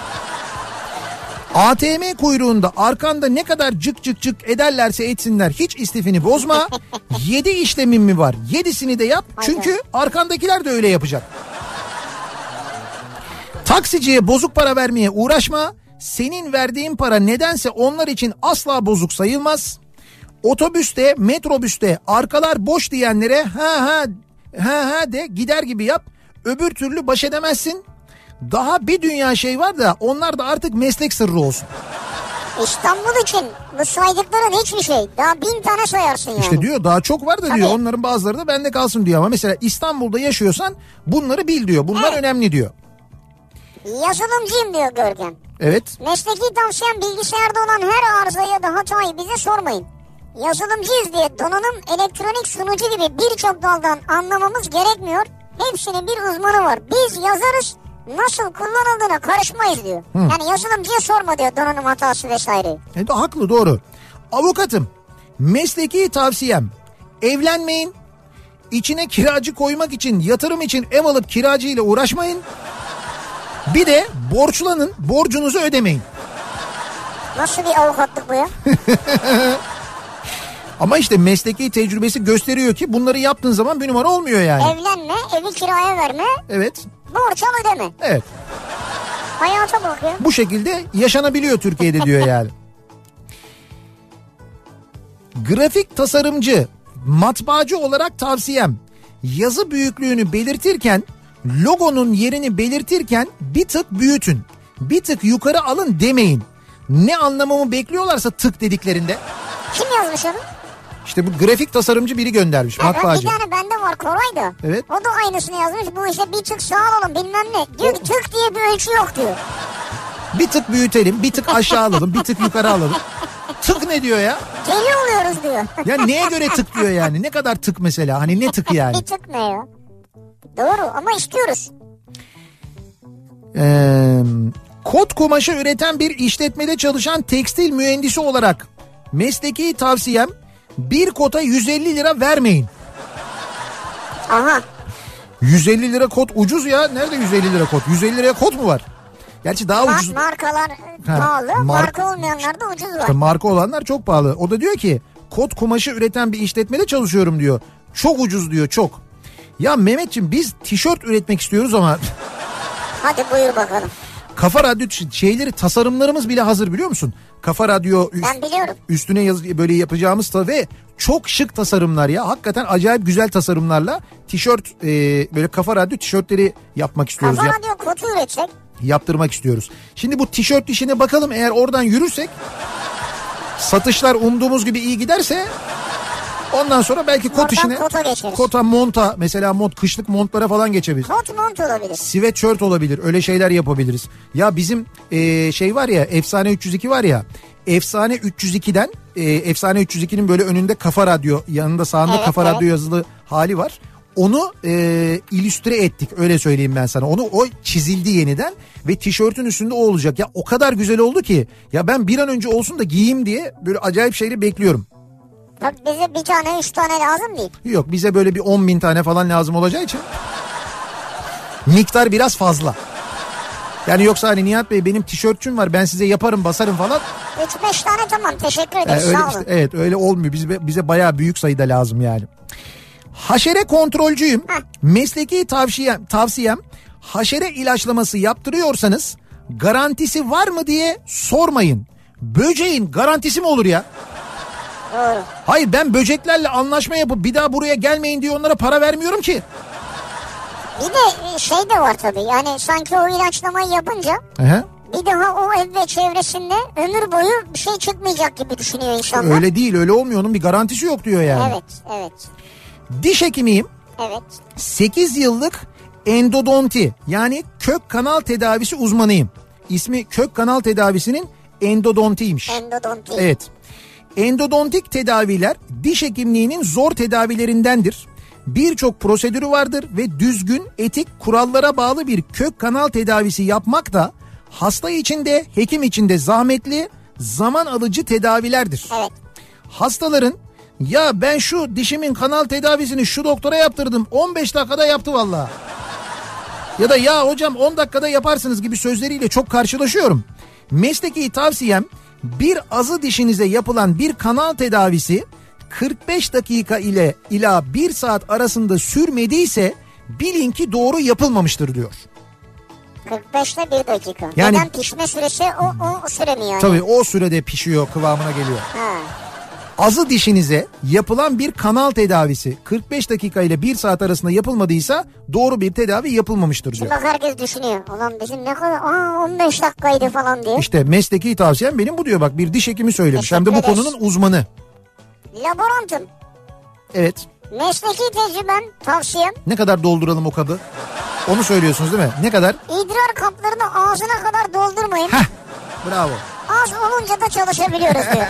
ATM kuyruğunda arkanda ne kadar cık cık cık ederlerse etsinler hiç istifini bozma. 7 işlemin mi var? 7'sini de yap, çünkü arkandakiler de öyle yapacak. Taksiciye bozuk para vermeye uğraşma. Senin verdiğin para nedense onlar için asla bozuk sayılmaz. Otobüste, metrobüste arkalar boş diyenlere ha de, gider gibi yap. Öbür türlü baş edemezsin. Daha bir dünya şey var da onlar da artık meslek sırrı olsun. İstanbul için bu saydıkların hiçbir şey. Daha 1000 tane sayarsın yani. İşte diyor daha çok var da Tabii. diyor, onların bazıları da bende kalsın diyor. Ama mesela İstanbul'da yaşıyorsan bunları bil diyor. Bunlar önemli diyor. Yazılımcıyım diyor Görkem. Evet. Mesleki tavsiyem bilgisayarda olan her arıza ya da hatayı bize sormayın. Yazılımcıyız diye donanım, elektronik sunucu gibi birçok daldan anlamamız gerekmiyor. Hepsinin bir uzmanı var. Biz yazarız, nasıl kullanıldığına karışmayız diyor. Yani yazılımcıya sorma diyor donanım hatası vesaire. Haklı, doğru. Avukatım. Mesleki tavsiyem: evlenmeyin. İçine kiracı koymak için, yatırım için ev alıp kiracıyla uğraşmayın. Bir de borçlanın, borcunuzu ödemeyin. Nasıl bir avukatlık bu ya? Ama işte mesleki tecrübesi gösteriyor ki bunları yaptığın zaman bir numara olmuyor yani. Evlenme, evi kiraya verme, Evet. borç al ödeme. Evet. Hayata bak ya. Bu şekilde yaşanabiliyor Türkiye'de diyor yani. Grafik tasarımcı, matbaacı olarak tavsiyem: yazı büyüklüğünü belirtirken, logonun yerini belirtirken bir tık büyütün. Bir tık yukarı alın demeyin. Ne anlamamı bekliyorlarsa tık dediklerinde. Kim yazmış onu? İşte bu grafik tasarımcı biri göndermiş, matbaacı. Bir tane bende var, Koray da. Evet. O da aynısını yazmış. Bu işte bir tık sağ olalım bilmem ne. Diyor ki tık diye bir ölçü yok diyor. Bir tık büyütelim, bir tık aşağı alalım, bir tık yukarı alalım. Tık ne diyor ya? Deli oluyoruz diyor. Ya neye göre tık diyor yani? Ne kadar tık mesela? Hani ne tık yani? Bir tık ne ya? Doğru ama istiyoruz. Kot kumaşı üreten bir işletmede çalışan tekstil mühendisi olarak mesleki tavsiyem: bir kota 150 lira vermeyin. Aha. 150 lira kot ucuz ya. Nerede 150 lira kot? 150 liraya kot mu var? Gerçi daha ucuz. Markalar pahalı. Marka olmayanlar da ucuz var. İşte marka olanlar çok pahalı. O da diyor ki kot kumaşı üreten bir işletmede çalışıyorum diyor. Çok ucuz diyor, çok. Ya Mehmetciğim, biz tişört üretmek istiyoruz ama... Hadi buyur bakalım. Kafa Radyo şeyleri, tasarımlarımız bile hazır, biliyor musun? Kafa Radyo Ben biliyorum. Üstüne böyle yapacağımız ve çok şık tasarımlar ya. Hakikaten acayip güzel tasarımlarla tişört, böyle Kafa Radyo tişörtleri yapmak istiyoruz. Kafa Radyo kotu üretsek. Yaptırmak istiyoruz. Şimdi bu tişört işine bakalım, eğer oradan yürürsek, satışlar umduğumuz gibi iyi giderse, ondan sonra belki kot işine, kota, monta mesela, kışlık montlara falan geçebiliriz. Kot mont olabilir. Sweatshirt olabilir, öyle şeyler yapabiliriz. Ya bizim şey var ya, Efsane 302 var ya, Efsane 302'den Efsane 302'nin böyle önünde Kafa Radyo, yanında sağında Kafa Radyo yazılı hali var. Onu illüstre ettik, öyle söyleyeyim ben sana. O çizildi yeniden ve tişörtün üstünde o olacak. Ya o kadar güzel oldu ki, ya ben bir an önce olsun da giyeyim diye böyle acayip şeyleri bekliyorum. Bak bize bir tane 3 tane lazım değil. Yok, bize böyle bir 10.000 tane falan lazım olacağı için miktar biraz fazla. Yani yoksa hani Nihat Bey benim tişörtçüm var, ben size yaparım, basarım falan. 3-5 tane tamam, teşekkür ederiz, öyle sağ olun. işte, evet, öyle olmuyor, bize bayağı büyük sayıda lazım yani. Haşere kontrolcüyüm. Mesleki tavsiyem: haşere ilaçlaması yaptırıyorsanız garantisi var mı diye sormayın. Böceğin garantisi mi olur ya? Doğru. Hayır, ben böceklerle anlaşma yapıp bir daha buraya gelmeyin diye onlara para vermiyorum ki. Bir de şey de var tabii, yani sanki o ilaçlamayı yapınca bir daha o ev ve çevresinde ömür boyu bir şey çıkmayacak gibi düşünüyor insanlar. Öyle değil, öyle olmuyor, onun bir garantisi yok diyor yani. Evet. Diş hekimiyim. Evet. 8 yıllık endodonti, yani kök kanal tedavisi uzmanıyım. İsmi kök kanal tedavisinin endodontiymiş. Endodonti. Evet. Endodontik tedaviler diş hekimliğinin zor tedavilerindendir. Birçok prosedürü vardır ve düzgün, etik kurallara bağlı bir kök kanal tedavisi yapmak da hasta için de hekim için de zahmetli, zaman alıcı tedavilerdir. Evet. Hastaların ya ben şu dişimin kanal tedavisini şu doktora yaptırdım, 15 dakikada yaptı vallahi, ya da ya hocam 10 dakikada yaparsınız gibi sözleriyle çok karşılaşıyorum. Mesleki tavsiyem: bir azı dişinize yapılan bir kanal tedavisi 45 dakika ile ila 1 saat arasında sürmediyse bilin ki doğru yapılmamıştır diyor. 45 ile 1 dakika. Yani, neden pişme süresi o süre mi yani? Tabii o sürede pişiyor, kıvamına geliyor. Ha. Azı dişinize yapılan bir kanal tedavisi 45 dakika ile 1 saat arasında yapılmadıysa doğru bir tedavi yapılmamıştır diyor. Şimdi bak herkes düşünüyor. Ulan bizim ne kadar 15 dakikaydı falan diye. İşte mesleki tavsiyem benim bu diyor, bak bir diş hekimi söylemiş. Hem de bu konunun uzmanı. Laborantım. Evet. Mesleki tecrübem, tavsiyem. Ne kadar dolduralım o kabı? Onu söylüyorsunuz değil mi? Ne kadar? İdrar kaplarını ağzına kadar doldurmayın. Heh, bravo. Az olunca da çalışabiliyoruz diyor.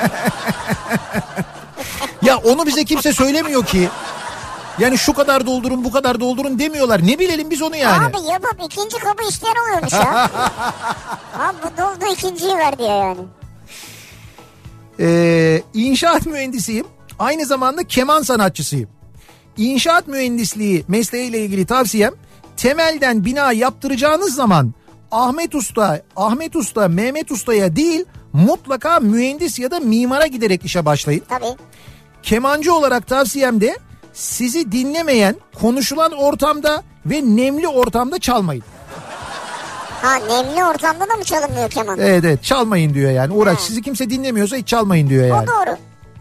Ya onu bize kimse söylemiyor ki. Yani şu kadar doldurun, bu kadar doldurun demiyorlar. Ne bilelim biz onu yani. Abi yapıp ikinci kabı isteyen oluyormuş ya. Abi bu doldu, ikinciyi ver diyor yani. İnşaat mühendisiyim. Aynı zamanda keman sanatçısıyım. İnşaat mühendisliği mesleğiyle ilgili tavsiyem, temelden bina yaptıracağınız zaman Ahmet Usta, Mehmet Usta'ya değil, mutlaka mühendis ya da mimara giderek işe başlayın. Tabii. Kemancı olarak tavsiyem de sizi dinlemeyen, konuşulan ortamda ve nemli ortamda çalmayın. Ha, nemli ortamda da mı çalınmıyor keman? Evet çalmayın diyor yani. Uğraş, sizi kimse dinlemiyorsa hiç çalmayın diyor yani. O doğru.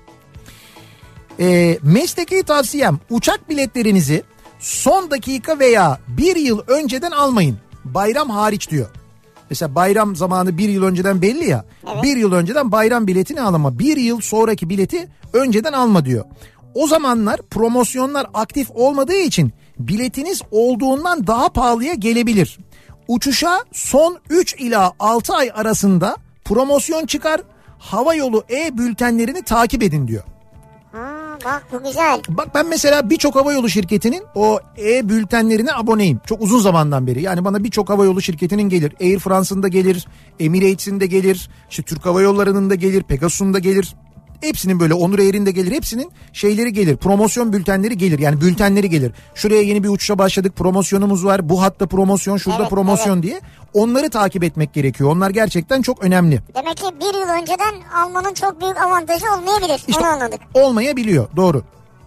Mesleki tavsiyem, uçak biletlerinizi son dakika veya bir yıl önceden almayın. Bayram hariç diyor. Mesela bayram zamanı bir yıl önceden belli ya. Evet. Bir yıl önceden bayram biletini al ama bir yıl sonraki bileti önceden alma diyor. O zamanlar promosyonlar aktif olmadığı için biletiniz olduğundan daha pahalıya gelebilir. Uçuşa son 3 ila 6 ay arasında promosyon çıkar. Havayolu e-bültenlerini takip edin diyor. Bak bu güzel. Bak ben mesela birçok havayolu şirketinin o e-bültenlerine aboneyim. Çok uzun zamandan beri. Yani bana birçok havayolu şirketinin gelir. Air France'ın da gelir, Emirates'in de gelir, işte Türk Hava Yolları'nın da gelir, Pegasus'un da gelir. Hepsinin böyle, Onur Air'in de gelir, hepsinin şeyleri gelir. Promosyon bültenleri gelir, yani bültenleri gelir. Şuraya yeni bir uçuşa başladık, promosyonumuz var, bu hatta promosyon, şurada promosyon diye. Onları takip etmek gerekiyor. Onlar gerçekten çok önemli. Demek ki bir yıl önceden almanın çok büyük avantajı olmayabilir. İşte onu anladık. Olmayabiliyor, doğru.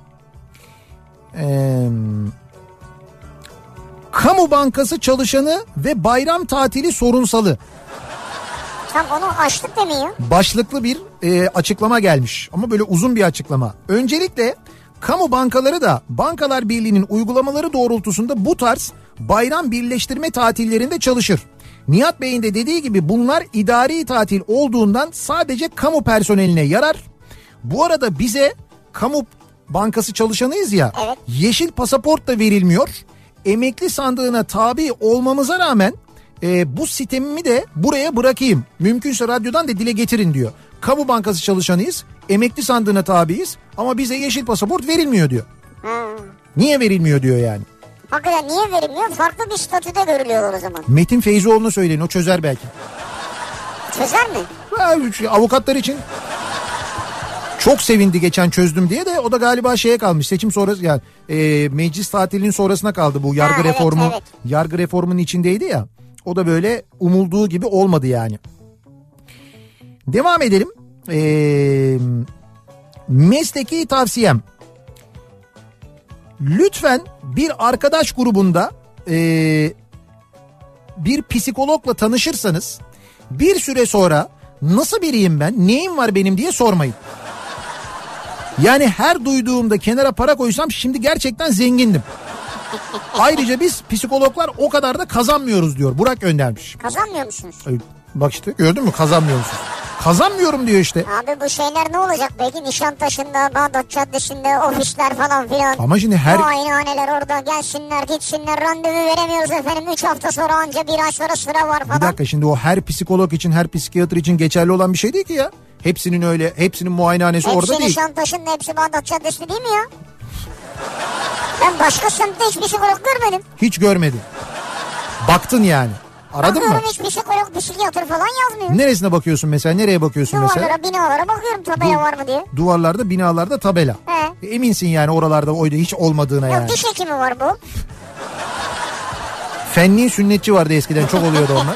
Kamu bankası çalışanı ve bayram tatili sorunsalı. Tam onu açtık demiyor. Başlıklı bir açıklama gelmiş ama böyle uzun bir açıklama. Öncelikle kamu bankaları da Bankalar Birliği'nin uygulamaları doğrultusunda bu tarz bayram birleştirme tatillerinde çalışır. Nihat Bey'in de dediği gibi bunlar idari tatil olduğundan sadece kamu personeline yarar. Bu arada bize kamu bankası çalışanıyız ya, evet, yeşil pasaport da verilmiyor. Emekli sandığına tabi olmamıza rağmen bu sistemimi de buraya bırakayım. Mümkünse radyodan da dile getirin diyor. Kamu bankası çalışanıyız, emekli sandığına tabiiz ama bize yeşil pasaport verilmiyor diyor. Niye verilmiyor diyor yani. Hakikaten niye verilmiyor? Farklı bir statüde görülüyorlar o zaman. Metin Feyzioğlu'na söyleyin, o çözer belki. Çözer mi? Avukatlar için çok sevindi geçen çözdüm diye de, o da galiba şeye kalmış, seçim sonrası yani meclis tatilinin sonrasına kaldı bu yargı reformu. Evet. Yargı reformunun içindeydi ya, o da böyle umulduğu gibi olmadı yani. Devam edelim. Mesleki tavsiyem, lütfen bir arkadaş grubunda bir psikologla tanışırsanız bir süre sonra nasıl biriyim ben, neyim var benim diye sormayın. Yani her duyduğumda kenara para koysam şimdi gerçekten zengindim. Ayrıca biz psikologlar o kadar da kazanmıyoruz diyor. Burak göndermiş. Kazanmıyor musunuz? Bak işte, gördün mü, kazanmıyor musunuz? Kazanmıyorum diyor işte. Abi bu şeyler ne olacak belki? Nişantaşı'nda, Bağdat Caddesi'nde ofisler falan filan. Ama şimdi her... Muayenehaneler orada, gelsinler gitsinler, randevu veremiyoruz efendim. 3 hafta sonra anca, bir ay sonra sıra var falan. Bir dakika, şimdi o her psikolog için, her psikiyatr için geçerli olan bir şey değil ki ya. Hepsinin öyle, hepsinin muayenehanesi orada değil. Hepsi Nişantaşı'nda, hepsi Bağdat Caddesi değil mi ya? Ben başka semtte hiç psikolog görmedim. Hiç görmedim. Baktın yani. Aradın mı? Hiç psikolog, psikiyatr falan yazmıyor. Neresine bakıyorsun mesela? Nereye bakıyorsun duvarlara, mesela? Binalara bakıyorum, tabela var mı diye. Duvarlarda, binalarda tabela. He. Eminsin yani oralarda oydu hiç olmadığına yani. Diş hekimi var bu. Fenli sünnetçi vardı eskiden, çok oluyordu onlar.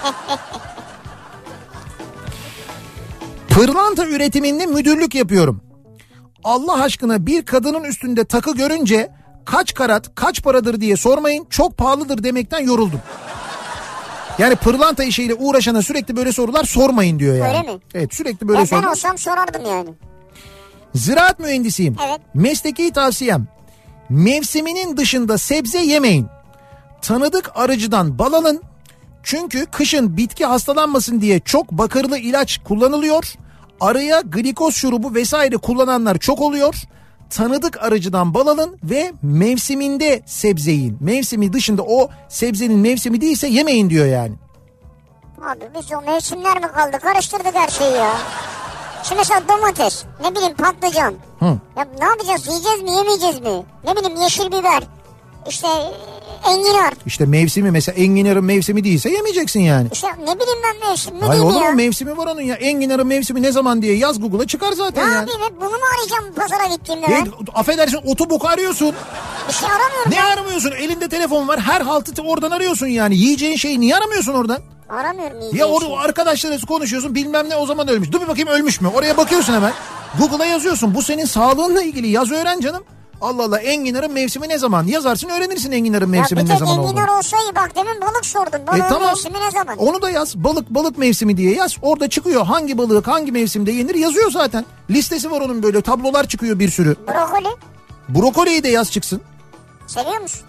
Pırlanta üretiminde müdürlük yapıyorum. Allah aşkına bir kadının üstünde takı görünce kaç karat, kaç paradır diye sormayın, çok pahalıdır demekten yoruldum. Yani pırlanta işiyle uğraşana sürekli böyle sorular sormayın diyor yani. Öyle mi? Evet, sürekli böyle sorular. Ben olsam sorardım yani. Ziraat mühendisiyim. Evet. Mesleki tavsiyem, mevsiminin dışında sebze yemeyin. Tanıdık arıcıdan bal alın. Çünkü kışın bitki hastalanmasın diye çok bakırlı ilaç kullanılıyor. Arıya glikoz şurubu vesaire kullananlar çok oluyor. Tanıdık arıcıdan bal alın ve mevsiminde sebze yiyin. Mevsimi dışında, o sebzenin mevsimi değilse yemeyin diyor yani. Abi biz o mevsimler mi kaldı? Karıştırdık her şeyi ya. Şimdi mesela domates, ne bileyim patlıcan. Ya ne yapacağız? Yiyeceğiz mi, yemeyeceğiz mi? Ne bileyim yeşil biber. İşte enginar. İşte mevsimi mesela enginarın mevsimi değilse yemeyeceksin yani. İşte ne bileyim ben mevsim mi Hayır değil olur ya? mu, mevsimi var onun ya. Enginarın mevsimi ne zaman diye yaz Google'a çıkar zaten Ne yani. yapayım hep bunu mu arayacağım pazara gittiğimde ben? Affedersin otu boku arıyorsun. Bir şey aramıyorum Ne ben. aramıyorsun? Elinde telefon var. Her haltı oradan arıyorsun yani. Yiyeceğin şeyi niye aramıyorsun oradan? Aramıyorum Ya yiyeceğim orada şey. arkadaşlarınız konuşuyorsun bilmem ne o zaman ölmüş. Dur bir bakayım ölmüş mü? Oraya bakıyorsun hemen. Google'a yazıyorsun. Bu senin sağlığınla ilgili. Yaz öğren canım. Allah Allah enginarın mevsimi ne zaman? Yazarsın öğrenirsin enginarın mevsimi ne zaman Ya bir olduğunu. tek enginar olsa iyi bak demin balık sordun. Balığın Tamam. mevsimi ne zaman? Onu da yaz. Balık mevsimi diye yaz. Orada çıkıyor hangi balık hangi mevsimde yenir yazıyor zaten. Listesi var onun böyle tablolar çıkıyor bir sürü. Brokoli. Brokoliyi de yaz çıksın. Seviyor musun?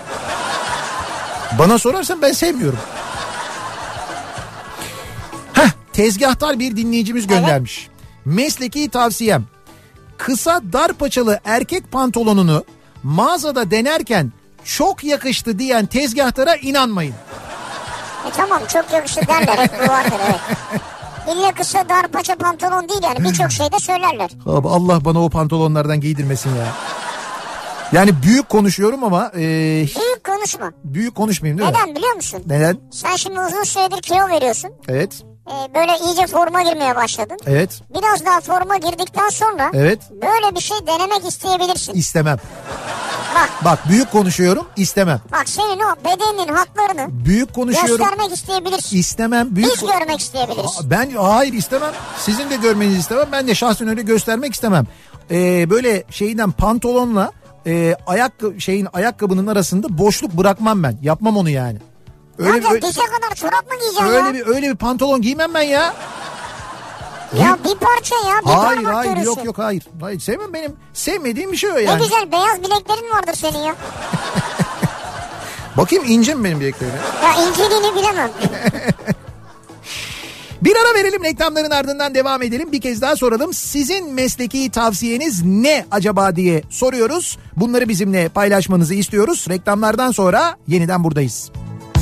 Bana sorarsan ben sevmiyorum. Tezgahtar bir dinleyicimiz göndermiş. Mesleki tavsiyem. Kısa dar paçalı erkek pantolonunu mağazada denerken çok yakıştı diyen tezgahtara inanmayın. Tamam çok yakıştı derler. Bu vardır evet. İlle kısa dar paça pantolon değil yani birçok şeyde söylerler. Abi Allah bana o pantolonlardan giydirmesin ya. Yani büyük konuşuyorum ama... Büyük konuşma. Büyük konuşmayayım değil mi? Neden biliyor musun? Neden? Sen şimdi uzun süredir kilo veriyorsun. Evet. Böyle iyice forma girmeye başladın. Evet. Biraz daha forma girdikten sonra Evet. böyle bir şey denemek isteyebilirsin. İstemem. Bak. Bak büyük konuşuyorum istemem. Bak senin o bedeninin haklarını Büyük konuşuyorum. göstermek isteyebilirsin. İstemem. Büyük... Biz görmek isteyebiliriz. Hayır istemem. Sizin de görmenizi istemem. Ben de şahsen öyle göstermek istemem. Böyle şeyden pantolonla ayakkabının arasında boşluk bırakmam ben. Yapmam onu yani. Öyle dize kadar çorap mı giyeceksin ya? Öyle bir pantolon giymem ben ya. Ya bir parça ya. Bir Hayır parmak görürsün. yok hayır. Hayır sevmem benim sevmediğim bir şey o yani. Ne güzel beyaz bileklerin vardır senin ya. Bakayım ince mi benim bileklerim? Ya inceliğini bilemem. Bir ara verelim reklamların ardından devam edelim. Bir kez daha soralım. Sizin mesleki tavsiyeniz ne acaba diye soruyoruz. Bunları bizimle paylaşmanızı istiyoruz. Reklamlardan sonra yeniden buradayız.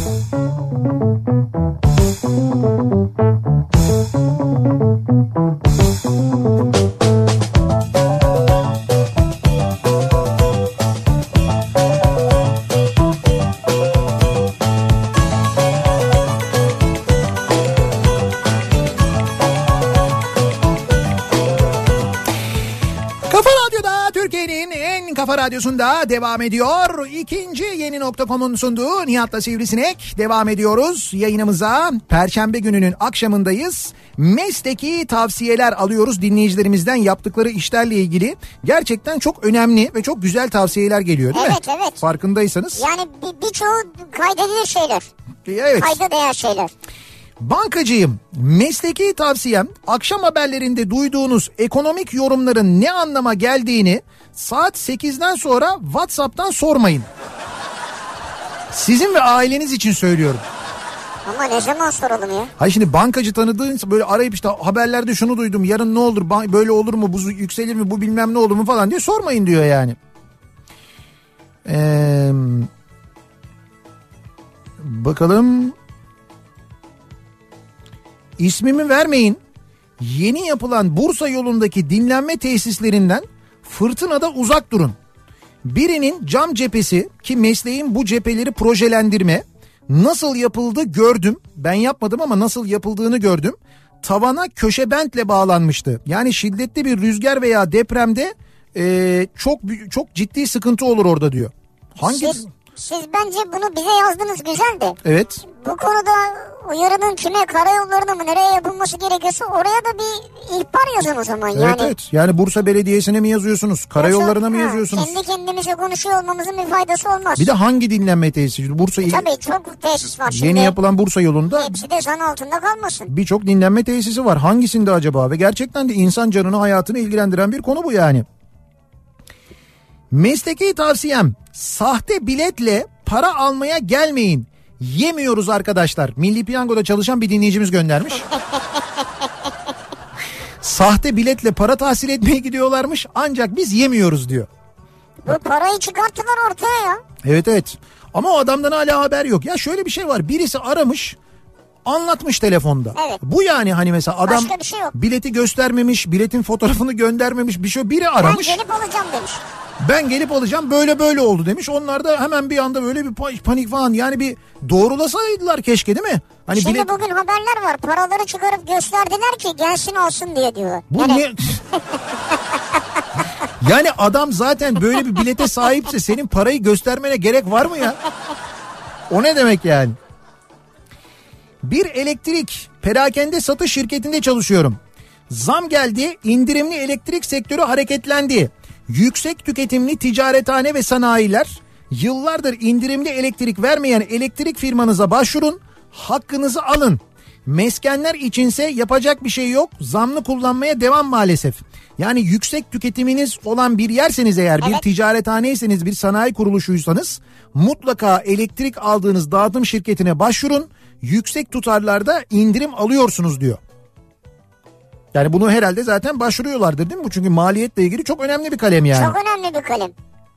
Kafa Radyosu'nda devam ediyor. İkinci yeni nokta.com'un sunduğu Nihat'la Sivrisinek devam ediyoruz. Yayınımıza Perşembe gününün akşamındayız. Mesleki tavsiyeler alıyoruz dinleyicilerimizden yaptıkları işlerle ilgili. Gerçekten çok önemli ve çok güzel tavsiyeler geliyor değil mi? Evet. Farkındaysanız. Yani birçoğu kaydedilir şeyler. Evet. Kayda değer şeyler. Bankacıyım. Mesleki tavsiyem akşam haberlerinde duyduğunuz ekonomik yorumların ne anlama geldiğini saat 8'den sonra WhatsApp'tan sormayın. Sizin ve aileniz için söylüyorum. Ama ne zaman soralım ya? Hayır şimdi bankacı tanıdığınız böyle arayıp işte haberlerde şunu duydum yarın ne olur böyle olur mu bu yükselir mi bu bilmem ne olur mu falan diye sormayın diyor yani. Bakalım. İsmimi vermeyin. Yeni yapılan Bursa yolundaki dinlenme tesislerinden fırtınada uzak durun. Birinin cam cephesi ki mesleğim bu cepheleri projelendirme. Nasıl yapıldı gördüm. Ben yapmadım ama nasıl yapıldığını gördüm. Tavana köşe bentle bağlanmıştı. Yani şiddetli bir rüzgar veya depremde çok ciddi sıkıntı olur orada diyor. Siz bence bunu bize yazdınız güzel de. Evet. Bu konuda uyarının kime karayollarına mı nereye yapılması gerekiyorsa oraya da bir ihbar yazın o zaman. Evet. Yani Bursa Belediyesi'ne mi yazıyorsunuz? Karayollarına mı yazıyorsunuz? Kendi kendimize konuşuyor olmamızın bir faydası olmaz. Bir de hangi dinlenme tesisi? Tabii çok tesis var şimdi. Yeni yapılan Bursa yolunda. Hepsi de zan altında kalmasın. Birçok dinlenme tesisi var. Hangisinde acaba? Ve gerçekten de insan canını hayatını ilgilendiren bir konu bu yani. Mesleki tavsiyem sahte biletle para almaya gelmeyin. Yemiyoruz arkadaşlar. Milli Piyango'da çalışan bir dinleyicimiz göndermiş. Sahte biletle para tahsil etmeye gidiyorlarmış ancak biz yemiyoruz diyor. Bu parayı çıkarttılar ortaya ya. Evet. Ama o adamdan hala haber yok. Ya şöyle bir şey var. Birisi aramış, anlatmış telefonda. Evet. Bu yani hani mesela adam şey bileti göstermemiş, biletin fotoğrafını göndermemiş bir şey. Biri aramış. Ben gelip alacağım demiş. Ben gelip alacağım, böyle böyle oldu demiş. Onlar da hemen bir anda böyle bir panik falan. Yani bir doğrulasaydılar keşke, değil mi? Hani Şimdi bugün haberler var. Paraları çıkarıp gösterdiler ki gelsin olsun diyor. Bu ne? Yani adam zaten böyle bir bilete sahipse senin parayı göstermene gerek var mı ya? O ne demek yani? Bir elektrik perakende satış şirketinde çalışıyorum. Zam geldi, indirimli elektrik sektörü hareketlendi. Yüksek tüketimli ticarethane ve sanayiler, yıllardır indirimli elektrik vermeyen elektrik firmanıza başvurun, hakkınızı alın. Meskenler içinse yapacak bir şey yok, zamlı kullanmaya devam maalesef. Yani yüksek tüketiminiz olan bir yerseniz eğer, bir ticarethaneyseniz, bir sanayi kuruluşuysanız mutlaka elektrik aldığınız dağıtım şirketine başvurun. Yüksek tutarlarda indirim alıyorsunuz diyor. Yani bunu herhalde zaten başvuruyorlardır, değil mi? Bu çünkü maliyetle ilgili çok önemli bir kalem yani. Çok önemli bir kalem.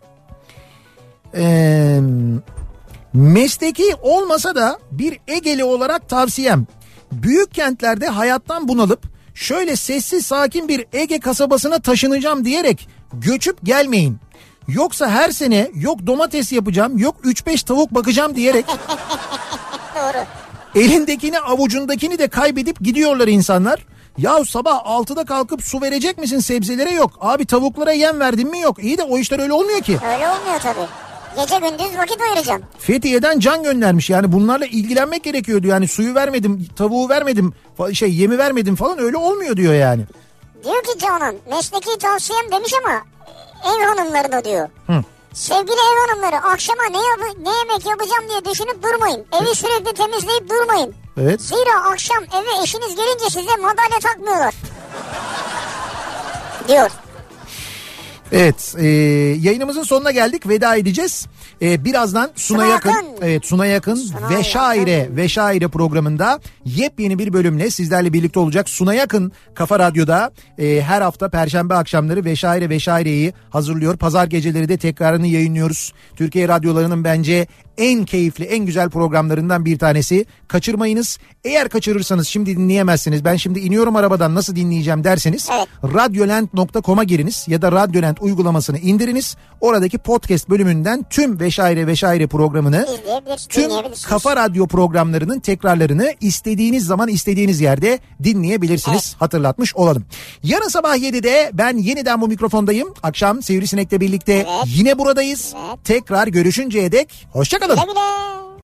Mesleki olmasa da bir Egeli olarak tavsiyem. Büyük kentlerde hayattan bunalıp şöyle sessiz sakin bir Ege kasabasına taşınacağım diyerek göçüp gelmeyin. Yoksa her sene yok domates yapacağım, yok 3-5 tavuk bakacağım diyerek Doğru. elindekini avucundakini de kaybedip gidiyorlar insanlar. Ya sabah 6'da kalkıp su verecek misin sebzelere? Yok. Abi tavuklara yem verdin mi? Yok. İyi de o işler öyle olmuyor ki. Öyle olmuyor tabii. Gece gündüz vakit ayıracağım. Fethiye'den Can göndermiş, yani bunlarla ilgilenmek gerekiyordu. Yani suyu vermedim, tavuğu vermedim, yemi vermedim falan, öyle olmuyor diyor yani. Diyor ki Canan, mesleki tavsiyem demiş ama ev hanımlarına diyor. Hı. Sevgili ev hanımları, akşama ne yemek yapacağım diye düşünüp durmayın. Evi sürekli temizleyip durmayın. Evet. Zira akşam eve eşiniz gelince size madalya takmıyorlar. Diyor. Evet, yayınımızın sonuna geldik, veda edeceğiz. Birazdan Suna Yakın, evet Suna Yakın ve Şaire programında yepyeni bir bölümle sizlerle birlikte olacak. Suna Yakın Kafa Radyo'da her hafta Perşembe akşamları ve Şaire'yi hazırlıyor. Pazar geceleri de tekrarını yayınlıyoruz. Türkiye radyolarının bence en keyifli, en güzel programlarından bir tanesi. Kaçırmayınız. Eğer kaçırırsanız şimdi dinleyemezsiniz. Ben şimdi iniyorum arabadan, nasıl dinleyeceğim derseniz radyolent.com'a giriniz ya da Radyolent uygulamasını indiriniz. Oradaki podcast bölümünden tüm ve Şaire programını, tüm Kafa Radyo programlarının tekrarlarını istediğiniz zaman istediğiniz yerde dinleyebilirsiniz. Evet. Hatırlatmış olalım. Yarın sabah 7'de ben yeniden bu mikrofondayım. Akşam Sivrisinek'le birlikte yine buradayız. Evet. Tekrar görüşünceye dek hoşça kalın. Güle güle.